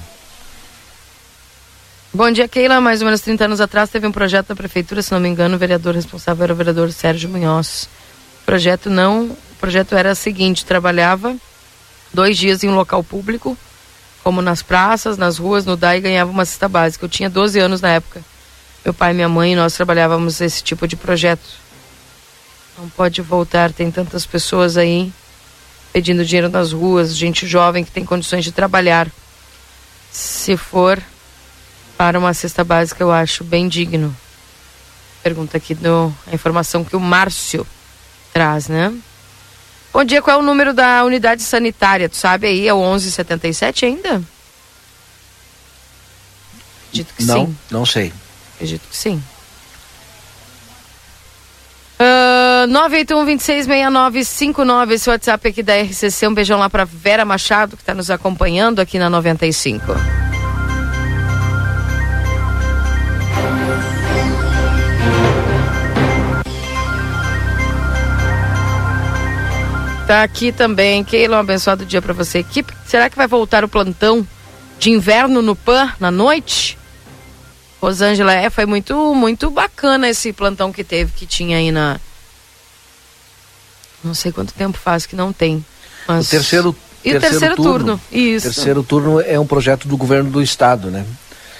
Bom dia, Keila. Mais ou menos 30 anos atrás teve um projeto da prefeitura, se não me engano, o vereador responsável era o vereador Sérgio Munhoz. O projeto era o seguinte: trabalhava 2 dias em um local público, como nas praças, nas ruas, no DAI, e ganhava uma cesta básica. Eu tinha 12 anos na época. Meu pai e minha mãe, nós trabalhávamos esse tipo de projeto. Não pode voltar, tem tantas pessoas aí pedindo dinheiro nas ruas, gente jovem que tem condições de trabalhar. Se for para uma cesta básica, eu acho bem digno. Pergunta aqui a informação que o Márcio traz, né? Bom dia, qual é o número da unidade sanitária? Tu sabe aí, é o 1177 ainda? Acredito que sim. Não sei. Acredito que sim. 981-266959, esse WhatsApp aqui da RCC. Um beijão lá pra Vera Machado, que está nos acompanhando aqui na 95. Tá aqui também, Keila, um abençoado dia pra você. Será que vai voltar o plantão de inverno no PAN na noite? Rosângela, foi muito, muito bacana esse plantão que tinha aí na... Não sei quanto tempo faz que não tem. Mas... O terceiro turno. Isso. O terceiro turno é um projeto do governo do estado, né?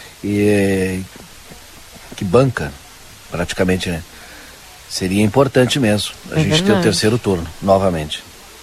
E que banca, praticamente, né? Seria importante mesmo a gente ter o terceiro turno, novamente.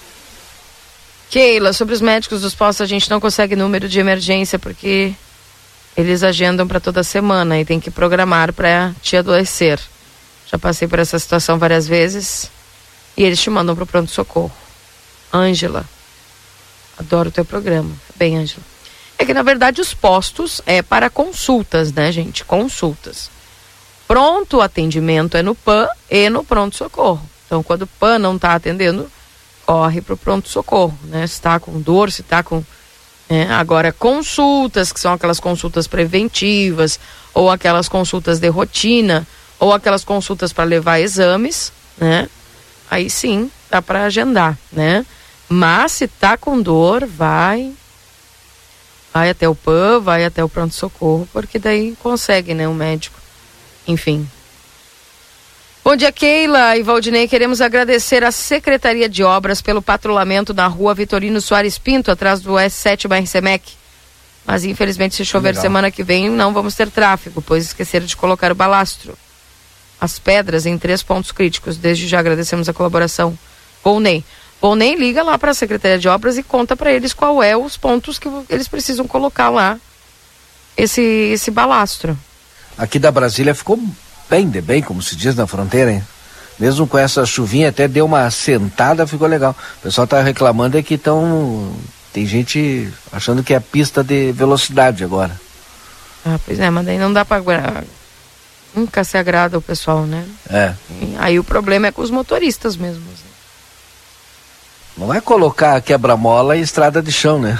Keila, sobre os médicos dos postos, a gente não consegue número de emergência porque eles agendam para toda semana e tem que programar para te adoecer. Já passei por essa situação várias vezes e eles te mandam pro pronto-socorro. Ângela, adoro o teu programa. Bem, Ângela. É que, na verdade, os postos é para consultas, né, gente? Consultas. Pronto atendimento é no PAN e no pronto-socorro. Então, quando o PAN não está atendendo, corre para o pronto-socorro, né? Se está com dor, se está com... Agora, consultas, que são aquelas consultas preventivas, ou aquelas consultas de rotina, ou aquelas consultas para levar exames, né? Aí sim, dá para agendar, né? Mas se tá com dor, vai até o PAN, vai até o pronto-socorro, porque daí consegue, né, o médico. Enfim. Bom dia, Keila e Valdinei. Queremos agradecer à Secretaria de Obras pelo patrulhamento na rua Vitorino Soares Pinto, atrás do S7 Barra-Semec. Mas infelizmente, se chover semana que vem, não vamos ter tráfego, pois esqueceram de colocar o balastro. As pedras em 3 pontos críticos. Desde já agradecemos a colaboração. Volney, liga lá para a Secretaria de Obras e conta para eles qual é os pontos que eles precisam colocar lá esse balastro. Aqui da Brasília ficou bem, como se diz na fronteira, hein? Mesmo com essa chuvinha, até deu uma assentada, ficou legal. O pessoal tá reclamando que tem gente achando que é pista de velocidade agora. Ah, pois é, mas daí não dá para... Nunca se agrada o pessoal, né? Aí o problema é com os motoristas mesmo. Assim. Não é colocar quebra-mola em estrada de chão, né?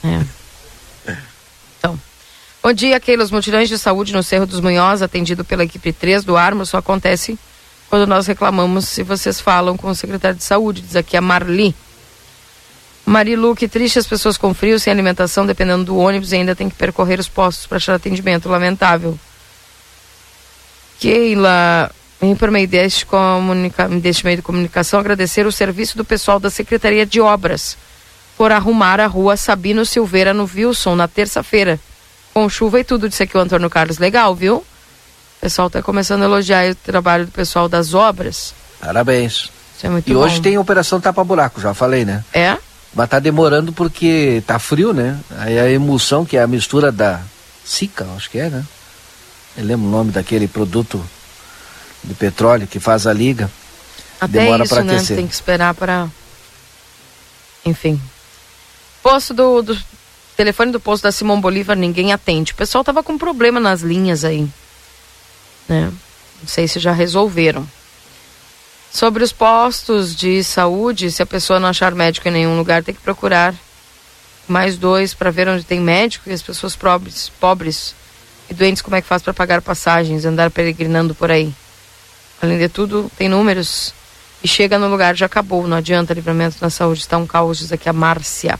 Então, bom dia, Keila. Os mutirões de saúde no Cerro dos Munhoz, atendido pela equipe 3 do Armo, só acontece quando nós reclamamos, se vocês falam com o secretário de saúde, diz aqui a Marli. Marilu, que triste, as pessoas com frio, sem alimentação, dependendo do ônibus, e ainda tem que percorrer os postos para achar atendimento, lamentável. Keila, por meio deste meio de comunicação, agradecer o serviço do pessoal da Secretaria de Obras por arrumar a rua Sabino Silveira no Wilson na terça-feira, com chuva e tudo, disse aqui o Antônio Carlos. Legal, viu? O pessoal está começando a elogiar o trabalho do pessoal das obras. Parabéns. Isso é muito bom. E hoje tem Operação Tapa Buraco, já falei, né? Mas tá demorando porque tá frio, né? Aí a emulsão, que é a mistura da Sica, acho que é, né? Eu lembro o nome daquele produto de petróleo que faz a liga. Até demora isso, para né? aquecer. Tem que esperar para... Enfim. Posto do telefone do posto da Simão Bolívar, ninguém atende. O pessoal tava com problema nas linhas aí, né? Não sei se já resolveram. Sobre os postos de saúde, se a pessoa não achar médico em nenhum lugar, tem que procurar mais 2 para ver onde tem médico, e as pessoas pobres e doentes, como é que faz para pagar passagens, andar peregrinando por aí. Além de tudo, tem números e chega no lugar, já acabou, não adianta. Livramento na saúde está um caos, diz aqui a Márcia.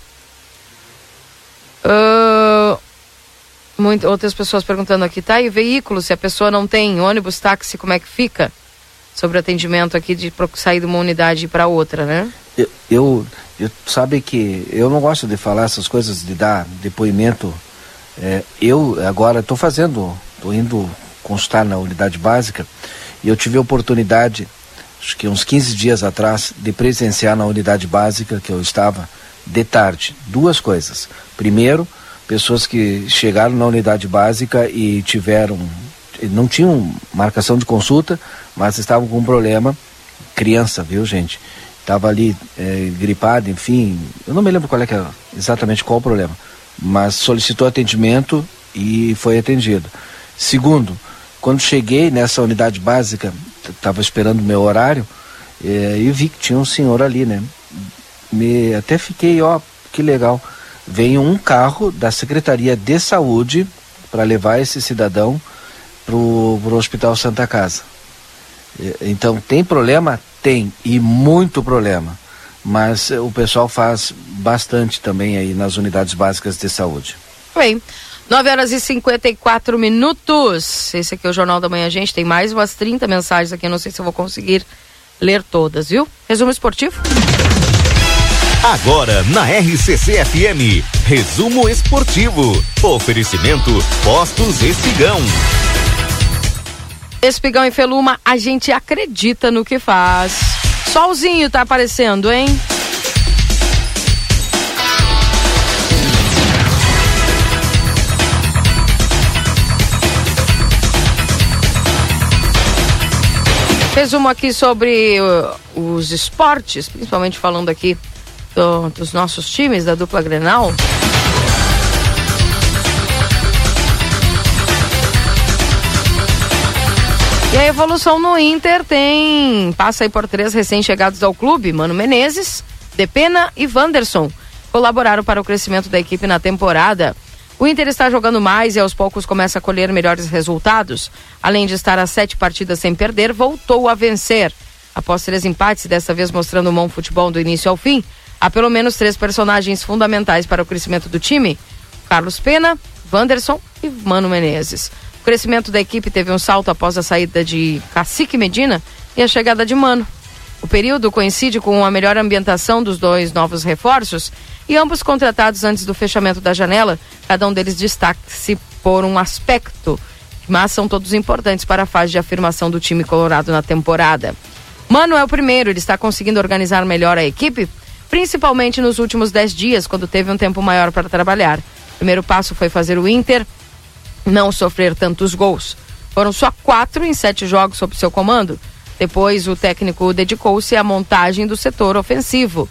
Outras pessoas perguntando aqui, tá? E veículo, se a pessoa não tem ônibus, táxi, como é que fica? Sobre o atendimento aqui de sair de uma unidade para outra, né? Eu sabe que eu não gosto de falar essas coisas, de dar depoimento. Eu agora estou indo constar na unidade básica, e eu tive a oportunidade, acho que uns 15 dias atrás, de presenciar na unidade básica que eu estava, de tarde, 2 coisas. Primeiro, pessoas que chegaram na unidade básica e não tinham marcação de consulta, mas estavam com um problema, criança, viu, gente? Estava ali gripada, enfim, eu não me lembro exatamente qual o problema, mas solicitou atendimento e foi atendido. Segundo, quando cheguei nessa unidade básica, estava esperando o meu horário, e vi que tinha um senhor ali, né? Até fiquei, que legal. Veio um carro da Secretaria de Saúde para levar esse cidadão pro Hospital Santa Casa. Então, tem problema? Tem, e muito problema. Mas o pessoal faz bastante também aí nas unidades básicas de saúde. Bem, 9h54. Esse aqui é o Jornal da Manhã, gente. Tem mais umas 30 mensagens aqui, eu não sei se eu vou conseguir ler todas, viu? Resumo esportivo. Agora na RCC FM, resumo esportivo. Oferecimento Postos Espigão. Espigão e Feluma, a gente acredita no que faz. Solzinho tá aparecendo, hein? Resumo aqui sobre os esportes, principalmente falando aqui dos nossos times, da dupla Grenal. E a evolução no Inter passa aí por 3 recém-chegados ao clube. Mano Menezes, Depena e Wanderson colaboraram para o crescimento da equipe na temporada. O Inter está jogando mais e aos poucos começa a colher melhores resultados. Além de estar a 7 partidas sem perder, voltou a vencer. Após 3 empates, dessa vez mostrando um bom futebol do início ao fim, há pelo menos 3 personagens fundamentais para o crescimento do time: Carlos Pena, Wanderson e Mano Menezes. O crescimento da equipe teve um salto após a saída de Cacique Medina e a chegada de Mano. O período coincide com a melhor ambientação dos 2 novos reforços e ambos contratados antes do fechamento da janela. Cada um deles destaca-se por um aspecto, mas são todos importantes para a fase de afirmação do time colorado na temporada. Mano é o primeiro, ele está conseguindo organizar melhor a equipe, principalmente nos últimos 10 dias, quando teve um tempo maior para trabalhar. O primeiro passo foi fazer o Inter não sofrer tantos gols. Foram só 4 em 7 jogos sob seu comando. Depois, o técnico dedicou-se à montagem do setor ofensivo.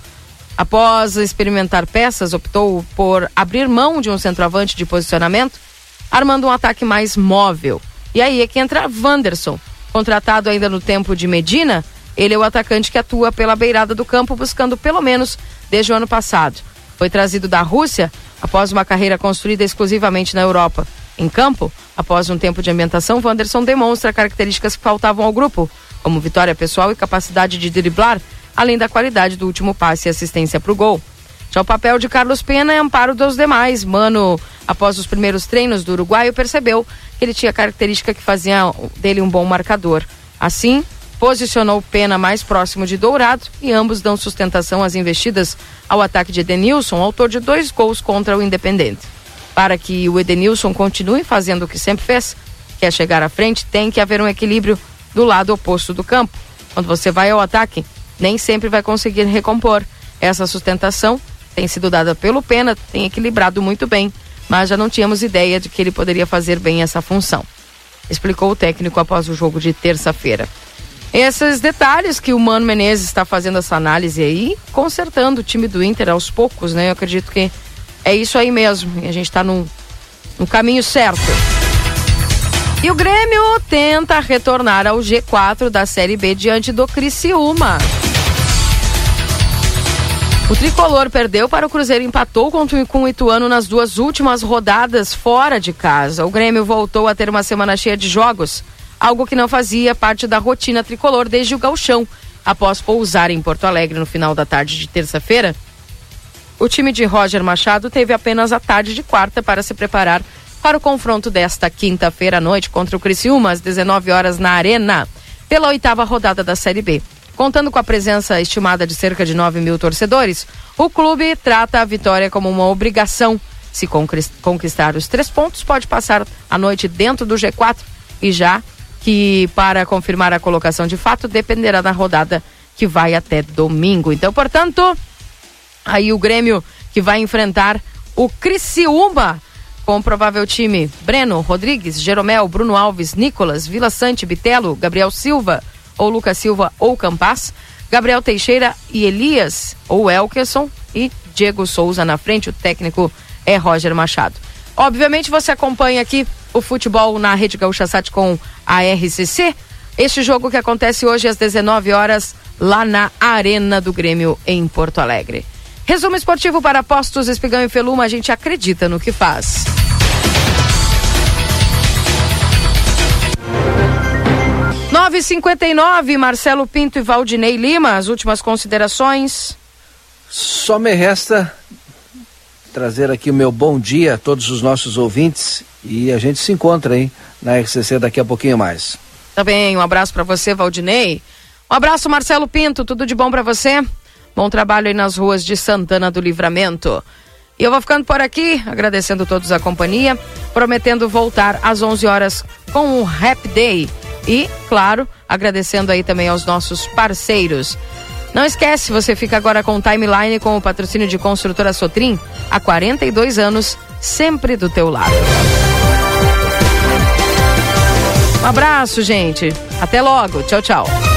Após experimentar peças, optou por abrir mão de um centroavante de posicionamento, armando um ataque mais móvel. E aí é que entra Wanderson. Contratado ainda no tempo de Medina, ele é o atacante que atua pela beirada do campo, buscando pelo menos desde o ano passado. Foi trazido da Rússia após uma carreira construída exclusivamente na Europa. Em campo, após um tempo de ambientação, Wanderson demonstra características que faltavam ao grupo, como vitória pessoal e capacidade de driblar, além da qualidade do último passe e assistência para o gol. Já o papel de Carlos Pena é amparo dos demais. Mano, após os primeiros treinos do uruguaio, percebeu que ele tinha característica que fazia dele um bom marcador. Assim, posicionou Pena mais próximo de Dourado e ambos dão sustentação às investidas ao ataque de Edenilson, autor de 2 gols contra o Independente. Para que o Edenilson continue fazendo o que sempre fez, que é chegar à frente, tem que haver um equilíbrio do lado oposto do campo. Quando você vai ao ataque, nem sempre vai conseguir recompor. Essa sustentação tem sido dada pelo Pena, tem equilibrado muito bem, mas já não tínhamos ideia de que ele poderia fazer bem essa função, explicou o técnico após o jogo de terça-feira. Esses detalhes que o Mano Menezes está fazendo essa análise aí, consertando o time do Inter aos poucos, né? Eu acredito que é isso aí mesmo, e a gente está no caminho certo. E o Grêmio tenta retornar ao G4 da Série B diante do Criciúma. O tricolor perdeu para o Cruzeiro, empatou com o Ituano nas 2 últimas rodadas fora de casa. O Grêmio voltou a ter uma semana cheia de jogos, algo que não fazia parte da rotina tricolor desde o Gauchão. Após pousar em Porto Alegre no final da tarde de terça-feira, o time de Roger Machado teve apenas a tarde de quarta para se preparar para o confronto desta quinta-feira à noite contra o Criciúma, às 19 horas na Arena, pela 8ª rodada da Série B. Contando com a presença estimada de cerca de 9 mil torcedores, o clube trata a vitória como uma obrigação. Se conquistar os 3 pontos, pode passar a noite dentro do G4 e já que para confirmar a colocação de fato dependerá da rodada que vai até domingo. Então, portanto, aí o Grêmio que vai enfrentar o Criciúma com o provável time Breno, Rodrigues, Jeromel, Bruno Alves, Nicolas, Vila Sante, Bitelo, Gabriel Silva ou Lucas Silva ou Campas, Gabriel Teixeira e Elias ou Elkerson e Diego Souza na frente. O técnico é Roger Machado. Obviamente você acompanha aqui o futebol na Rede Gaúcha Sat com a RCC. Este jogo que acontece hoje às 19 horas lá na Arena do Grêmio em Porto Alegre. Resumo esportivo para Postos Espigão e Feluma, a gente acredita no que faz. Nove 59, Marcelo Pinto e Valdinei Lima, as últimas considerações. Só me resta trazer aqui o meu bom dia a todos os nossos ouvintes e a gente se encontra aí na RCC daqui a pouquinho mais. Tá bem, um abraço para você, Valdinei. Um abraço, Marcelo Pinto, tudo de bom para você? Bom trabalho aí nas ruas de Santana do Livramento. E eu vou ficando por aqui, agradecendo a todos a companhia, prometendo voltar às 11 horas com o Rap Day. E, claro, agradecendo aí também aos nossos parceiros. Não esquece, você fica agora com o Timeline com o patrocínio de Construtora Sotrim, há 42 anos, sempre do teu lado. Um abraço, gente. Até logo. Tchau, tchau.